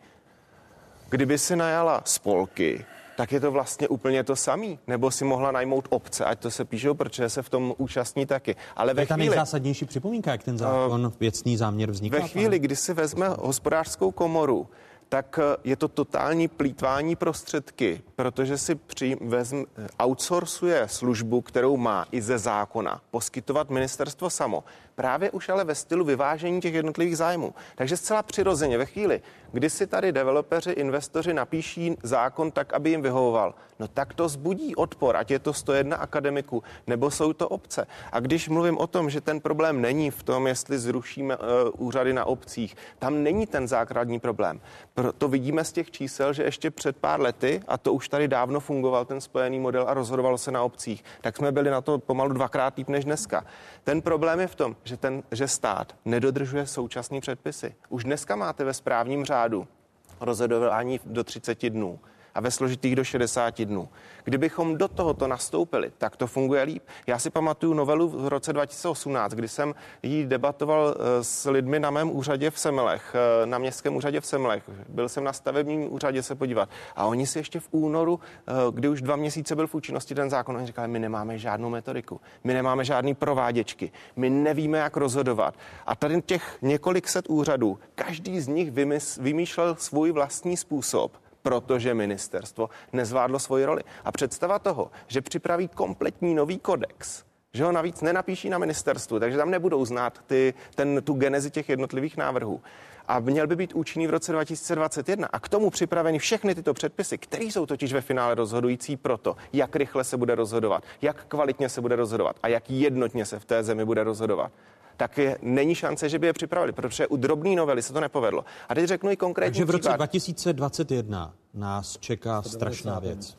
Speaker 6: Kdyby si najala spolky, tak je to vlastně úplně to samý. Nebo si mohla najmout obce, ať to se píšou, protože se v tom účastní taky. Ale ve
Speaker 1: je ta
Speaker 6: chvíli,
Speaker 1: nejzásadnější připomínka, jak ten zákon, věcný záměr vzniká?
Speaker 6: Ve chvíli, kdy si vezme Hospodářskou komoru, tak je to totální plýtvání prostředky, protože si při, vezm, outsourcuje službu, kterou má i ze zákona poskytovat ministerstvo samo. Právě už ale ve stylu vyvážení těch jednotlivých zájmů. Takže zcela přirozeně ve chvíli, kdy si tady developeři, investoři napíší zákon tak, aby jim vyhovoval, no tak to zbudí odpor, ať je to sto jedna akademiků, nebo jsou to obce. A když mluvím o tom, že ten problém není v tom, jestli zrušíme uh, úřady na obcích, tam není ten základní problém. To vidíme z těch čísel, že ještě před pár lety, a to už tady dávno fungoval ten spojený model a rozhodovalo se na obcích, tak jsme byli na to pomalu dvakrát líp než dneska. Ten problém je v tom, že, ten, že stát nedodržuje současné předpisy. Už dneska máte ve správním řádu rozhodování do třiceti dnů a ve složitých do šedesáti dnů. Kdybychom do tohoto nastoupili, tak to funguje líp. Já si pamatuju novelu v roce dva tisíce osmnáct, kdy jsem ji debatoval s lidmi na mém úřadě v Semilech, na městském úřadě v Semilech. Byl jsem na stavebním úřadě se podívat a oni si ještě v únoru, kdy už dva měsíce byl v účinnosti ten zákon, oni říkali, my nemáme žádnou metodiku, my nemáme žádný prováděčky, my nevíme, jak rozhodovat. A tady těch několik set úřadů, každý z nich vymysl, vymýšlel svůj vlastní způsob, protože ministerstvo nezvládlo svoji roli. A představa toho, že připraví kompletní nový kodex, že ho navíc nenapíší na ministerstvu, takže tam nebudou znát ty, ten, tu genezi těch jednotlivých návrhů. A měl by být účinný v roce dva tisíce dvacet jedna. A k tomu připraveny všechny tyto předpisy, které jsou totiž ve finále rozhodující pro to, jak rychle se bude rozhodovat, jak kvalitně se bude rozhodovat a jak jednotně se v té zemi bude rozhodovat. Tak je, není šance, že by je připravili, protože u drobné novely se to nepovedlo. A teď řeknu i konkrétní
Speaker 1: Takže v roce
Speaker 6: příklad.
Speaker 1: dva tisíce dvacet jedna nás čeká strašná věc.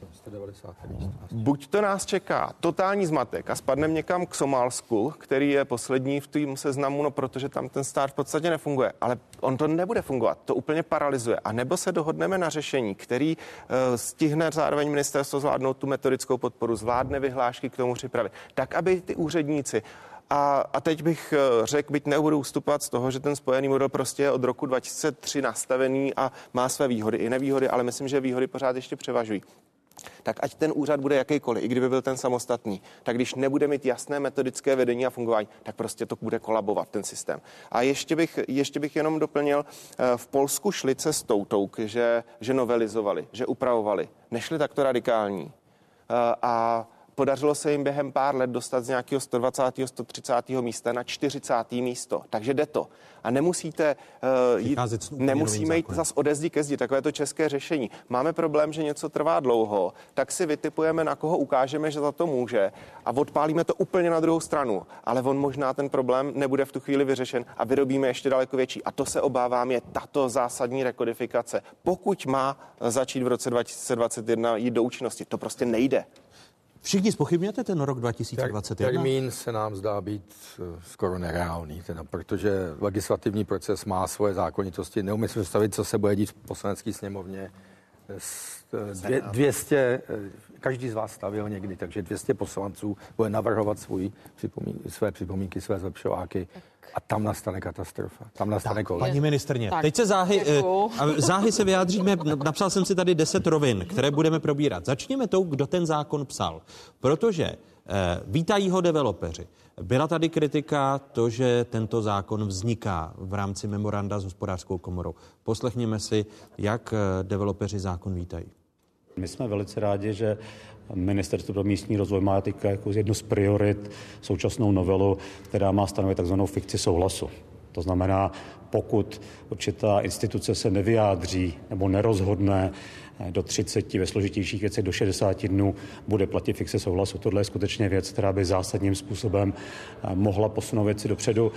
Speaker 6: Buď to nás čeká totální zmatek a spadneme někam k Somálsku, který je poslední v tom seznamu, no protože tam ten stát v podstatě nefunguje. Ale on to nebude fungovat, to úplně paralyzuje. A nebo se dohodneme na řešení, který uh, stihne zároveň ministerstvo zvládnout tu metodickou podporu, zvládne vyhlášky k tomu připravit. Tak, aby ty úředníci A, a teď bych řekl, byť nebudu ustupovat z toho, že ten spojený model prostě je od roku dva tisíce tři nastavený a má své výhody i nevýhody, ale myslím, že výhody pořád ještě převažují. Tak ať ten úřad bude jakýkoliv, i kdyby byl ten samostatný, tak když nebude mít jasné metodické vedení a fungování, tak prostě to bude kolabovat ten systém. A ještě bych, ještě bych jenom doplnil, v Polsku šli cestou tou, že, že novelizovali, že upravovali. Nešli takto radikální. a podařilo se jim během pár let dostat z nějakého sto dvacátého, sto třicátého místa na čtyřicátého místo. Takže jde to. A nemusíte uh, jít, nemusíme jít zas ode zdi ke zdi, takové to české řešení. Máme problém, že něco trvá dlouho, tak si vytipujeme, na koho ukážeme, že za to může a odpálíme to úplně na druhou stranu. Ale on možná ten problém nebude v tu chvíli vyřešen a vyrobíme ještě daleko větší. A to se obávám je tato zásadní rekodifikace. Pokud má začít v roce dva tisíce dvacet jedna jít do účinnosti, to prostě nejde.
Speaker 1: Všichni zpochybňujete ten rok dva tisíce dvacet jedna?
Speaker 4: Termín se nám zdá být skoro nereálný, teda, protože legislativní proces má svoje zákonitosti. Neumím si představit, co se bude dít v poslanecké sněmovně. Dvě, dvěstě, každý z vás stavil někdy, takže dvě stě poslanců bude navrhovat svůj připomín, své připomínky, své zlepšováky a tam nastane katastrofa. Tam nastane kolem.
Speaker 1: Paní ministrně, teď se záhy, záhy se vyjádříme, napsal jsem si tady deset rovin, které budeme probírat. Začněme tou, kdo ten zákon psal, protože eh, vítají ho developeři. Byla tady kritika to, že tento zákon vzniká v rámci memoranda s Hospodářskou komorou. Poslechněme si, jak developeři zákon vítají.
Speaker 10: My jsme velice rádi, že Ministerstvo pro místní rozvoj má teď jako jednu z priorit současnou novelu, která má stanovit takzvanou fikci souhlasu. To znamená, pokud určitá instituce se nevyjádří nebo nerozhodne do třiceti, ve složitějších věcech do šedesáti dnů, bude platit fikce souhlasu. Tohle je skutečně věc, která by zásadním způsobem mohla posunout věci dopředu.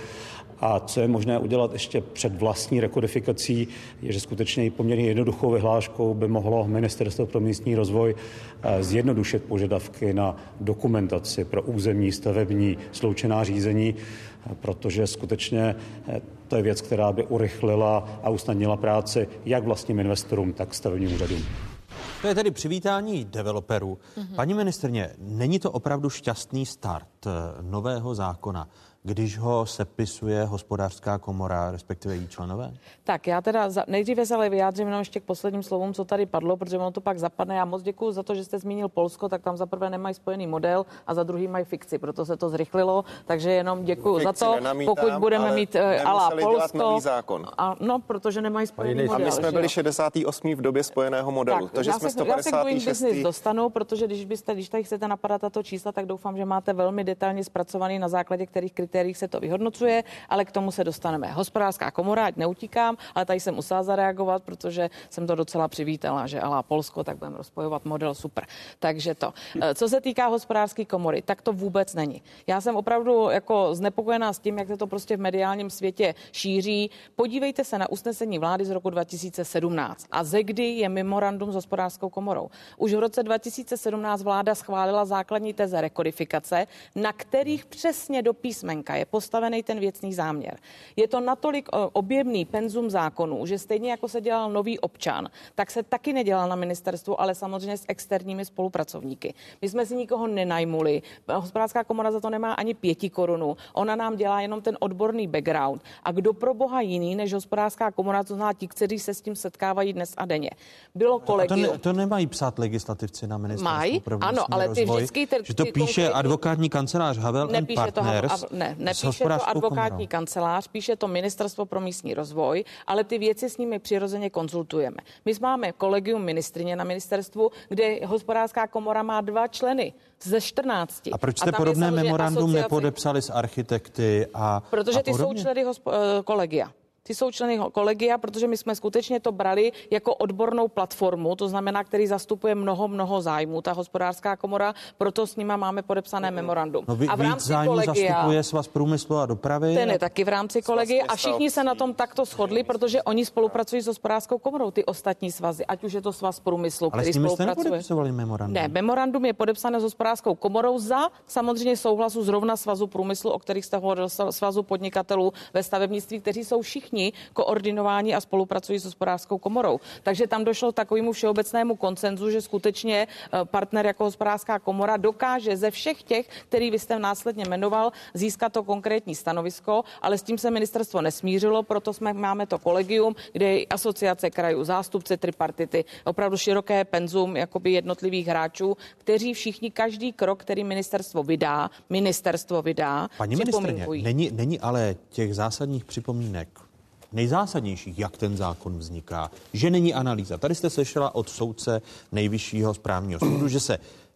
Speaker 10: A co je možné udělat ještě před vlastní rekodifikací, je, že skutečně i poměrně jednoduchou vyhláškou by mohlo Ministerstvo pro místní rozvoj zjednodušit požadavky na dokumentaci pro územní, stavební, sloučená řízení, protože skutečně to je věc, která by urychlila a usnadnila práci jak vlastním investorům, tak stavebním úřadům.
Speaker 1: To je tedy přivítání developerů. Mm-hmm. Paní ministryně, není to opravdu šťastný start nového zákona, když ho sepisuje Hospodářská komora, respektive její členové?
Speaker 17: Tak já teda za, nejdříve se ale vyjádřím jenom ještě k posledním slovům, co tady padlo, protože ono to pak zapadne. Já moc děkuji za to, že jste zmínil Polsko, tak tam za prvé nemají spojený model a za druhý mají fikci, proto se to zrychlilo, takže jenom děkuji za to. Pokud budeme mít alá Polsko, a, no, protože nemají spojený model.
Speaker 6: A my jsme byli šedesátý osmý v době spojeného modelu,
Speaker 17: tak,
Speaker 6: takže jsme
Speaker 17: sto padesátý šestý Já se dostanu, protože když byste, když tady chcete napadat tato čísla, tak doufám, že máte velmi detailně zpracovaný, na základě kterých kritérií se to vyhodnocuje, ale k tomu se dostaneme. Hospodářská komora, ať neutíkám, ale tady jsem musela zareagovat, protože jsem to docela přivítala, že alá Polsko, tak budeme rozpojovat model, super. Takže to. Co se týká Hospodářské komory, tak to vůbec není. Já jsem opravdu jako znepokojená s tím, jak se to prostě v mediálním světě šíří. Podívejte se na usnesení vlády z roku dva tisíce sedmnáct a ze kdy je memorandum s Hospodářskou komorou. Už v roce dva tisíce sedmnáct vláda schválila základní teze rekodifikace, na kterých přesně do písmenka je postavený ten věcný záměr. Je to natolik objemný penzum zákonů, že stejně jako se dělal nový občan, tak se taky nedělal na ministerstvu, ale samozřejmě s externími spolupracovníky. My jsme si nikoho nenajmuli. Hospodářská komora za to nemá ani pěti korunu. Ona nám dělá jenom ten odborný background. A kdo pro boha jiný než Hospodářská komora, to znamená ti, kteří se s tím setkávají dnes a denně. Bylo kolegium.
Speaker 1: To, ne, to nemají psát legislativci na ministerstvu.
Speaker 17: Mají?
Speaker 1: Pro
Speaker 17: ano, ale ty
Speaker 1: rozvoj,
Speaker 17: vždycky ty,
Speaker 1: že to
Speaker 17: ty
Speaker 1: píše
Speaker 17: konkrétní...
Speaker 1: advokátní kancelář Havel and Partners.
Speaker 17: To, ne, nepíše to advokátní kancelář, píše to Ministerstvo pro místní rozvoj, ale ty věci s nimi přirozeně konzultujeme. My máme kolegium ministryně na ministerstvu, kde Hospodářská komora má dva členy ze čtrnácti.
Speaker 1: A proč jste a podobné memorandum asociaci... nepodepsali s architekty a
Speaker 17: Protože
Speaker 1: a
Speaker 17: ty jsou členy hospo- kolegia. Ty jsou členy kolegia, protože my jsme skutečně to brali jako odbornou platformu, to znamená, který zastupuje mnoho, mnoho zájmů, ta Hospodářská komora, proto s nima máme podepsané memorandum.
Speaker 1: No vy,
Speaker 17: a v rámci
Speaker 1: zájmu
Speaker 17: kolegia
Speaker 1: zastupuje Svaz průmyslu a dopravy.
Speaker 17: Ten je taky v rámci kolegia a všichni se na tom takto shodli, protože oni spolupracují s Hospodářskou komorou, ty ostatní svazy, ať už je to Svaz průmyslu,
Speaker 1: ale
Speaker 17: který
Speaker 1: s nimi
Speaker 17: spolupracuje.
Speaker 1: Jste nepodepisovali memorandum.
Speaker 17: Ne, memorandum je podepsané s Hospodářskou komorou za samozřejmě souhlasu zrovna Svazu průmyslu, o kterých jste hovořil, Svazu podnikatelů ve stavebnictví, kteří jsou všichni koordinováni a spolupracují s Hospodářskou komorou. Takže tam došlo k takovému všeobecnému konsenzu, že skutečně partner jako Hospodářská komora dokáže ze všech těch, který vy jste následně jmenoval, získat to konkrétní stanovisko, ale s tím se ministerstvo nesmířilo, proto jsme máme to kolegium, kde je asociace krajů, zástupce tripartity, opravdu široké penzum jakoby jednotlivých hráčů, kteří všichni každý krok, který ministerstvo vydá, ministerstvo vydá,
Speaker 1: Paní ministryně, není, není ale těch zásadních připomínek nejzásadnějších, jak ten zákon vzniká, že není analýza. Tady jste slyšela od soudce Nejvyššího správního soudu, že se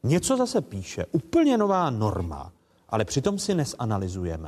Speaker 1: něco zase píše, úplně nová norma, ale přitom si nesanalyzujeme,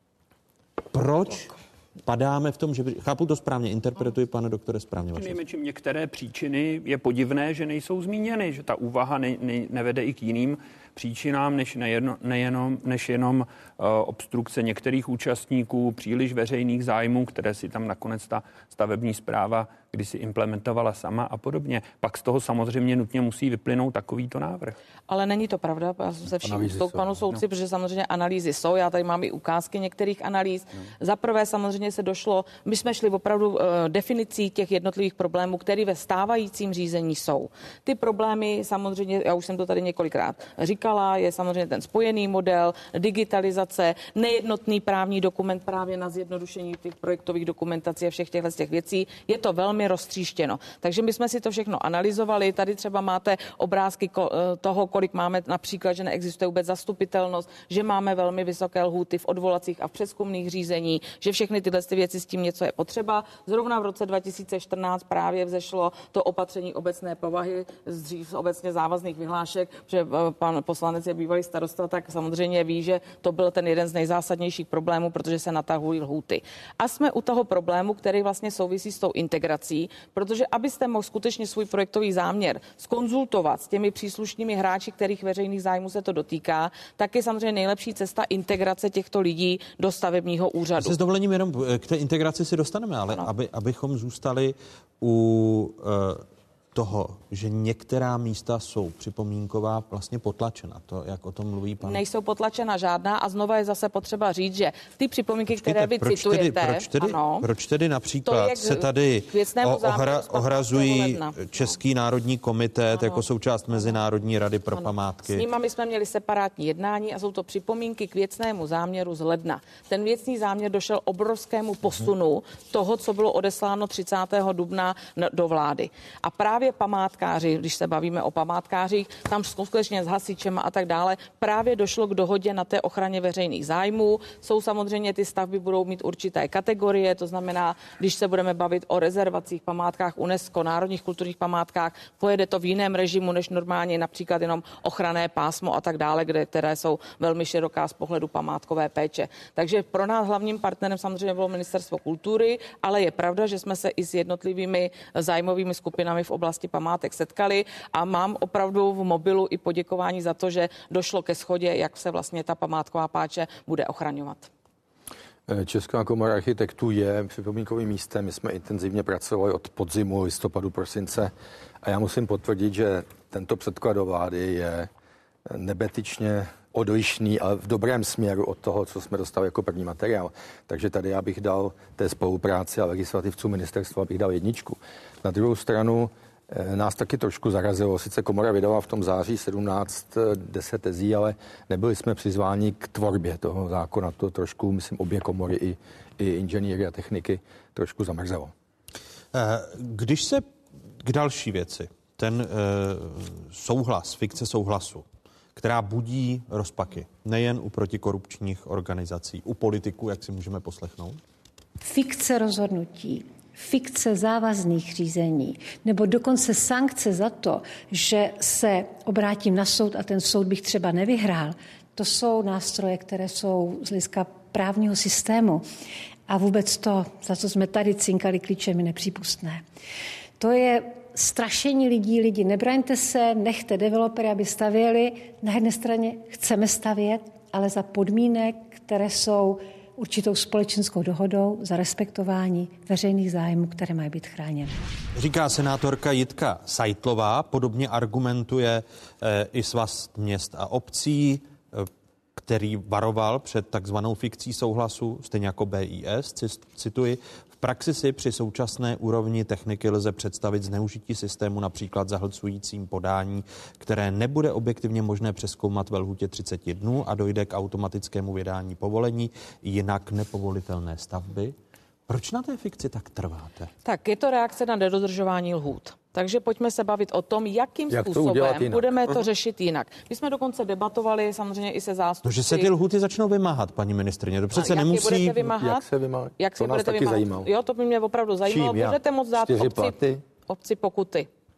Speaker 1: proč padáme v tom, že... Chápu to správně, interpretuji, pane doktore, správně.
Speaker 5: Nejmenším některé příčiny je podivné, že nejsou zmíněny, že ta úvaha ne, ne, nevede i k jiným příčinám, než, nejedno, nejenom, než jenom uh, obstrukce některých účastníků, příliš veřejných zájmů, které si tam nakonec ta stavební správa kdysi implementovala sama a podobně. Pak z toho samozřejmě nutně musí vyplynout takovýto návrh.
Speaker 17: Ale není to pravda, já jsem se vším úctou k panu soudci, no. Protože samozřejmě analýzy jsou, já tady mám i ukázky některých analýz. No. Za prvé samozřejmě se došlo, my jsme šli opravdu uh, definicí těch jednotlivých problémů, které ve stávajícím řízení jsou. Ty problémy samozřejmě, já už jsem to tady několikrát říkala, je samozřejmě ten spojený model, digitalizace, nejednotný právní dokument právě na zjednodušení těch projektových dokumentací a všech těchto těch věcí. Je to velmi roztříštěno. Takže my jsme si to všechno analyzovali. Tady třeba máte obrázky toho, kolik máme například, že neexistuje vůbec zastupitelnost, že máme velmi vysoké lhůty v odvolacích a v přezkumných řízení, že všechny tyhle ty věci s tím něco je potřeba. Zrovna v roce dva tisíce čtrnáct právě vzešlo to opatření obecné povahy z dřív obecně závazných vyhlášek, že pan poslanec je bývalý starosta, tak samozřejmě ví, že to byl ten jeden z nejzásadnějších problémů, protože se natahují lhůty. A jsme u toho problému, který vlastně souvisí s tou integrací, protože abyste mohl skutečně svůj projektový záměr skonzultovat s těmi příslušnými hráči, kterých veřejných zájmů se to dotýká, tak je samozřejmě nejlepší cesta integrace těchto lidí do stavebního úřadu.
Speaker 1: Se s dovolením jenom k té integraci si dostaneme, ale aby, abychom zůstali u uh, toho, že některá místa jsou připomínková vlastně potlačena. To, jak o tom mluví pan...
Speaker 17: Nejsou potlačena žádná a znova je zase potřeba říct, že ty připomínky, Počkejte, které vy
Speaker 1: proč
Speaker 17: citujete...
Speaker 1: Tedy, proč, tedy,
Speaker 17: ano,
Speaker 1: proč tedy například se tady ohra, ohrazují Český národní komitét jako součást Mezinárodní rady pro ano. památky?
Speaker 17: S nima my jsme měli separátní jednání a jsou to připomínky k věcnému záměru z ledna. Ten věcný záměr došel obrovskému posunu hmm. toho, co bylo odesláno třicátého dubna do vlády. A právě památkáři, když se bavíme o památkářích, tam skutečně s hasičema a tak dále, právě došlo k dohodě na té ochraně veřejných zájmů. Jsou samozřejmě ty stavby budou mít určité kategorie, to znamená, když se budeme bavit o rezervacích, památkách UNESCO, národních kulturních památkách, pojede to v jiném režimu než normálně, například jenom ochranné pásmo a tak dále, kde, které jsou velmi široká z pohledu památkové péče. Takže pro nás hlavním partnerem samozřejmě bylo Ministerstvo kultury, ale je pravda, že jsme se i s jednotlivými zájmovými skupinami v oblasti památek setkali a mám opravdu v mobilu i poděkování za to, že došlo ke shodě, jak se vlastně ta památková páče bude ochraňovat.
Speaker 4: Česká komora architektů je připomínkovým místem. My jsme intenzivně pracovali od podzimu, listopadu, prosince a já musím potvrdit, že tento předklad do vlády je nebetyčně odlišný a v dobrém směru od toho, co jsme dostali jako první materiál. Takže tady já bych dal té spolupráci a legislativců ministerstva bych dal jedničku. Na druhou stranu nás taky trošku zarazilo. Sice komora vydala v tom září sedmnáct deset tezí, ale nebyli jsme přizváni k tvorbě toho zákona. To trošku, myslím, obě komory i, i inženýry a techniky trošku zamrzelo.
Speaker 1: Když se k další věci, ten eh, souhlas, fikce souhlasu, která budí rozpaky, nejen u protikorupčních organizací, u politiků, jak si můžeme poslechnout?
Speaker 11: Fikce rozhodnutí, fikce závazných řízení, nebo dokonce sankce za to, že se obrátím na soud a ten soud bych třeba nevyhrál, to jsou nástroje, které jsou z hlediska právního systému a vůbec to, za co jsme tady cinkali klíčem, je nepřípustné. To je strašení lidí, lidi, nebraňte se, nechte developery, aby stavěli. Na jedné straně chceme stavět, ale za podmínek, které jsou určitou společenskou dohodou za respektování veřejných zájmů, které mají být chráněny.
Speaker 1: Říká senátorka Jitka Seitlová, podobně argumentuje e, i Svaz měst a obcí, e, který varoval před takzvanou fikcí souhlasu, stejně jako B I S, cituji, v praxi si při současné úrovni techniky lze představit zneužití systému například zahlcujícím podání, které nebude objektivně možné přezkoumat ve lhůtě třicet dnů a dojde k automatickému vydání povolení, jinak nepovolitelné stavby. Proč na té fikci tak trváte?
Speaker 17: Tak je to reakce na nedodržování lhůt. Takže pojďme se bavit o tom, jakým
Speaker 4: Jak
Speaker 17: způsobem
Speaker 4: to
Speaker 17: budeme to řešit jinak. My jsme dokonce debatovali samozřejmě i se zástupci.
Speaker 1: No, že se ty lhůty začnou vymáhat, paní ministryně. To přece nemusí.
Speaker 17: Jak vymáhat?
Speaker 4: Jak se vymáhat?
Speaker 17: Jak
Speaker 4: to
Speaker 17: si
Speaker 4: nás
Speaker 17: budete
Speaker 4: taky
Speaker 17: vymáhat?
Speaker 4: zajímalo.
Speaker 17: Jo, to by mě opravdu zajímalo.
Speaker 4: Čím,
Speaker 17: budete moct dát obci, obci pokuty.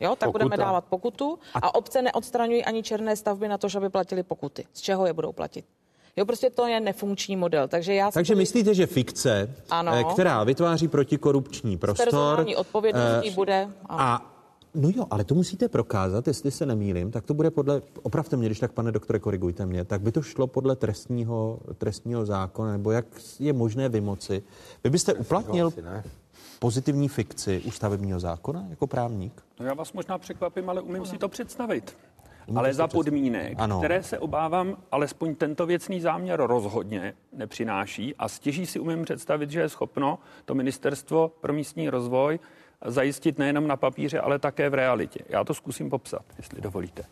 Speaker 17: Jo, tak
Speaker 1: Pokuta.
Speaker 17: budeme dávat pokutu a obce neodstraňují ani černé stavby na to, že by platili pokuty. Z čeho je budou platit? Jo, prostě to je nefunkční model. Takže já
Speaker 1: Takže myslíte, že fikce,
Speaker 17: ano.
Speaker 1: která vytváří protikorupční prostor,
Speaker 17: personální odpovědností
Speaker 1: eh,
Speaker 17: bude. Ano.
Speaker 1: A no jo, ale to musíte prokázat, jestli se nemýlím, tak to bude podle, opravte mě, když tak, pane doktore, korigujte mě, tak by to šlo podle trestního, trestního zákona, nebo jak je možné vymoci. Vy byste uplatnil pozitivní fikci u stavebního zákona jako právník?
Speaker 5: No já vás možná překvapím, ale umím si to představit. Ale za podmínek, ano. které se obávám, alespoň tento věcný záměr rozhodně nepřináší a stěží si umím představit, že je schopno to Ministerstvo pro místní rozvoj zajistit nejenom na papíře, ale také v realitě. Já to zkusím popsat, jestli dovolíte.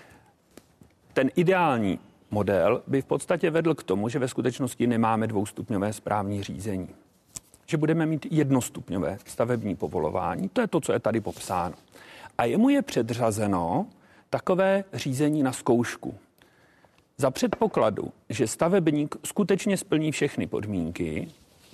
Speaker 5: Ten ideální model by v podstatě vedl k tomu, že ve skutečnosti nemáme dvoustupňové správní řízení. Že budeme mít jednostupňové stavební povolování. To je to, co je tady popsáno. A jemu je předřazeno takové řízení na zkoušku. Za předpokladu, že stavebník skutečně splní všechny podmínky,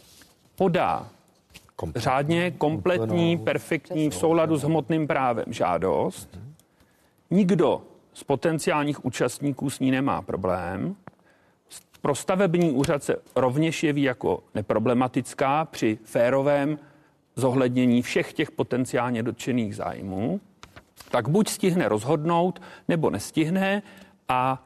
Speaker 5: podá Kompletní. řádně kompletní, perfektní v souladu s hmotným právem žádost, nikdo z potenciálních účastníků s ní nemá problém, pro stavební úřad se rovněž jeví jako neproblematická při férovém zohlednění všech těch potenciálně dotčených zájmů, tak buď stihne rozhodnout, nebo nestihne a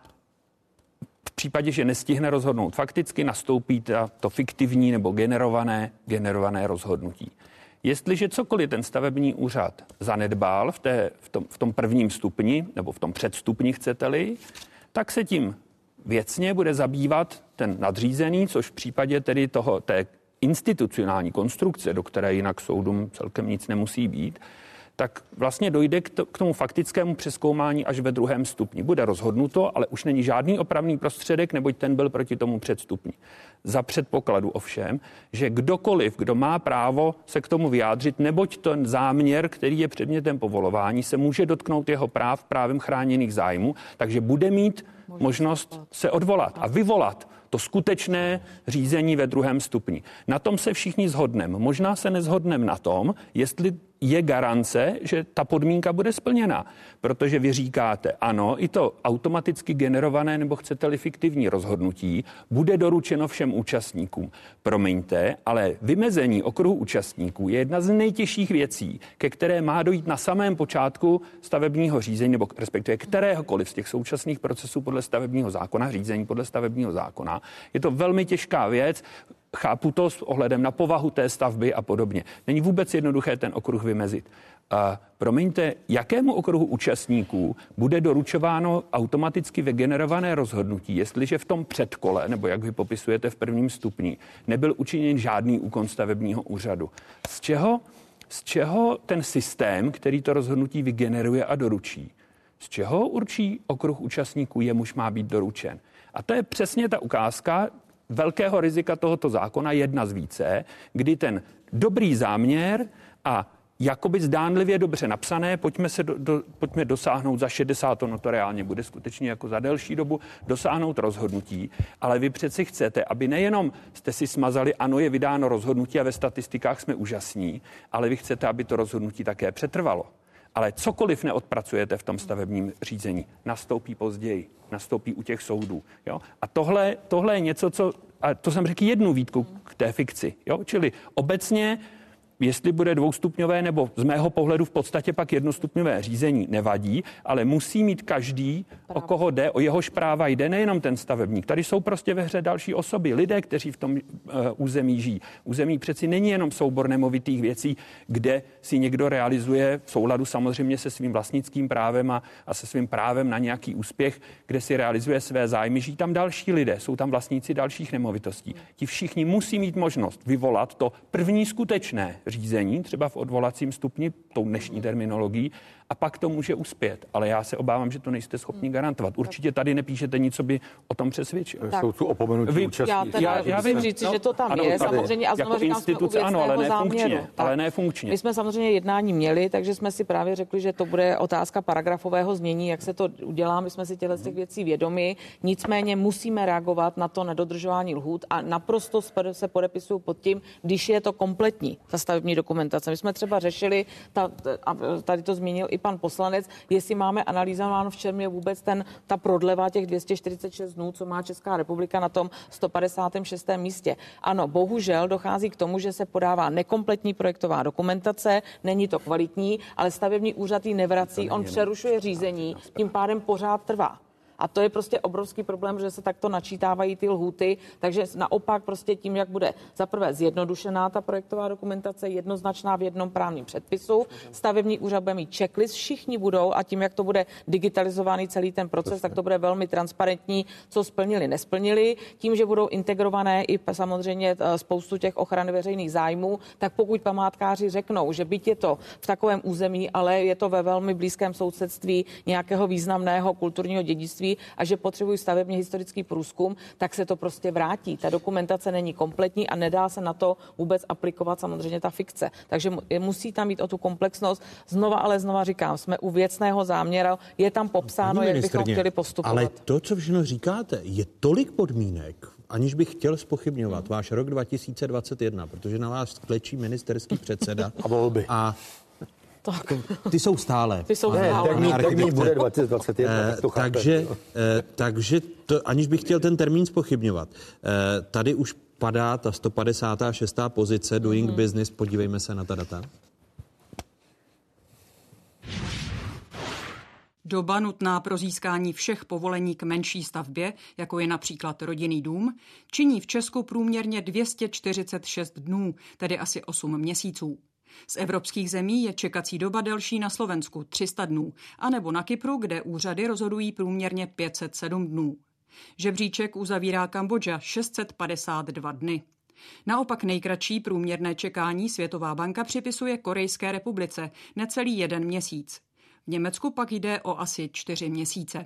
Speaker 5: v případě, že nestihne rozhodnout fakticky, nastoupí ta, to fiktivní nebo generované, generované rozhodnutí. Jestliže cokoliv ten stavební úřad zanedbal v, té, v, tom, v tom prvním stupni, nebo v tom předstupni, chcete-li, tak se tím věcně bude zabývat ten nadřízený, což v případě tedy toho, té institucionální konstrukce, do které jinak soudům celkem nic nemusí být, tak vlastně dojde k, to, k tomu faktickému přezkoumání až ve druhém stupni. Bude rozhodnuto, ale už není žádný opravný prostředek, neboť ten byl proti tomu předstupni. Za předpokladu ovšem, že kdokoliv, kdo má právo se k tomu vyjádřit, neboť ten záměr, který je předmětem povolování, se může dotknout jeho práv právem chráněných zájmů, takže bude mít možnost se odvolat a vyvolat to skutečné řízení ve druhém stupni. Na tom se všichni shodneme. Možná se neshodneme na tom, jestli je garance, že ta podmínka bude splněna. Protože vy říkáte, ano, i to automaticky generované nebo chcete-li fiktivní rozhodnutí bude doručeno všem účastníkům. Promiňte, ale vymezení okruhu účastníků je jedna z nejtěžších věcí, ke které má dojít na samém počátku stavebního řízení, nebo respektive kteréhokoliv z těch současných procesů podle stavebního zákona, řízení podle stavebního zákona. Je to velmi těžká věc. Chápu to s ohledem na povahu té stavby a podobně. Není vůbec jednoduché ten okruh vymezit. A promiňte, jakému okruhu účastníků bude doručováno automaticky vygenerované rozhodnutí, jestliže v tom předkole, nebo jak vy popisujete v prvním stupni, nebyl učiněn žádný úkon stavebního úřadu. Z čeho, z čeho ten systém, který to rozhodnutí vygeneruje a doručí, z čeho určí okruh účastníků, jemuž má být doručen? A to je přesně ta ukázka velkého rizika tohoto zákona, jedna z více, kdy ten dobrý záměr a jakoby zdánlivě dobře napsané, pojďme, se do, do, pojďme dosáhnout za šedesát, ono to reálně bude skutečně jako za delší dobu, dosáhnout rozhodnutí, ale vy přeci chcete, aby nejenom jste si smazali, ano, je vydáno rozhodnutí a ve statistikách jsme úžasní, ale vy chcete, aby to rozhodnutí také přetrvalo. Ale cokoliv neodpracujete v tom stavebním řízení, nastoupí později, nastoupí u těch soudů. Jo? A tohle, tohle je něco, co, a to jsem řekl jednu výtku k té fikci. Jo? Čili obecně, jestli bude dvoustupňové nebo z mého pohledu v podstatě pak jednostupňové řízení, nevadí, ale musí mít každý, o koho jde, o jehož práva jde, nejenom ten stavebník. Tady jsou prostě ve hře další osoby, lidé, kteří v tom uh, území žijí. Území přeci není jenom soubor nemovitých věcí, kde si někdo realizuje v souladu samozřejmě se svým vlastnickým právem a, a se svým právem na nějaký úspěch, kde si realizuje své zájmy. Žijí tam další lidé, jsou tam vlastníci dalších nemovitostí. Ti všichni musí mít možnost vyvolat to první skutečné řízení, třeba v odvolacím stupni, tou dnešní terminologií, a pak to může uspět. Ale já se obávám, že to nejste schopni garantovat. Určitě tady nepíšete nic, co by o tom přesvědčil.
Speaker 4: Jsou tu opomenutí účastníků.
Speaker 17: Já, teda, já, já vím říct, no, že to tam ano, je, tady, samozřejmě, a znovu
Speaker 5: jako
Speaker 17: říkám,
Speaker 5: instituce, ano, ale ne funkčně, ale ne funkčně.
Speaker 17: My jsme samozřejmě jednání měli, takže jsme si právě řekli, že to bude otázka paragrafového znění, jak se to udělá. My jsme si těchto těch věcí vědomi, nicméně musíme reagovat na to nedodržování lhůt a naprosto se podepisuju pod tím, když je to kompletní, ta stavební stavební dokumentace. My jsme třeba řešili, ta, a tady to zmínil i pan poslanec, jestli máme analyzováno, v čem je vůbec ten, ta prodleva těch dvě stě čtyřicet šest dnů, co má Česká republika na tom sto padesátém šestém místě. Ano, bohužel dochází k tomu, že se podává nekompletní projektová dokumentace, není to kvalitní, ale stavební úřad ji nevrací, on přerušuje řízení, tím pádem pořád trvá. A to je prostě obrovský problém, že se takto načítávají ty lhůty, takže naopak prostě tím, jak bude za prvé zjednodušená ta projektová dokumentace, jednoznačná v jednom právním předpisu, stavební úřad bude mít checklist, všichni budou a tím, jak to bude digitalizovaný celý ten proces, tak to bude velmi transparentní, co splnili, nesplnili. Tím, že budou integrované i samozřejmě spoustu těch ochrany veřejných zájmů, tak pokud památkáři řeknou, že byť je to v takovém území, ale je to ve velmi blízkém sousedství nějakého významného kulturního dědictví, a že potřebují stavebně historický průzkum, tak se to prostě vrátí. Ta dokumentace není kompletní a nedá se na to vůbec aplikovat samozřejmě ta fikce. Takže musí tam být o tu komplexnost. Znova, ale znova říkám, jsme u věcného záměru, je tam popsáno, jak bychom chtěli postupovat.
Speaker 1: Ale to, co všechno říkáte, je tolik podmínek, aniž bych chtěl zpochybňovat váš rok dva tisíce dvacet jedna, protože na vás klečí ministerský předseda
Speaker 4: a volby.
Speaker 1: A ty jsou stále.
Speaker 17: Ty jsou stále.
Speaker 4: Termín, termín bude dvacet dvacet jedna.
Speaker 1: Eh, takže, eh, takže to, aniž bych chtěl ten termín zpochybňovat, eh, tady už padá ta sto padesátá šestá pozice Doing mm. Business. Podívejme se na ta data.
Speaker 2: Doba nutná pro získání všech povolení k menší stavbě, jako je například rodinný dům, činí v Česku průměrně dvě stě čtyřicet šest dnů, tedy asi osm měsíců. Z evropských zemí je čekací doba delší na Slovensku tři sta dnů, anebo na Kypru, kde úřady rozhodují průměrně pět set sedm dnů. Žebříček uzavírá Kambodža šest set padesát dva dny. Naopak nejkratší průměrné čekání Světová banka připisuje Korejské republice necelý jeden měsíc. V Německu pak jde o asi čtyři měsíce.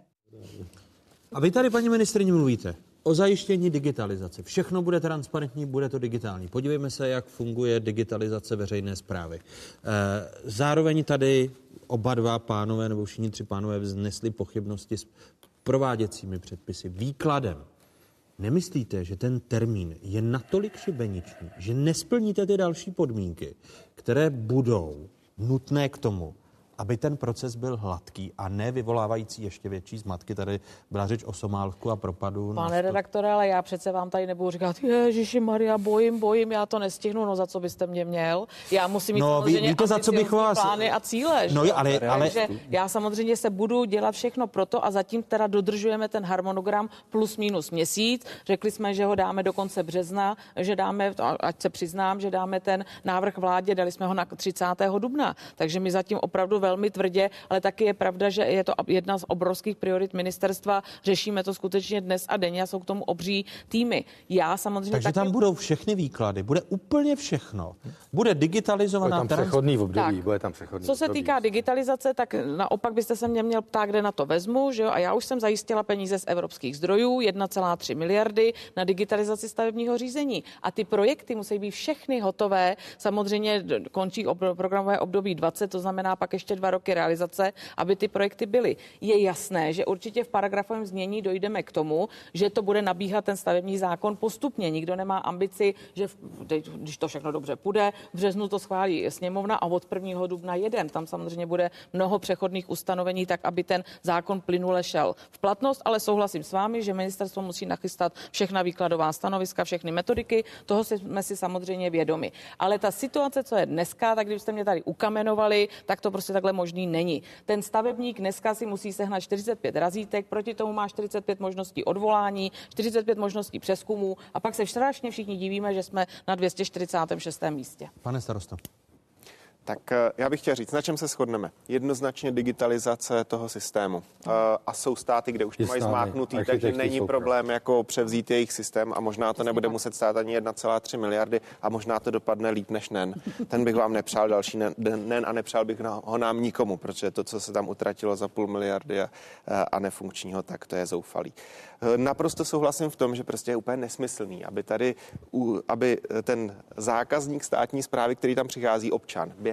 Speaker 1: A vy tady, paní ministryně, mluvíte o zajištění digitalizace. Všechno bude transparentní, bude to digitální. Podívejme se, jak funguje digitalizace veřejné správy. Zároveň tady oba dva pánové, nebo všichni tři pánové vznesli pochybnosti s prováděcími předpisy, výkladem. Nemyslíte, že ten termín je natolik šibeniční, že nesplníte ty další podmínky, které budou nutné k tomu, aby ten proces byl hladký a ne vyvolávající ještě větší zmatky? Tady byla řeč o Somálsku a propadu.
Speaker 17: Pane redaktore, ale já přece vám tady nebudu říkat, Ježiši Maria, bojím, bojím, já to nestihnu, no za co byste mě měl? Já musím mít
Speaker 1: no,
Speaker 17: samozřejmě
Speaker 1: víte, za co bych vás...
Speaker 17: plány a cíle.
Speaker 1: No, ale, ale...
Speaker 17: Takže já samozřejmě se budu dělat všechno proto a zatím teda dodržujeme ten harmonogram plus minus měsíc. Řekli jsme, že ho dáme do konce března, že dáme, ať se přiznám, že dáme ten návrh vládě, dali jsme ho na třicátého dubna. Takže my zatím opravdu velmi tvrdě, ale taky je pravda, že je to jedna z obrovských priorit ministerstva. Řešíme to skutečně dnes a denně a jsou k tomu obří týmy. Já samozřejmě
Speaker 1: Takže
Speaker 17: taky...
Speaker 1: tam budou všechny výklady, bude úplně všechno. Bude digitalizovaná...
Speaker 4: Bude tam přechodný období, tak. bude tam přechodný
Speaker 17: Co se
Speaker 4: období.
Speaker 17: týká digitalizace, tak naopak byste se mě měl ptát, kde na to vezmu, že jo? A já už jsem zajistila peníze z evropských zdrojů, jedna celá tři miliardy na digitalizaci stavebního řízení. A ty projekty musí být všechny hotové. Samozřejmě končí ob- programové období dvacet, to znamená pak ještě dva roky realizace, aby ty projekty byly. Je jasné, že určitě v paragrafovém znění dojdeme k tomu, že to bude nabíhat ten stavební zákon postupně. Nikdo nemá ambici, že v, když to všechno dobře půjde, v březnu to schválí sněmovna a od prvního dubna jeden. Tam samozřejmě bude mnoho přechodných ustanovení, tak aby ten zákon plynule šel v platnost, ale souhlasím s vámi, že ministerstvo musí nachystat všechna výkladová stanoviska, všechny metodiky, toho jsme si samozřejmě vědomi. Ale ta situace, co je dneska, tak kdybyste mě tady ukamenovali, tak to prostě takhle možný není. Ten stavebník dneska si musí sehnat čtyřicet pět razítek, proti tomu má čtyřicet pět možností odvolání, čtyřicet pět možností přezkumu a pak se strašně všichni divíme, že jsme na dvě stě čtyřicátém šestém místě.
Speaker 1: Pane starosto.
Speaker 6: Tak já bych chtěl říct, na čem se shodneme. Jednoznačně digitalizace toho systému. A jsou státy, kde už to mají zmáknutý, takže není problém jako převzít jejich systém a možná to nebude muset stát ani jedna celá tři miliardy a možná to dopadne líp než NEN. Ten bych vám nepřál další NEN a nepřál bych ho nám nikomu, protože to, co se tam utratilo za půl miliardy a, a nefunkčního, tak to je zoufalý. Naprosto souhlasím v tom, že prostě je úplně nesmyslný, aby tady, aby ten zákazník státní správy, který tam přichází, občan, během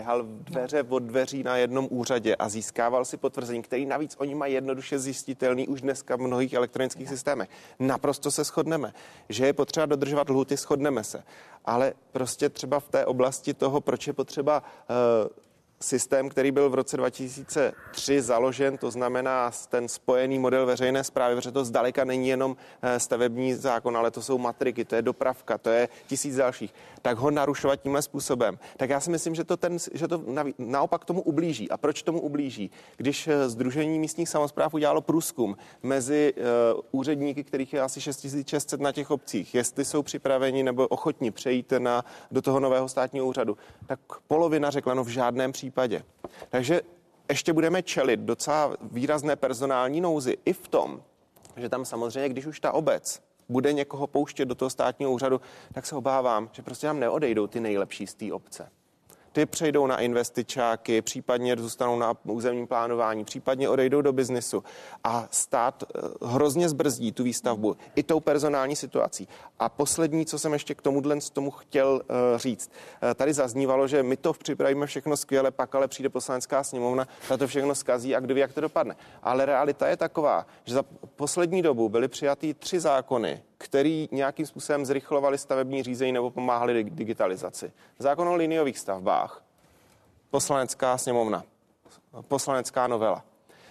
Speaker 6: běhal dveře od dveří na jednom úřadě a získával si potvrzení, který navíc oni mají jednoduše zjistitelný už dneska v mnohých elektronických systémech. Naprosto se shodneme, že je potřeba dodržovat lhůty, shodneme se. Ale prostě třeba v té oblasti toho, proč je potřeba uh, systém, který byl v roce dva tisíce tři založen, to znamená ten spojený model veřejné správy, protože to zdaleka není jenom stavební zákon, ale to jsou matriky, to je dopravka, to je tisíc dalších, tak ho narušovat tímhle způsobem. Tak já si myslím, že to, ten, že to naopak tomu ublíží. A proč tomu ublíží? Když Sdružení místních samospráv udělalo průzkum mezi uh, úředníky, kterých je asi šest tisíc šest set na těch obcích, jestli jsou připraveni nebo ochotni přejít na, do toho nového státního úřadu, tak polovina řekla, no v žádném případě. Takže ještě budeme čelit docela výrazné personální nouzi i v tom, že tam samozřejmě, když už ta obec bude někoho pouštět do toho státního úřadu, tak se obávám, že prostě tam neodejdou ty nejlepší z té obce. Ty přejdou na investičáky, případně zůstanou na územním plánování, případně odejdou do biznisu a stát hrozně zbrzdí tu výstavbu i tou personální situací. A poslední, co jsem ještě k tomuhle z tomu chtěl uh, říct. Uh, tady zaznívalo, že my to připravíme všechno skvěle, pak ale přijde poslanecká sněmovna, ta to všechno zkazí a kdo ví, jak to dopadne. Ale realita je taková, že za poslední dobu byly přijaty tři zákony, který nějakým způsobem zrychlovali stavební řízení nebo pomáhali digitalizaci. Zákon o liniových stavbách, poslanecká sněmovna, poslanecká novela.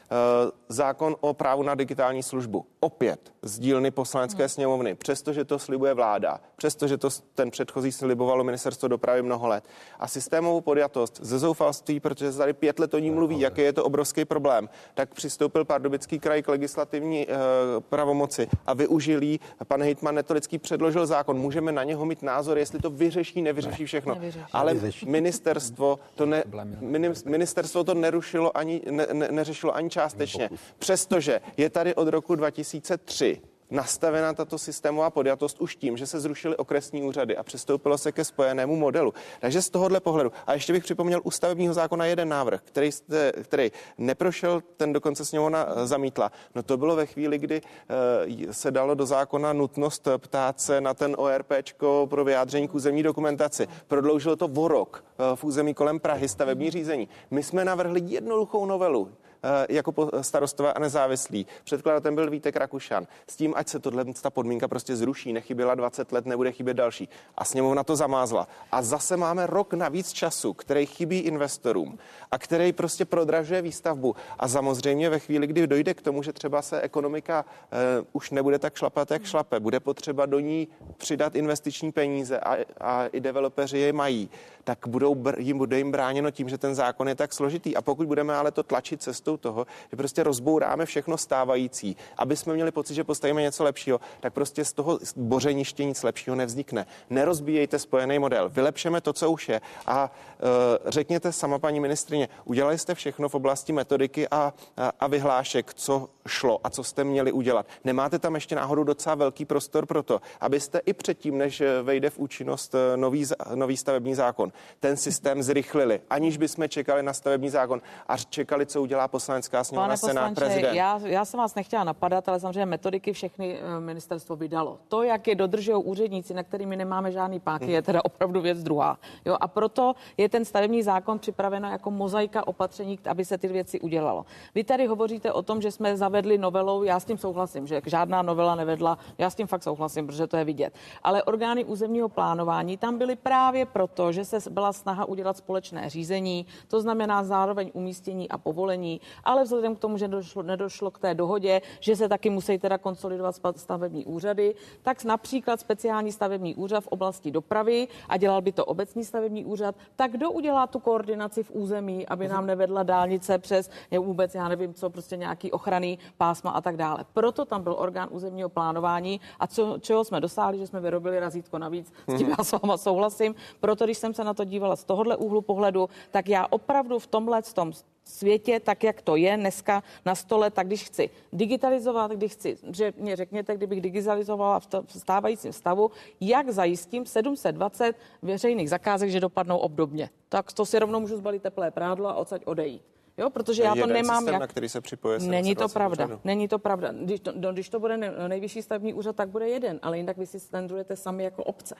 Speaker 6: Zákon o právu na digitální službu, opět z dílny poslanecké sněmovny, přestože to slibuje vláda, přestože to ten předchozí slibovalo ministerstvo dopravy mnoho let. A systémovou podjatost ze zoufalství, protože se tady pět let o ní mluví, jaký je to obrovský problém, tak přistoupil Pardubický kraj k legislativní eh, pravomoci a využil jí. Pan hejtman Netolický předložil zákon. Můžeme na něho mít názor, jestli to vyřeší, nevyřeší všechno. Nevyřeší. Ale ministerstvo to, ne, ministerstvo to nerušilo ani, ne, ne, neřešilo ani částečně. Přestože je tady od roku dva tisíce tři nastavena tato systémová podjatost už tím, že se zrušily okresní úřady a přistoupilo se ke spojenému modelu. Takže z tohohle pohledu. A ještě bych připomněl u stavebního zákona jeden návrh, který, jste, který neprošel, ten dokonce sněmovna zamítla. No to bylo ve chvíli, kdy uh, se dalo do zákona nutnost ptát se na ten ORPčko pro vyjádření k územní dokumentaci. Prodloužilo to o rok uh, v území kolem Prahy stavební řízení. My jsme navrhli jednoduchou novelu jako starostové a nezávislí. Předkladatelem byl Vítek Rakušan. S tím, ať se tohle ta podmínka prostě zruší, nechyběla dvacet let, nebude chybět další. A sněmovna to zamázla. A zase máme rok navíc času, který chybí investorům a který prostě prodražuje výstavbu. A samozřejmě ve chvíli, kdy dojde k tomu, že třeba se ekonomika uh, už nebude tak šlapat, jak šlape, bude potřeba do ní přidat investiční peníze a, a i developeři je mají, tak budou br- jim, bude jim bráněno tím, že ten zákon je tak složitý. A pokud budeme ale to tlačit cestou toho, že prostě rozbouráme všechno stávající, aby jsme měli pocit, že postavíme něco lepšího, tak prostě z toho bořeniště nic lepšího nevznikne. Nerozbíjejte spojený model, vylepšeme to, co už je a uh, řekněte sama, paní ministrině, udělali jste všechno v oblasti metodiky a, a, a vyhlášek, co šlo a co jste měli udělat. Nemáte tam ještě náhodou docela velký prostor pro to, abyste i předtím, než vejde v účinnost nový, nový stavební zákon, ten systém zrychlili, aniž bychom čekali na stavební zákon a čekali, co udělá poslanecká sněmovna, senát, prezident.
Speaker 17: Já, já jsem vás nechtěla napadat, ale samozřejmě metodiky všechny ministerstvo vydalo. To, jak je dodržují úředníci, na kterými nemáme žádný páky, je teda opravdu věc druhá. Jo, a proto je ten stavební zákon připravena jako mozaika opatření, aby se ty věci udělalo. Vy tady hovoříte o tom, že jsme zavedli novelou, já s tím souhlasím, že žádná novela nevedla, já s tím fakt souhlasím, protože to je vidět. Ale orgány územního plánování tam byly právě proto, že se byla snaha udělat společné řízení, to znamená zároveň umístění a povolení, ale vzhledem k tomu, že došlo, nedošlo k té dohodě, že se taky musí teda konsolidovat stavební úřady, tak například speciální stavební úřad v oblasti dopravy a dělal by to obecní stavební úřad, tak kdo udělá tu koordinaci v území, aby nám nevedla dálnice přes je vůbec, já nevím co, prostě nějaký ochranný pásma a tak dále. Proto tam byl orgán územního plánování a co, čeho jsme dosáhli, že jsme vyrobili razítko navíc, s tím já s váma souhlasím. Proto, když jsem se na to dívala z tohohle úhlu pohledu, tak já opravdu v tomhle v tom světě, tak jak to je dneska na stole, tak když chci digitalizovat, když chci, že mě řekněte, kdybych digitalizovala v stávajícím stavu, jak zajistím sedm set dvacet veřejných zakázek, že dopadnou obdobně. Tak to si rovnou můžu zbalit teplé prádlo a odsaď odejít. Jo, protože já to nemám
Speaker 6: systém,
Speaker 17: jak...
Speaker 6: na který se připojuje.
Speaker 17: Není to pravda, úřadu. Není to pravda. Když to, když to bude nejvyšší stavební úřad, tak bude jeden, ale jinak vy si tendrujete sami jako obce.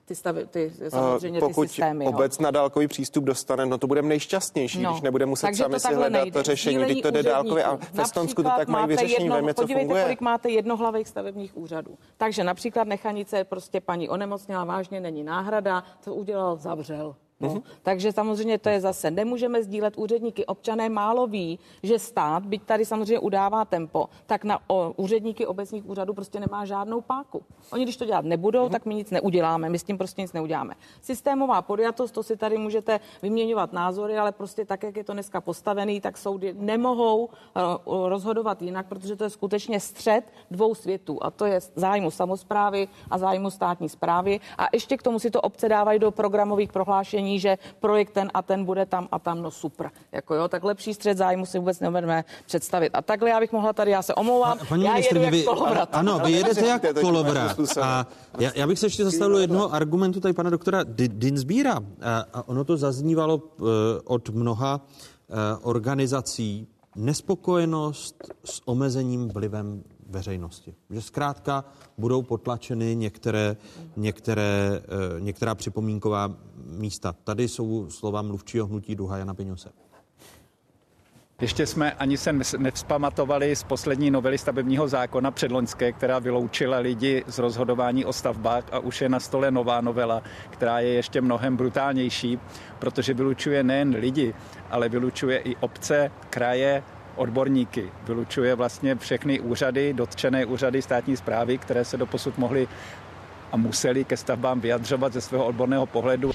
Speaker 17: ty, stavy, ty samozřejmě
Speaker 6: Pokud
Speaker 17: ty systémy.
Speaker 6: obec
Speaker 17: jo.
Speaker 6: na dálkový přístup dostane, no to budeme nejšťastnější, no, když nebude muset sami si hledat to řešení, když to jde dálkově a v Estonsku to tak mají vyřešení, víme, co
Speaker 17: podívejte,
Speaker 6: funguje.
Speaker 17: kolik máte jednohlavých stavebních úřadů. Takže například Nechanice, prostě paní onemocněla vážně, není náhrada, to udělal, zavřel. No. Mm-hmm. Takže samozřejmě to je zase, nemůžeme sdílet úředníky. Občané málo ví, že stát, byť tady samozřejmě udává tempo, tak na o, úředníky obecních úřadů prostě nemá žádnou páku. Oni, když to dělat nebudou, mm-hmm. tak my nic neuděláme, my s tím prostě nic neuděláme. Systémová podjatost, to si tady můžete vyměňovat názory, ale prostě tak, jak je to dneska postavený, tak soudy nemohou uh, rozhodovat jinak, protože to je skutečně střet dvou světů a to je zájmu samosprávy a zájmu státní správy a ještě k tomu si to obce dávají do programových prohlášení, že projekt ten a ten bude tam a tam, no super. Jako jo, tak lepší střed zájmu si vůbec neumíme představit. A takhle já bych mohla tady, já se omlouvám,
Speaker 1: Paní
Speaker 17: já jedu jak
Speaker 1: vy,
Speaker 17: kolovrat.
Speaker 1: Ano, vy jedete jak kolovrat. A já, já bych se ještě zastavil jednoho argumentu tady pana doktora Dinsbíra. A, a ono to zaznívalo uh, od mnoha uh, organizací. Nespokojenost s omezením vlivem veřejnosti. Že zkrátka budou potlačeny některé, některé, některá připomínková místa. Tady jsou slova mluvčího hnutí Duha Jana Piňose.
Speaker 7: Ještě jsme ani se nevzpamatovali z poslední novely stavebního zákona předloňské, která vyloučila lidi z rozhodování o stavbách a už je na stole nová novela, která je ještě mnohem brutálnější, protože vylučuje nejen lidi, ale vylučuje i obce, kraje, odborníky. Vylučuje vlastně všechny úřady, dotčené úřady státní správy, které se doposud mohly a museli ke stavbám vyjadřovat ze svého odborného pohledu.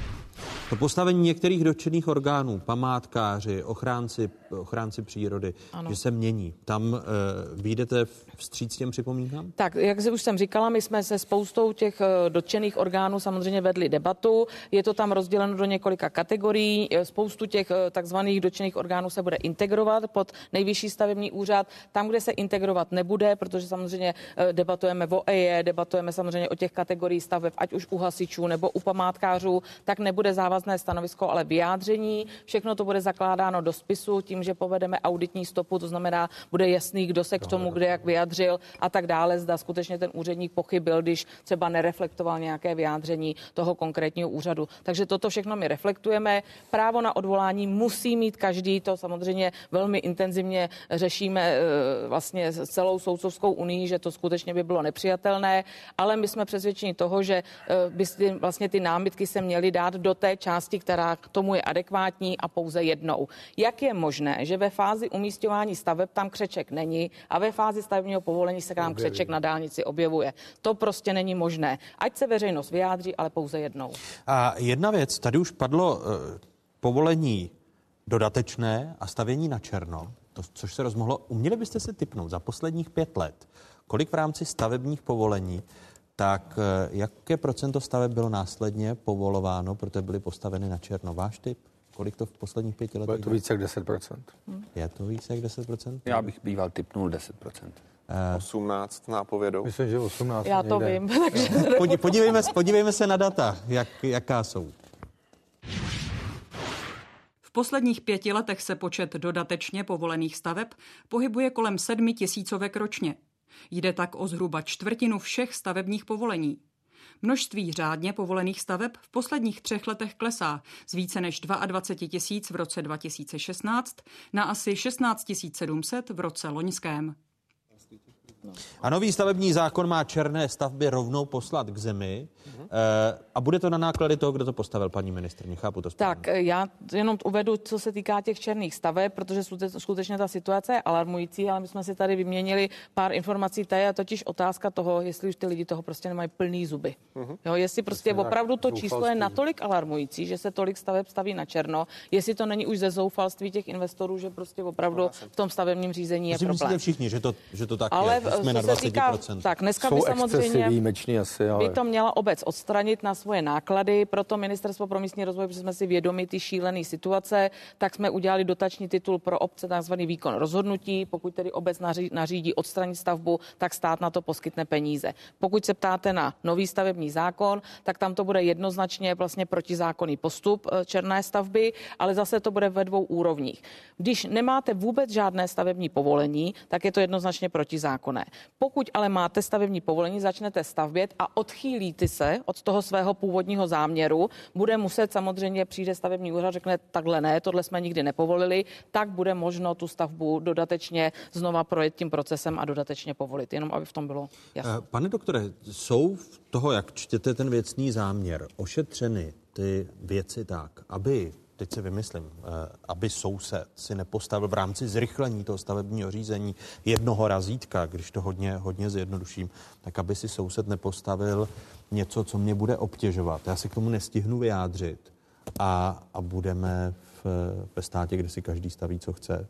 Speaker 1: To postavení některých dotčených orgánů, památkáři, ochránci, ochránci přírody, ano. že se mění. Tam e, vyjdete vstříc těm připomínkám?
Speaker 17: Tak, jak už jsem říkala, my jsme se spoustou těch dotčených orgánů samozřejmě vedli debatu. Je to tam rozděleno do několika kategorií. Spoustu těch takzvaných dotčených orgánů se bude integrovat pod Nejvyšší stavební úřad. Tam, kde se integrovat nebude, protože samozřejmě debatujeme o E I A, debatujeme samozřejmě o těch kategoriích staveb, ať už u hasičů nebo u památkářů, tak nebude závazné stanovisko, ale vyjádření. Všechno to bude zakládáno do spisu tím, že povedeme auditní stopu, to znamená, bude jasný, kdo se k tomu, kde jak vyjadřil a tak dále. Zda skutečně ten úředník pochybil, když třeba nereflektoval nějaké vyjádření toho konkrétního úřadu. Takže toto všechno my reflektujeme. Právo na odvolání musí mít každý, to samozřejmě velmi intenzivně řešíme vlastně s celou soudcovskou unii, že to skutečně by bylo nepřijatelné, ale my jsme přesvědčeni toho, že by vlastně ty námitky se měly dát do té části, která k tomu je adekvátní a pouze jednou. Jak je možné, že ve fázi umísťování staveb tam křeček není a ve fázi stavebního povolení se nám křeček na dálnici objevuje? To prostě není možné. Ať se veřejnost vyjádří, ale pouze jednou.
Speaker 1: A jedna věc, tady už padlo uh, povolení dodatečné a stavění na černo, to, což se rozmohlo. Uměli byste se tipnout za posledních pět let, kolik v rámci stavebních povolení, tak jaké procento staveb bylo následně povolováno, protože byly postaveny na černo? Váš tip? Kolik to v posledních pěti letech?
Speaker 4: Je to více jak deset procent.
Speaker 1: Je to více jak deset procent?
Speaker 5: Já bych býval tipnul deset procent.
Speaker 6: osmnáct nápovědou.
Speaker 4: Myslím, že osmnáct.
Speaker 17: Já to někde. Vím. Takže...
Speaker 1: Podívejme, podívejme se na data, jak, jaká jsou.
Speaker 2: V posledních pěti letech se počet dodatečně povolených staveb pohybuje kolem sedmi tisícovek ročně. Jde tak o zhruba čtvrtinu všech stavebních povolení. Množství řádně povolených staveb v posledních třech letech klesá z více než dvacet dva tisíc v roce dva tisíce šestnáct na asi šestnáct tisíc sedm set v roce loňském.
Speaker 1: A nový stavební zákon má černé stavby rovnou poslat k zemi. Uh-huh. E, a bude to na náklady toho, kdo to postavil, paní ministryně, chápu to správně.
Speaker 17: Tak já jenom uvedu, co se týká těch černých staveb, protože skutečně ta situace je alarmující, ale my jsme si tady vyměnili pár informací, to je totiž otázka toho, jestli už ty lidi toho prostě nemají plný zuby. Uh-huh. Jo, jestli prostě opravdu to číslo je natolik alarmující, že se tolik staveb staví na černo, jestli to není už ze zoufalství těch investorů, že prostě opravdu v tom stavebním řízení je problém.
Speaker 1: Myslíte všichni, že to, že to tak
Speaker 17: ale
Speaker 1: je? Jsme na dvacet procent.
Speaker 17: Tak dneska by samozřejmě
Speaker 4: výjimečný asi, ale...
Speaker 17: by to měla obec odstranit na svoje náklady, proto Ministerstvo pro místní rozvoj, protože jsme si vědomi ty šílené situace, tak jsme udělali dotační titul pro obce, takzvaný výkon rozhodnutí. Pokud tedy obec nařídí odstranit stavbu, tak stát na to poskytne peníze. Pokud se ptáte na nový stavební zákon, tak tam to bude jednoznačně vlastně protizákonný postup černé stavby, ale zase to bude ve dvou úrovních. Když nemáte vůbec žádné stavební povolení, tak je to jednoznačně protizákonné. možné. Pokud ale máte stavební povolení, začnete stavět a odchýlíte se od toho svého původního záměru, bude muset samozřejmě přijde stavební úřad, řekne takhle ne, tohle jsme nikdy nepovolili, tak bude možno tu stavbu dodatečně znova projet tím procesem a dodatečně povolit, jenom aby v tom bylo jasné.
Speaker 1: Pane doktore, jsou v toho, jak čtěte ten věcný záměr, ošetřeny ty věci tak, aby, teď si vymyslím, aby soused si nepostavil v rámci zrychlení toho stavebního řízení jednoho razítka, když to hodně, hodně zjednoduším, tak aby si soused nepostavil něco, co mě bude obtěžovat. Já se k tomu nestihnu vyjádřit a, a budeme v, ve státě, kde si každý staví, co chce.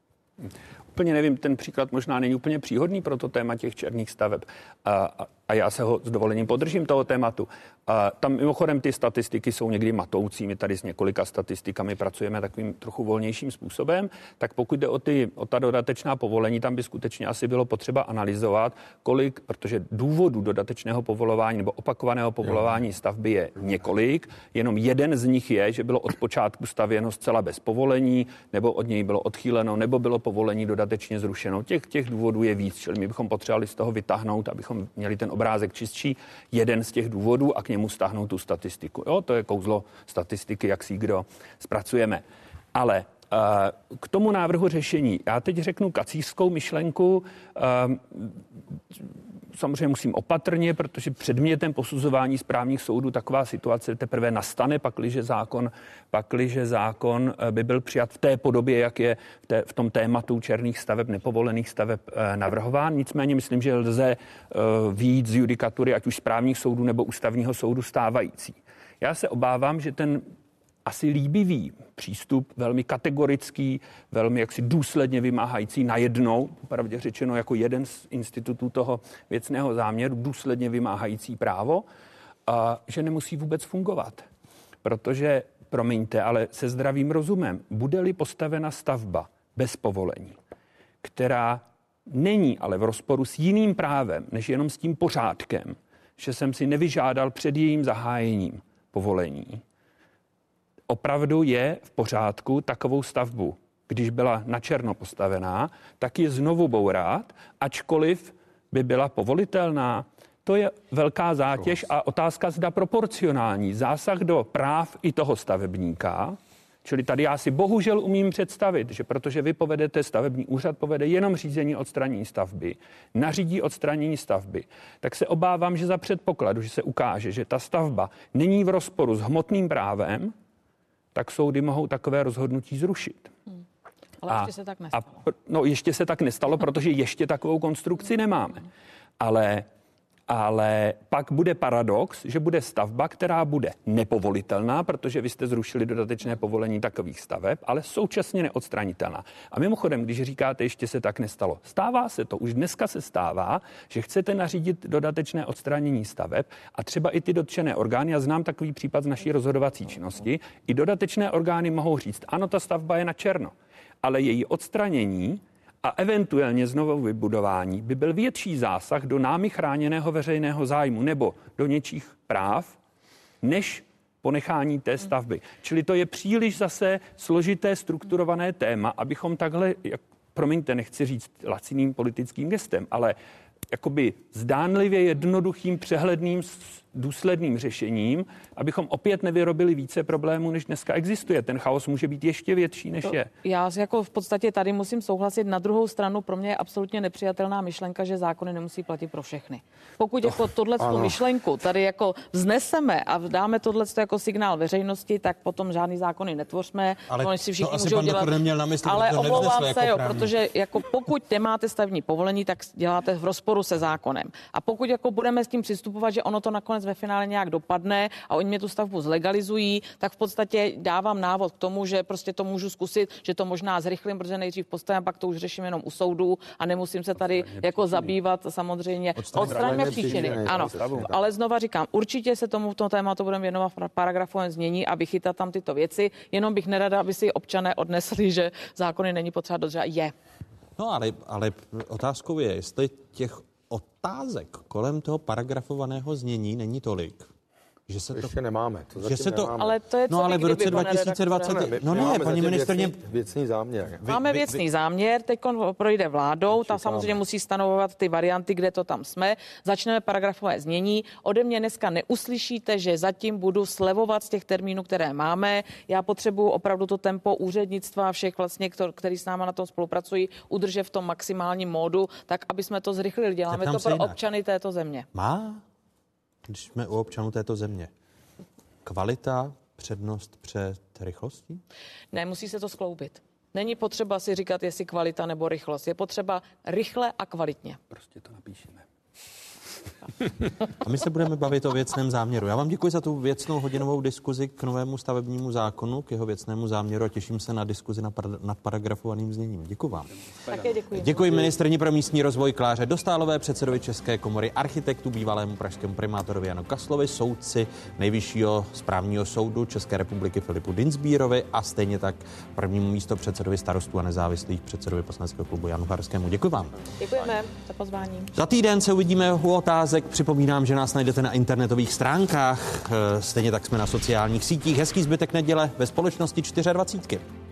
Speaker 5: Úplně nevím, ten příklad možná není úplně příhodný pro to téma těch černých staveb. A, a, a já se ho s dovolením podržím toho tématu. A tam mimochodem ty statistiky jsou někdy matoucí. My tady s několika statistikami pracujeme takovým trochu volnějším způsobem. Tak pokud jde o, ty, o ta dodatečná povolení, tam by skutečně asi bylo potřeba analyzovat, kolik, protože důvodů dodatečného povolování nebo opakovaného povolování stavby je několik. Jenom jeden z nich je, že bylo od počátku stavěno zcela bez povolení, nebo od něj bylo odchýleno, nebo bylo povolení dodatečně zrušeno. Těch, těch důvodů je víc, čili my bychom potřebovali z toho vytáhnout, abychom měli ten obrázek čistší, jeden z těch důvodů a k němu stáhnout tu statistiku. Jo, to je kouzlo statistiky, jak si kdo zpracujeme. Ale uh, k tomu návrhu řešení. Já teď řeknu kacířskou myšlenku. Uh, samozřejmě musím opatrně, protože předmětem posuzování správních soudů taková situace teprve nastane, pakliže zákon, pakliže zákon by byl přijat v té podobě, jak je v, té, v tom tématu černých staveb, nepovolených staveb eh, navrhován. Nicméně myslím, že lze eh, vyjít z judikatury, ať už správních soudů nebo ústavního soudu stávající. Já se obávám, že ten asi líbivý přístup, velmi kategorický, velmi jaksi důsledně vymáhající najednou, opravdu řečeno jako jeden z institutů toho věcného záměru, důsledně vymáhající právo, a že nemusí vůbec fungovat. Protože, promiňte, ale se zdravým rozumem, bude-li postavena stavba bez povolení, která není ale v rozporu s jiným právem, než jenom s tím pořádkem, že jsem si nevyžádal před jejím zahájením povolení, opravdu je v pořádku takovou stavbu, když byla načerno postavená, tak je znovu bourat, ačkoliv by byla povolitelná. To je velká zátěž a otázka zda proporcionální. Zásah do práv i toho stavebníka, čili tady já si bohužel umím představit, že protože vy povedete, stavební úřad povede jenom řízení odstranění stavby, nařídí odstranění stavby, tak se obávám, že za předpokladu, že se ukáže, že ta stavba není v rozporu s hmotným právem, tak soudy mohou takové rozhodnutí zrušit.
Speaker 17: Hmm. Ale a, ještě se tak nestalo.
Speaker 5: A, no ještě se tak nestalo, protože ještě takovou konstrukci nemáme. Ale, ale pak bude paradox, že bude stavba, která bude nepovolitelná, protože vy jste zrušili dodatečné povolení takových staveb, ale současně neodstranitelná. A mimochodem, když říkáte, ještě se tak nestalo, stává se to, už dneska se stává, že chcete nařídit dodatečné odstranění staveb a třeba i ty dotčené orgány, já znám takový případ z naší rozhodovací činnosti, i dodatečné orgány mohou říct, ano, ta stavba je na černo, ale její odstranění a eventuálně znovu vybudování by byl větší zásah do námi chráněného veřejného zájmu nebo do něčích práv, než ponechání té stavby. Čili to je příliš zase složité strukturované téma, abychom takhle, jak, promiňte, nechci říct laciným politickým gestem, ale jakoby zdánlivě jednoduchým, přehledným, důsledným řešením, abychom opět nevyrobili více problémů, než dneska existuje. Ten chaos může být ještě větší, než to je.
Speaker 17: Já jako v podstatě tady musím souhlasit. Na druhou stranu pro mě je absolutně nepřijatelná myšlenka, že zákony nemusí platit pro všechny. Pokud to, jako tohleto myšlenku tady jako vzneseme a dáme tohleto jako signál veřejnosti, tak potom žádný zákony netvořme.
Speaker 1: Ale
Speaker 17: si všichni
Speaker 1: to asi
Speaker 17: můžou
Speaker 1: pan
Speaker 17: dělat.
Speaker 1: Neměl na mysli,
Speaker 17: ale omlouvám se,
Speaker 1: jako
Speaker 17: jo,
Speaker 1: právní.
Speaker 17: protože jako pokud nemáte stavební povolení, tak děláte v rozporu se zákonem. A pokud jako budeme s tím přistupovat, že ono to nakonec ve finále nějak dopadne a oni mě tu stavbu zlegalizují, tak v podstatě dávám návod k tomu, že prostě to můžu zkusit, že to možná zrychlím, protože nejdřív postavím, pak to už řeším jenom u soudu a nemusím se tady jako příčiny. zabývat samozřejmě. Odstraňme příčiny. Ano, ale znova říkám, určitě se tomuto tématu budeme věnovat v paragrafovém znění a vychytat tam tyto věci, jenom bych nerada, aby si občané odnesli, že zákony není potřeba dodržovat. Je.
Speaker 1: No ale, ale otázkou je, jestli těch otázek kolem toho paragrafovaného znění není tolik, Že se
Speaker 4: to
Speaker 1: to
Speaker 4: ještě nemáme. To
Speaker 1: že se to,
Speaker 4: nemáme.
Speaker 17: Ale to je
Speaker 1: no ale v roce dva tisíce dvacet.
Speaker 4: Ne, my,
Speaker 1: no
Speaker 4: my
Speaker 1: ne, paní ministryně.
Speaker 4: Věcný, věcný záměr.
Speaker 17: Vy, máme věcný vy, záměr, teď projde vládou, ta samozřejmě musí stanovovat ty varianty, kde to tam jsme. Začneme paragrafové znění. Ode mě dneska neuslyšíte, že zatím budu slevovat z těch termínů, které máme. Já potřebuju opravdu to tempo úřednictva všech vlastně, který s náma na tom spolupracují, udržet v tom maximálním módu, tak aby jsme to zrychlili. Děláme to pro jinak. Občany této země.
Speaker 1: Má? Když jsme u občanů této země. Kvalita, přednost před rychlostí?
Speaker 17: Ne, musí se to skloubit. Není potřeba si říkat, jestli kvalita nebo rychlost. Je potřeba rychle a kvalitně.
Speaker 5: Prostě to napíšeme.
Speaker 1: A my se budeme bavit o věcném záměru. Já vám děkuji za tu věcnou hodinovou diskuzi k novému stavebnímu zákonu, k jeho věcnému záměru a těším se na diskuzi nad paragrafovaným zněním. Děkuji vám.
Speaker 17: Také děkuji.
Speaker 1: Děkuji ministryni pro místní rozvoj Kláře Dostálové, předsedovi České komory architektů, bývalému pražskému primátorovi Janu Kaslovi, soudci Nejvyššího správního soudu České republiky Filipu Dinsbírovi a stejně tak prvnímu místopředsedovi Starostů a nezávislých předsedovi poslaneckého klubu Janu Harskému. Děkuji vám.
Speaker 17: Děkujeme za pozvání.
Speaker 1: Za týden se uvidíme u otázek. Připomínám, že nás najdete na internetových stránkách. Stejně tak jsme na sociálních sítích. Hezký zbytek neděle ve společnosti dvacet čtyři.